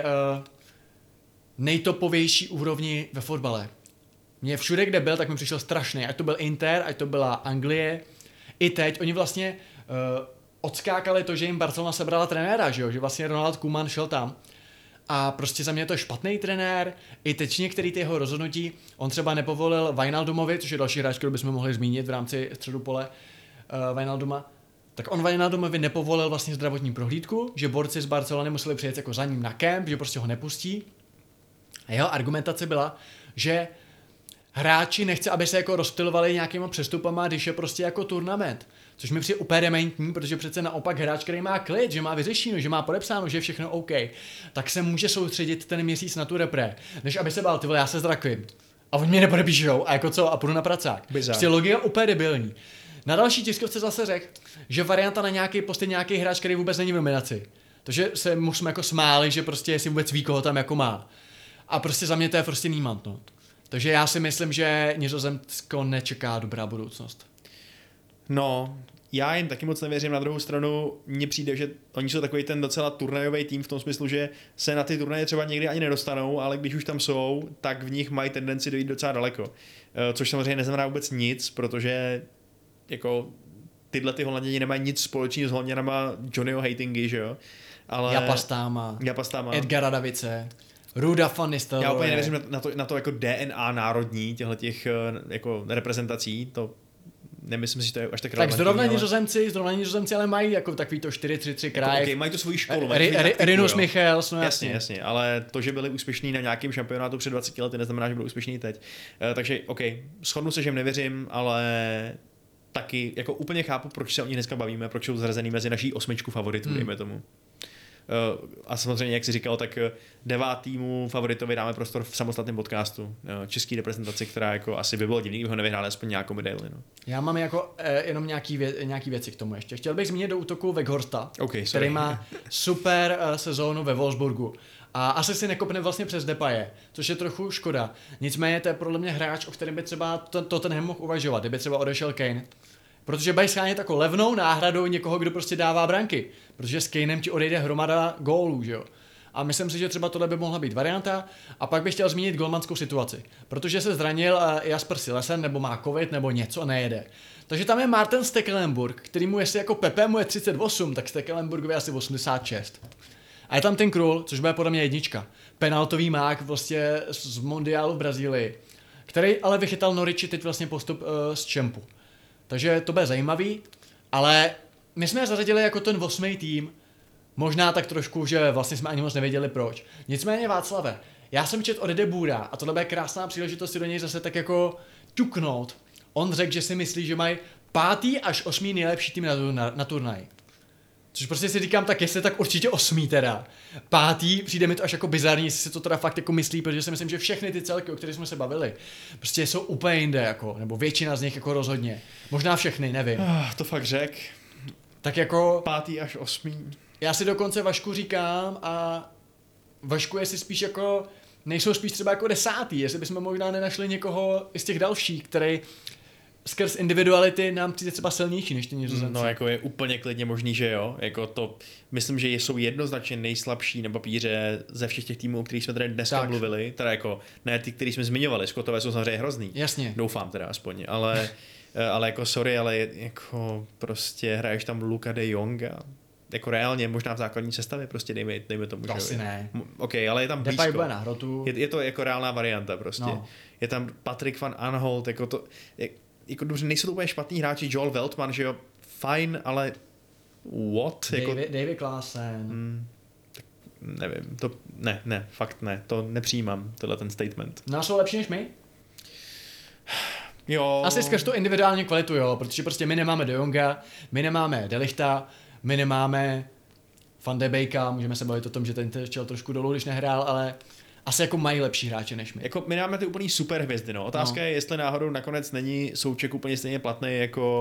nejtopovější úrovni ve fotbale. Mě všude, kde byl, tak mi přišel strašný. Ať to byl Inter, ať to byla Anglie. I teď oni vlastně odskákali to, že jim Barcelona sebrala trenéra, že vlastně Ronald Koeman šel tam. A prostě za mě to je špatný trenér. I teď některý ty jeho rozhodnutí, on třeba nepovolil Wijnaldumovi, což je další hráč, který bychom mohli zmínit v rámci středu pole Wijnalduma, tak on Wijnaldumovi nepovolil vlastně zdravotní prohlídku, že borci z Barcelony museli přijet jako za ním na kemp, že prostě ho nepustí. A jeho argumentace byla, že hráči nechce, aby se jako rozptylovali nějakýma přestupama, když je prostě jako turnament. Což mi přijde úplně dementní, protože přece naopak hráč, který má klid, že má vyřešeno, že má podepsáno, že je všechno OK, tak se může soustředit ten měsíc na tu repre, než aby se bál, ty vole, já se zrakvím. A oni mě nepodepíšou a jako co, a půjdu na pracák. Prostě logie úplně debilní. Na další tiskovce zase řekl, že varianta na nějaký post je nějaký hráč, který vůbec není v nominaci. Takže se mu jsme jako smáli, že prostě si vůbec ví, koho tam jako má. A prostě za mě to je prostě Niemand, no. Takže já si myslím, že Nizozemsko nečeká dobrá budoucnost. No, já jim taky moc nevěřím, na druhou stranu mně přijde, že oni jsou takový ten docela turnajový tým v tom smyslu, že se na ty turnaje třeba někdy ani nedostanou, ale když už tam jsou, tak v nich mají tendenci dojít docela daleko. Což samozřejmě neznamená vůbec nic, protože jako tyhle ty Holanděni nemají nic společného s Holanděnama Johnnyho Heitingy, že jo? Ale Japastáma. Edgara Davice. Ruda van Nistelrooy. Já úplně nevěřím na to jako DNA národní těchto jako reprezentací, to nemyslím si, že to je až tak Tak relevantní, zrovna Nizozemci ale mají jako takový to 4-3-3 kraj. Okay, mají tu svoji školu. Rinus Michels, no jasně, ale to, že byli úspěšní na nějakém šampionátu před 20 lety, neznamená, že byli úspěšní teď. Takže shodnu se, že jim nevěřím, ale taky jako úplně chápu, proč se o nich dneska bavíme, proč jsou zrazený mezi naší 8 favoritů, dejme tomu. A samozřejmě, jak jsi říkal, tak 9 týmů favoritovi dáme prostor v samostatném podcastu. Český reprezentaci, která jako asi by bylo divný, kdyby ho nevyhráli aspoň nějakou medaili. No. Já mám jako jenom nějaký věci k tomu ještě. Chtěl bych zmínit do útoku Weghorsta, který má super sezónu ve Wolfsburgu. A asi si nekopne vlastně přes Depaye, což je trochu škoda. Nicméně to je podle mě hráč, o kterém by třeba Tottenham mohl uvažovat, kdyby třeba odešel Kane. Protože budeš schánět jako levnou náhradou někoho, kdo prostě dává branky. Protože s Kanem ti odejde hromada gólů, že jo. A myslím si, že třeba tohle by mohla být varianta. A pak bych chtěl zmínit golmanskou situaci. Protože se zranil Jasper Silesen, nebo má covid, nebo něco a nejede. Takže tam je Martin Stekelenburg, který mu jestli jako Pepe mu je 38, tak Stekelenburgovi asi 86. A je tam ten Krul, což bude podle mě jednička. Penaltový mák vlastně z Mondiálu v Brazílii, který ale vychytal Norwichi teď vlastně postup z Čempu. Takže to bude zajímavý, ale my jsme je zařadili jako ten 8. tým, možná tak trošku, že vlastně jsme ani moc nevěděli proč. Nicméně Václave, já jsem četl od De Boera a tohle bude krásná příležitost si do něj zase tak jako ťuknout. On řekl, že si myslí, že mají 5. až 8. nejlepší tým na turnaj. Což prostě si říkám, tak jestli tak určitě 8. teda. 5. přijde mi to až jako bizarní, jestli si to teda fakt jako myslí, protože si myslím, že všechny ty celky, o kterých jsme se bavili, prostě jsou úplně jinde, jako, nebo většina z nich jako rozhodně. Možná všechny, nevím. To fakt řek. Tak jako 5. až 8. Já si dokonce Vašku říkám a Vašku, jestli spíš jako, nejsou spíš třeba jako 10. Jestli bychom možná nenašli někoho z těch dalších, který skrz individuality nám přijde třeba silnější než ty Nizozemci. No jako je úplně klidně možný, že jo. Jako to, myslím, že jsou jednoznačně nejslabší na papíře ze všech těch týmů, o kterých jsme tady dneska mluvili. Teda jako ne ty, který jsme zmiňovali. Skotové jsou samozřejmě hrozný. Jasně. Doufám teda aspoň. Ale jako sorry, ale jako prostě hraješ tam Luka de Jonga. Jako reálně, možná v základní sestavě, prostě dejme tomu. To asi ne. OK, ale je tam blízko. Depay bude na hrotu. Je to jako reálná varianta prostě. No. Je tam Patrick van Aanholt, jako to... Jako dobře, nejsou to úplně špatný hráči, Joel Veltman, že jo, fajn, ale what? David Klaassen. Nevím, to ne, fakt ne, to nepřijímám, tohle ten statement. No a jsou lepší než my? Jo. Asi skrz tu individuální kvalitu, jo, protože prostě my nemáme De Jonga, my nemáme De Lichta, my nemáme Van de Beeka, můžeme se bavit o tom, že ten šel trošku dolů, když nehrál, ale asi jako mají lepší hráče než my. Jako my máme ty úplný super hvězdy, no. Otázka je, jestli náhodou nakonec není Souček úplně stejně platný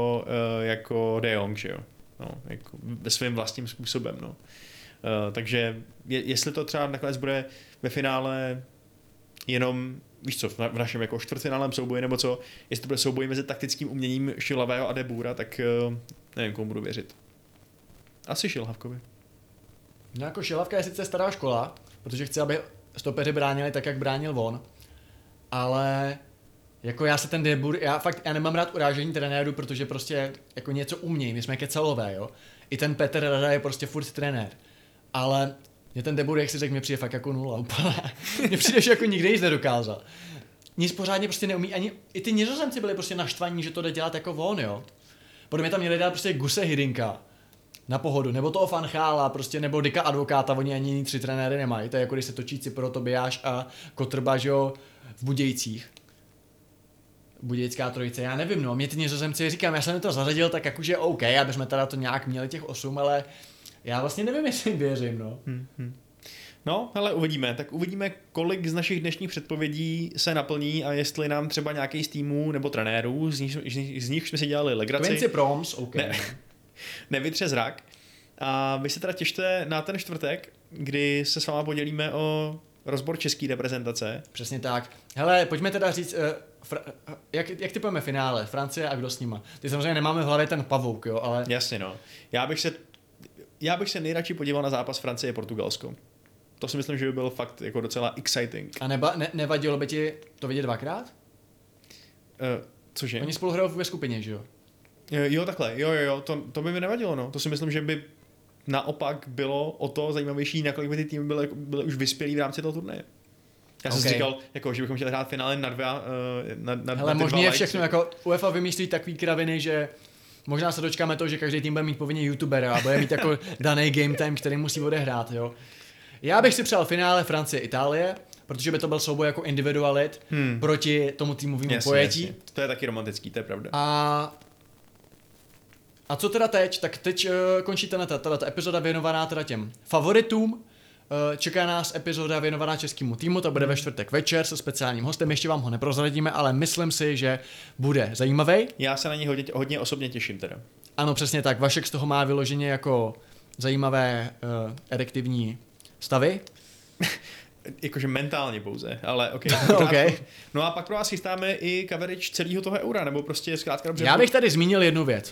jako De Jong, že jo. No, jako ve svým vlastním způsobem, no. Takže jestli to třeba nakonec bude ve finále jenom, víš co, v našem jako čtvrtfinálem souboji nebo co, jestli to bude souboj mezi taktickým uměním Šilavého a De Boera, tak nevím, komu budu věřit. Asi Šilhavkovi. No jako Šilhavka je sice stará škola, protože chci, aby stopeři bránili tak, jak bránil on, ale jako já se ten De Boer, já nemám rád urážení trenéru, protože prostě jako něco umějí, my jsme kecelové, jo. I ten Petr Rada je prostě furt trenér, ale mě ten De Boer, jak si řekl, mě přijde fakt jako nula úplně. Mně přijde, že jako nikdy nic nedokázal. Nic pořádně prostě neumí, ani i ty Nizozemci byli prostě naštvaní, že to jde dělat jako on, jo. Podle mě tam měli dát prostě Guse Hidinka na pohodu, nebo toho Van Gaala, prostě, nebo Dicka Advokáta, oni ani jiný 3 trenéry nemají, to je jako když se točí Cipro, Tobiáš a Kotrba, že jo, v Budějcích. Budějická trojice, já nevím, no, mě ty Nizozemci, říkám, já jsem to zařadil tak jakože OK, aby jsme teda to nějak měli těch 8, ale já vlastně nevím, jestli jim věřím, no. No, ale uvidíme. Tak uvidíme, kolik z našich dnešních předpovědí se naplní a jestli nám třeba nějaký z týmů nebo trenérů, z nich jsme si dělali legraci. Quincy Promes, OK. Nevytře zrak. A vy se teda těšte na ten čtvrtek, kdy se s váma podělíme o rozbor české reprezentace. Přesně tak. Hele, pojďme teda říct, jak typujeme finále? Francie a kdo s nima? Ty samozřejmě nemáme v hlavě ten pavouk, jo, ale... Jasně, no. Já bych se nejradši podíval na zápas Francie-Portugalsko. To si myslím, že by byl fakt jako docela exciting. A nevadilo by ti to vidět dvakrát? Cože? Oni spolu hrajou ve skupině, že jo? Jo, takhle, jo, to by mi nevadilo, no. To si myslím, že by naopak bylo o to zajímavější, nakolik by ty týmy byly už vyspělí v rámci toho turnaje. Já jsem si říkal, jako, že bychom chtěli hrát finále na dva Hele, ty možný dva je likes. všechno, jako UEFA vymýšlí takový kraviny, že možná se dočkáme toho, že každý tým bude mít povinně youtubera a bude mít jako daný game time, který musí odehrát, jo. Já bych si přál finále Francie-Itálie, protože by to byl souboj jako individualit proti tomu týmovému pojetí. Jasně. To je taky romantický, to je pravda. A co teda teď? Tak teď končí ta epizoda věnovaná teda těm favoritům. Čeká nás epizoda věnovaná českému týmu, to bude ve čtvrtek večer se speciálním hostem, ještě vám ho neprozradíme, ale myslím si, že bude zajímavý. Já se na něj hodně osobně těším teda. Ano, přesně tak, Vašek z toho má vyloženě jako zajímavé erektivní stavy. Jakože mentálně pouze, ale ok. Okay. No a pak pro vás chystáme i coverage celého toho eura, nebo prostě zkrátka dobře. Já bych tady zmínil jednu věc,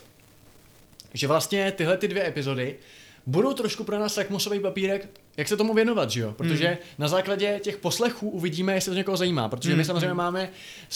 že vlastně tyhle ty 2 epizody budou trošku pro nás lakmusový papírek, jak se tomu věnovat, že jo? Protože na základě těch poslechů uvidíme, jestli to někoho zajímá, protože my samozřejmě máme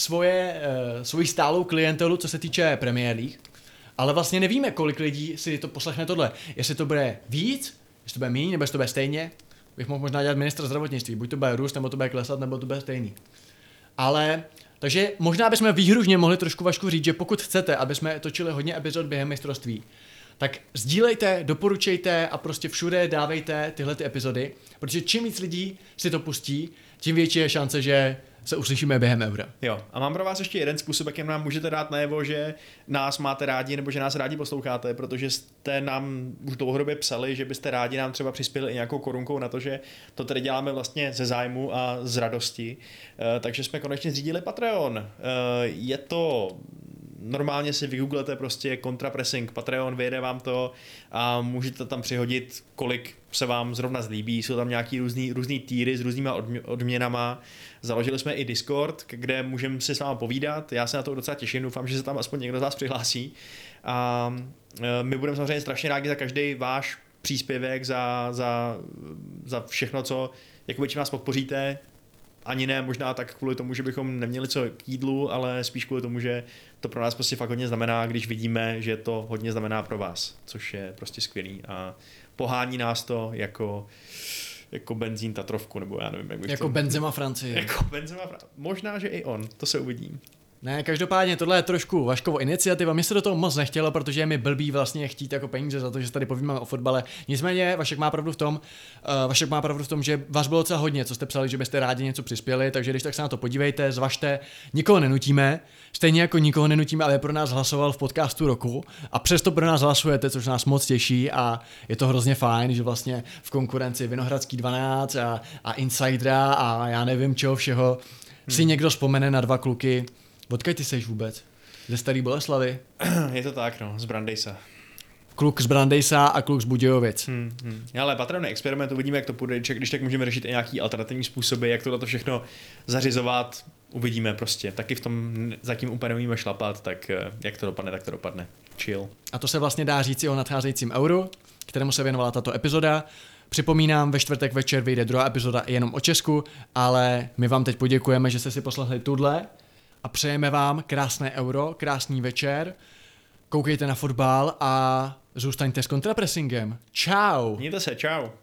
svoji stálou klientelu, co se týče Premier League, ale vlastně nevíme, kolik lidí si to poslechne tohle. Jestli to bude víc, jestli to bude méně, nebo jestli to bude stejně. Bych mohl možná dělat ministra zdravotnictví, buď to bude růst, nebo to bude klesat, nebo to bude stejný. Ale, takže možná bychom výhružně mohli trošku Vašku říct, že pokud chcete, aby jsme točili hodně epizod během mistrovství, tak sdílejte, doporučejte a prostě všude dávejte tyhle ty epizody, protože čím víc lidí si to pustí, tím větší je šance, že se uslyšíme během eura. Jo, a mám pro vás ještě jeden způsob, jakým nám můžete dát najevo, že nás máte rádi nebo že nás rádi posloucháte, protože jste nám už dlouhodobě psali, že byste rádi nám třeba přispěli i nějakou korunkou na to, že to tady děláme vlastně ze zájmu a z radosti. Takže jsme konečně zřídili Patreon. Je to normálně si vygooglete prostě Contrapressing Patreon, vyjede vám to a můžete tam přihodit, kolik se vám zrovna zlíbí. Jsou tam nějaký různý týry s různýma odměnama. Založili jsme i Discord, kde můžeme si s váma povídat. Já se na to docela těším, doufám, že se tam aspoň někdo z vás přihlásí. A my budeme samozřejmě strašně rádi za každý váš příspěvek, za všechno, co jakoby čím nás podpoříte. Ani ne možná tak kvůli tomu, že bychom neměli co k jídlu, ale spíš kvůli tomu, že to pro nás prostě fakt hodně znamená, když vidíme, že to hodně znamená pro vás, což je prostě skvělý a pohání nás to jako benzín Tatrovku, nebo já nevím, jak bych Jako Benzema Francie. Jako Benzema možná, že i on, to se uvidí. Ne, každopádně tohle je trošku Vaškovo iniciativa, mě se do toho moc nechtělo, protože je mi blbý vlastně chtít jako peníze za to, že se tady povíme o fotbale. Nicméně Vašek má pravdu v tom, že vás bylo docela hodně, co jste psali, že byste rádi něco přispěli, takže když tak se na to podívejte, zvažte, nikoho nenutíme, stejně jako nikoho nenutíme, ale pro nás hlasoval v podcastu roku a přesto pro nás hlasujete, což nás moc těší a je to hrozně fajn, že vlastně v konkurenci Vinohradský 12 a Insidera a já nevím čeho všeho si někdo vzpomene na 2 kluky. Odkud ty seš vůbec? Ze Starý Boleslavy? Je to tak, no, z Brandejsa. Kluk z Brandejsa a kluk z Budějovic. Ale Patreon je experiment, uvidíme, jak to půjde, když tak můžeme řešit i nějaký alternativní způsoby, jak tohle všechno zařizovat, uvidíme prostě. Taky v tom zatím úplně nevíme šlapat, tak jak to dopadne, tak to dopadne. Chill. A to se vlastně dá říci o nadcházejícím euru, kterému se věnovala tato epizoda. Připomínám, ve čtvrtek večer vyjde druhá epizoda jenom o Česku, ale my vám teď poděkujeme, že jste si poslechli tuhle a přejeme vám krásné euro, krásný večer, koukejte na fotbal a zůstaňte s kontrapressingem. Čau! Mějte se, čau.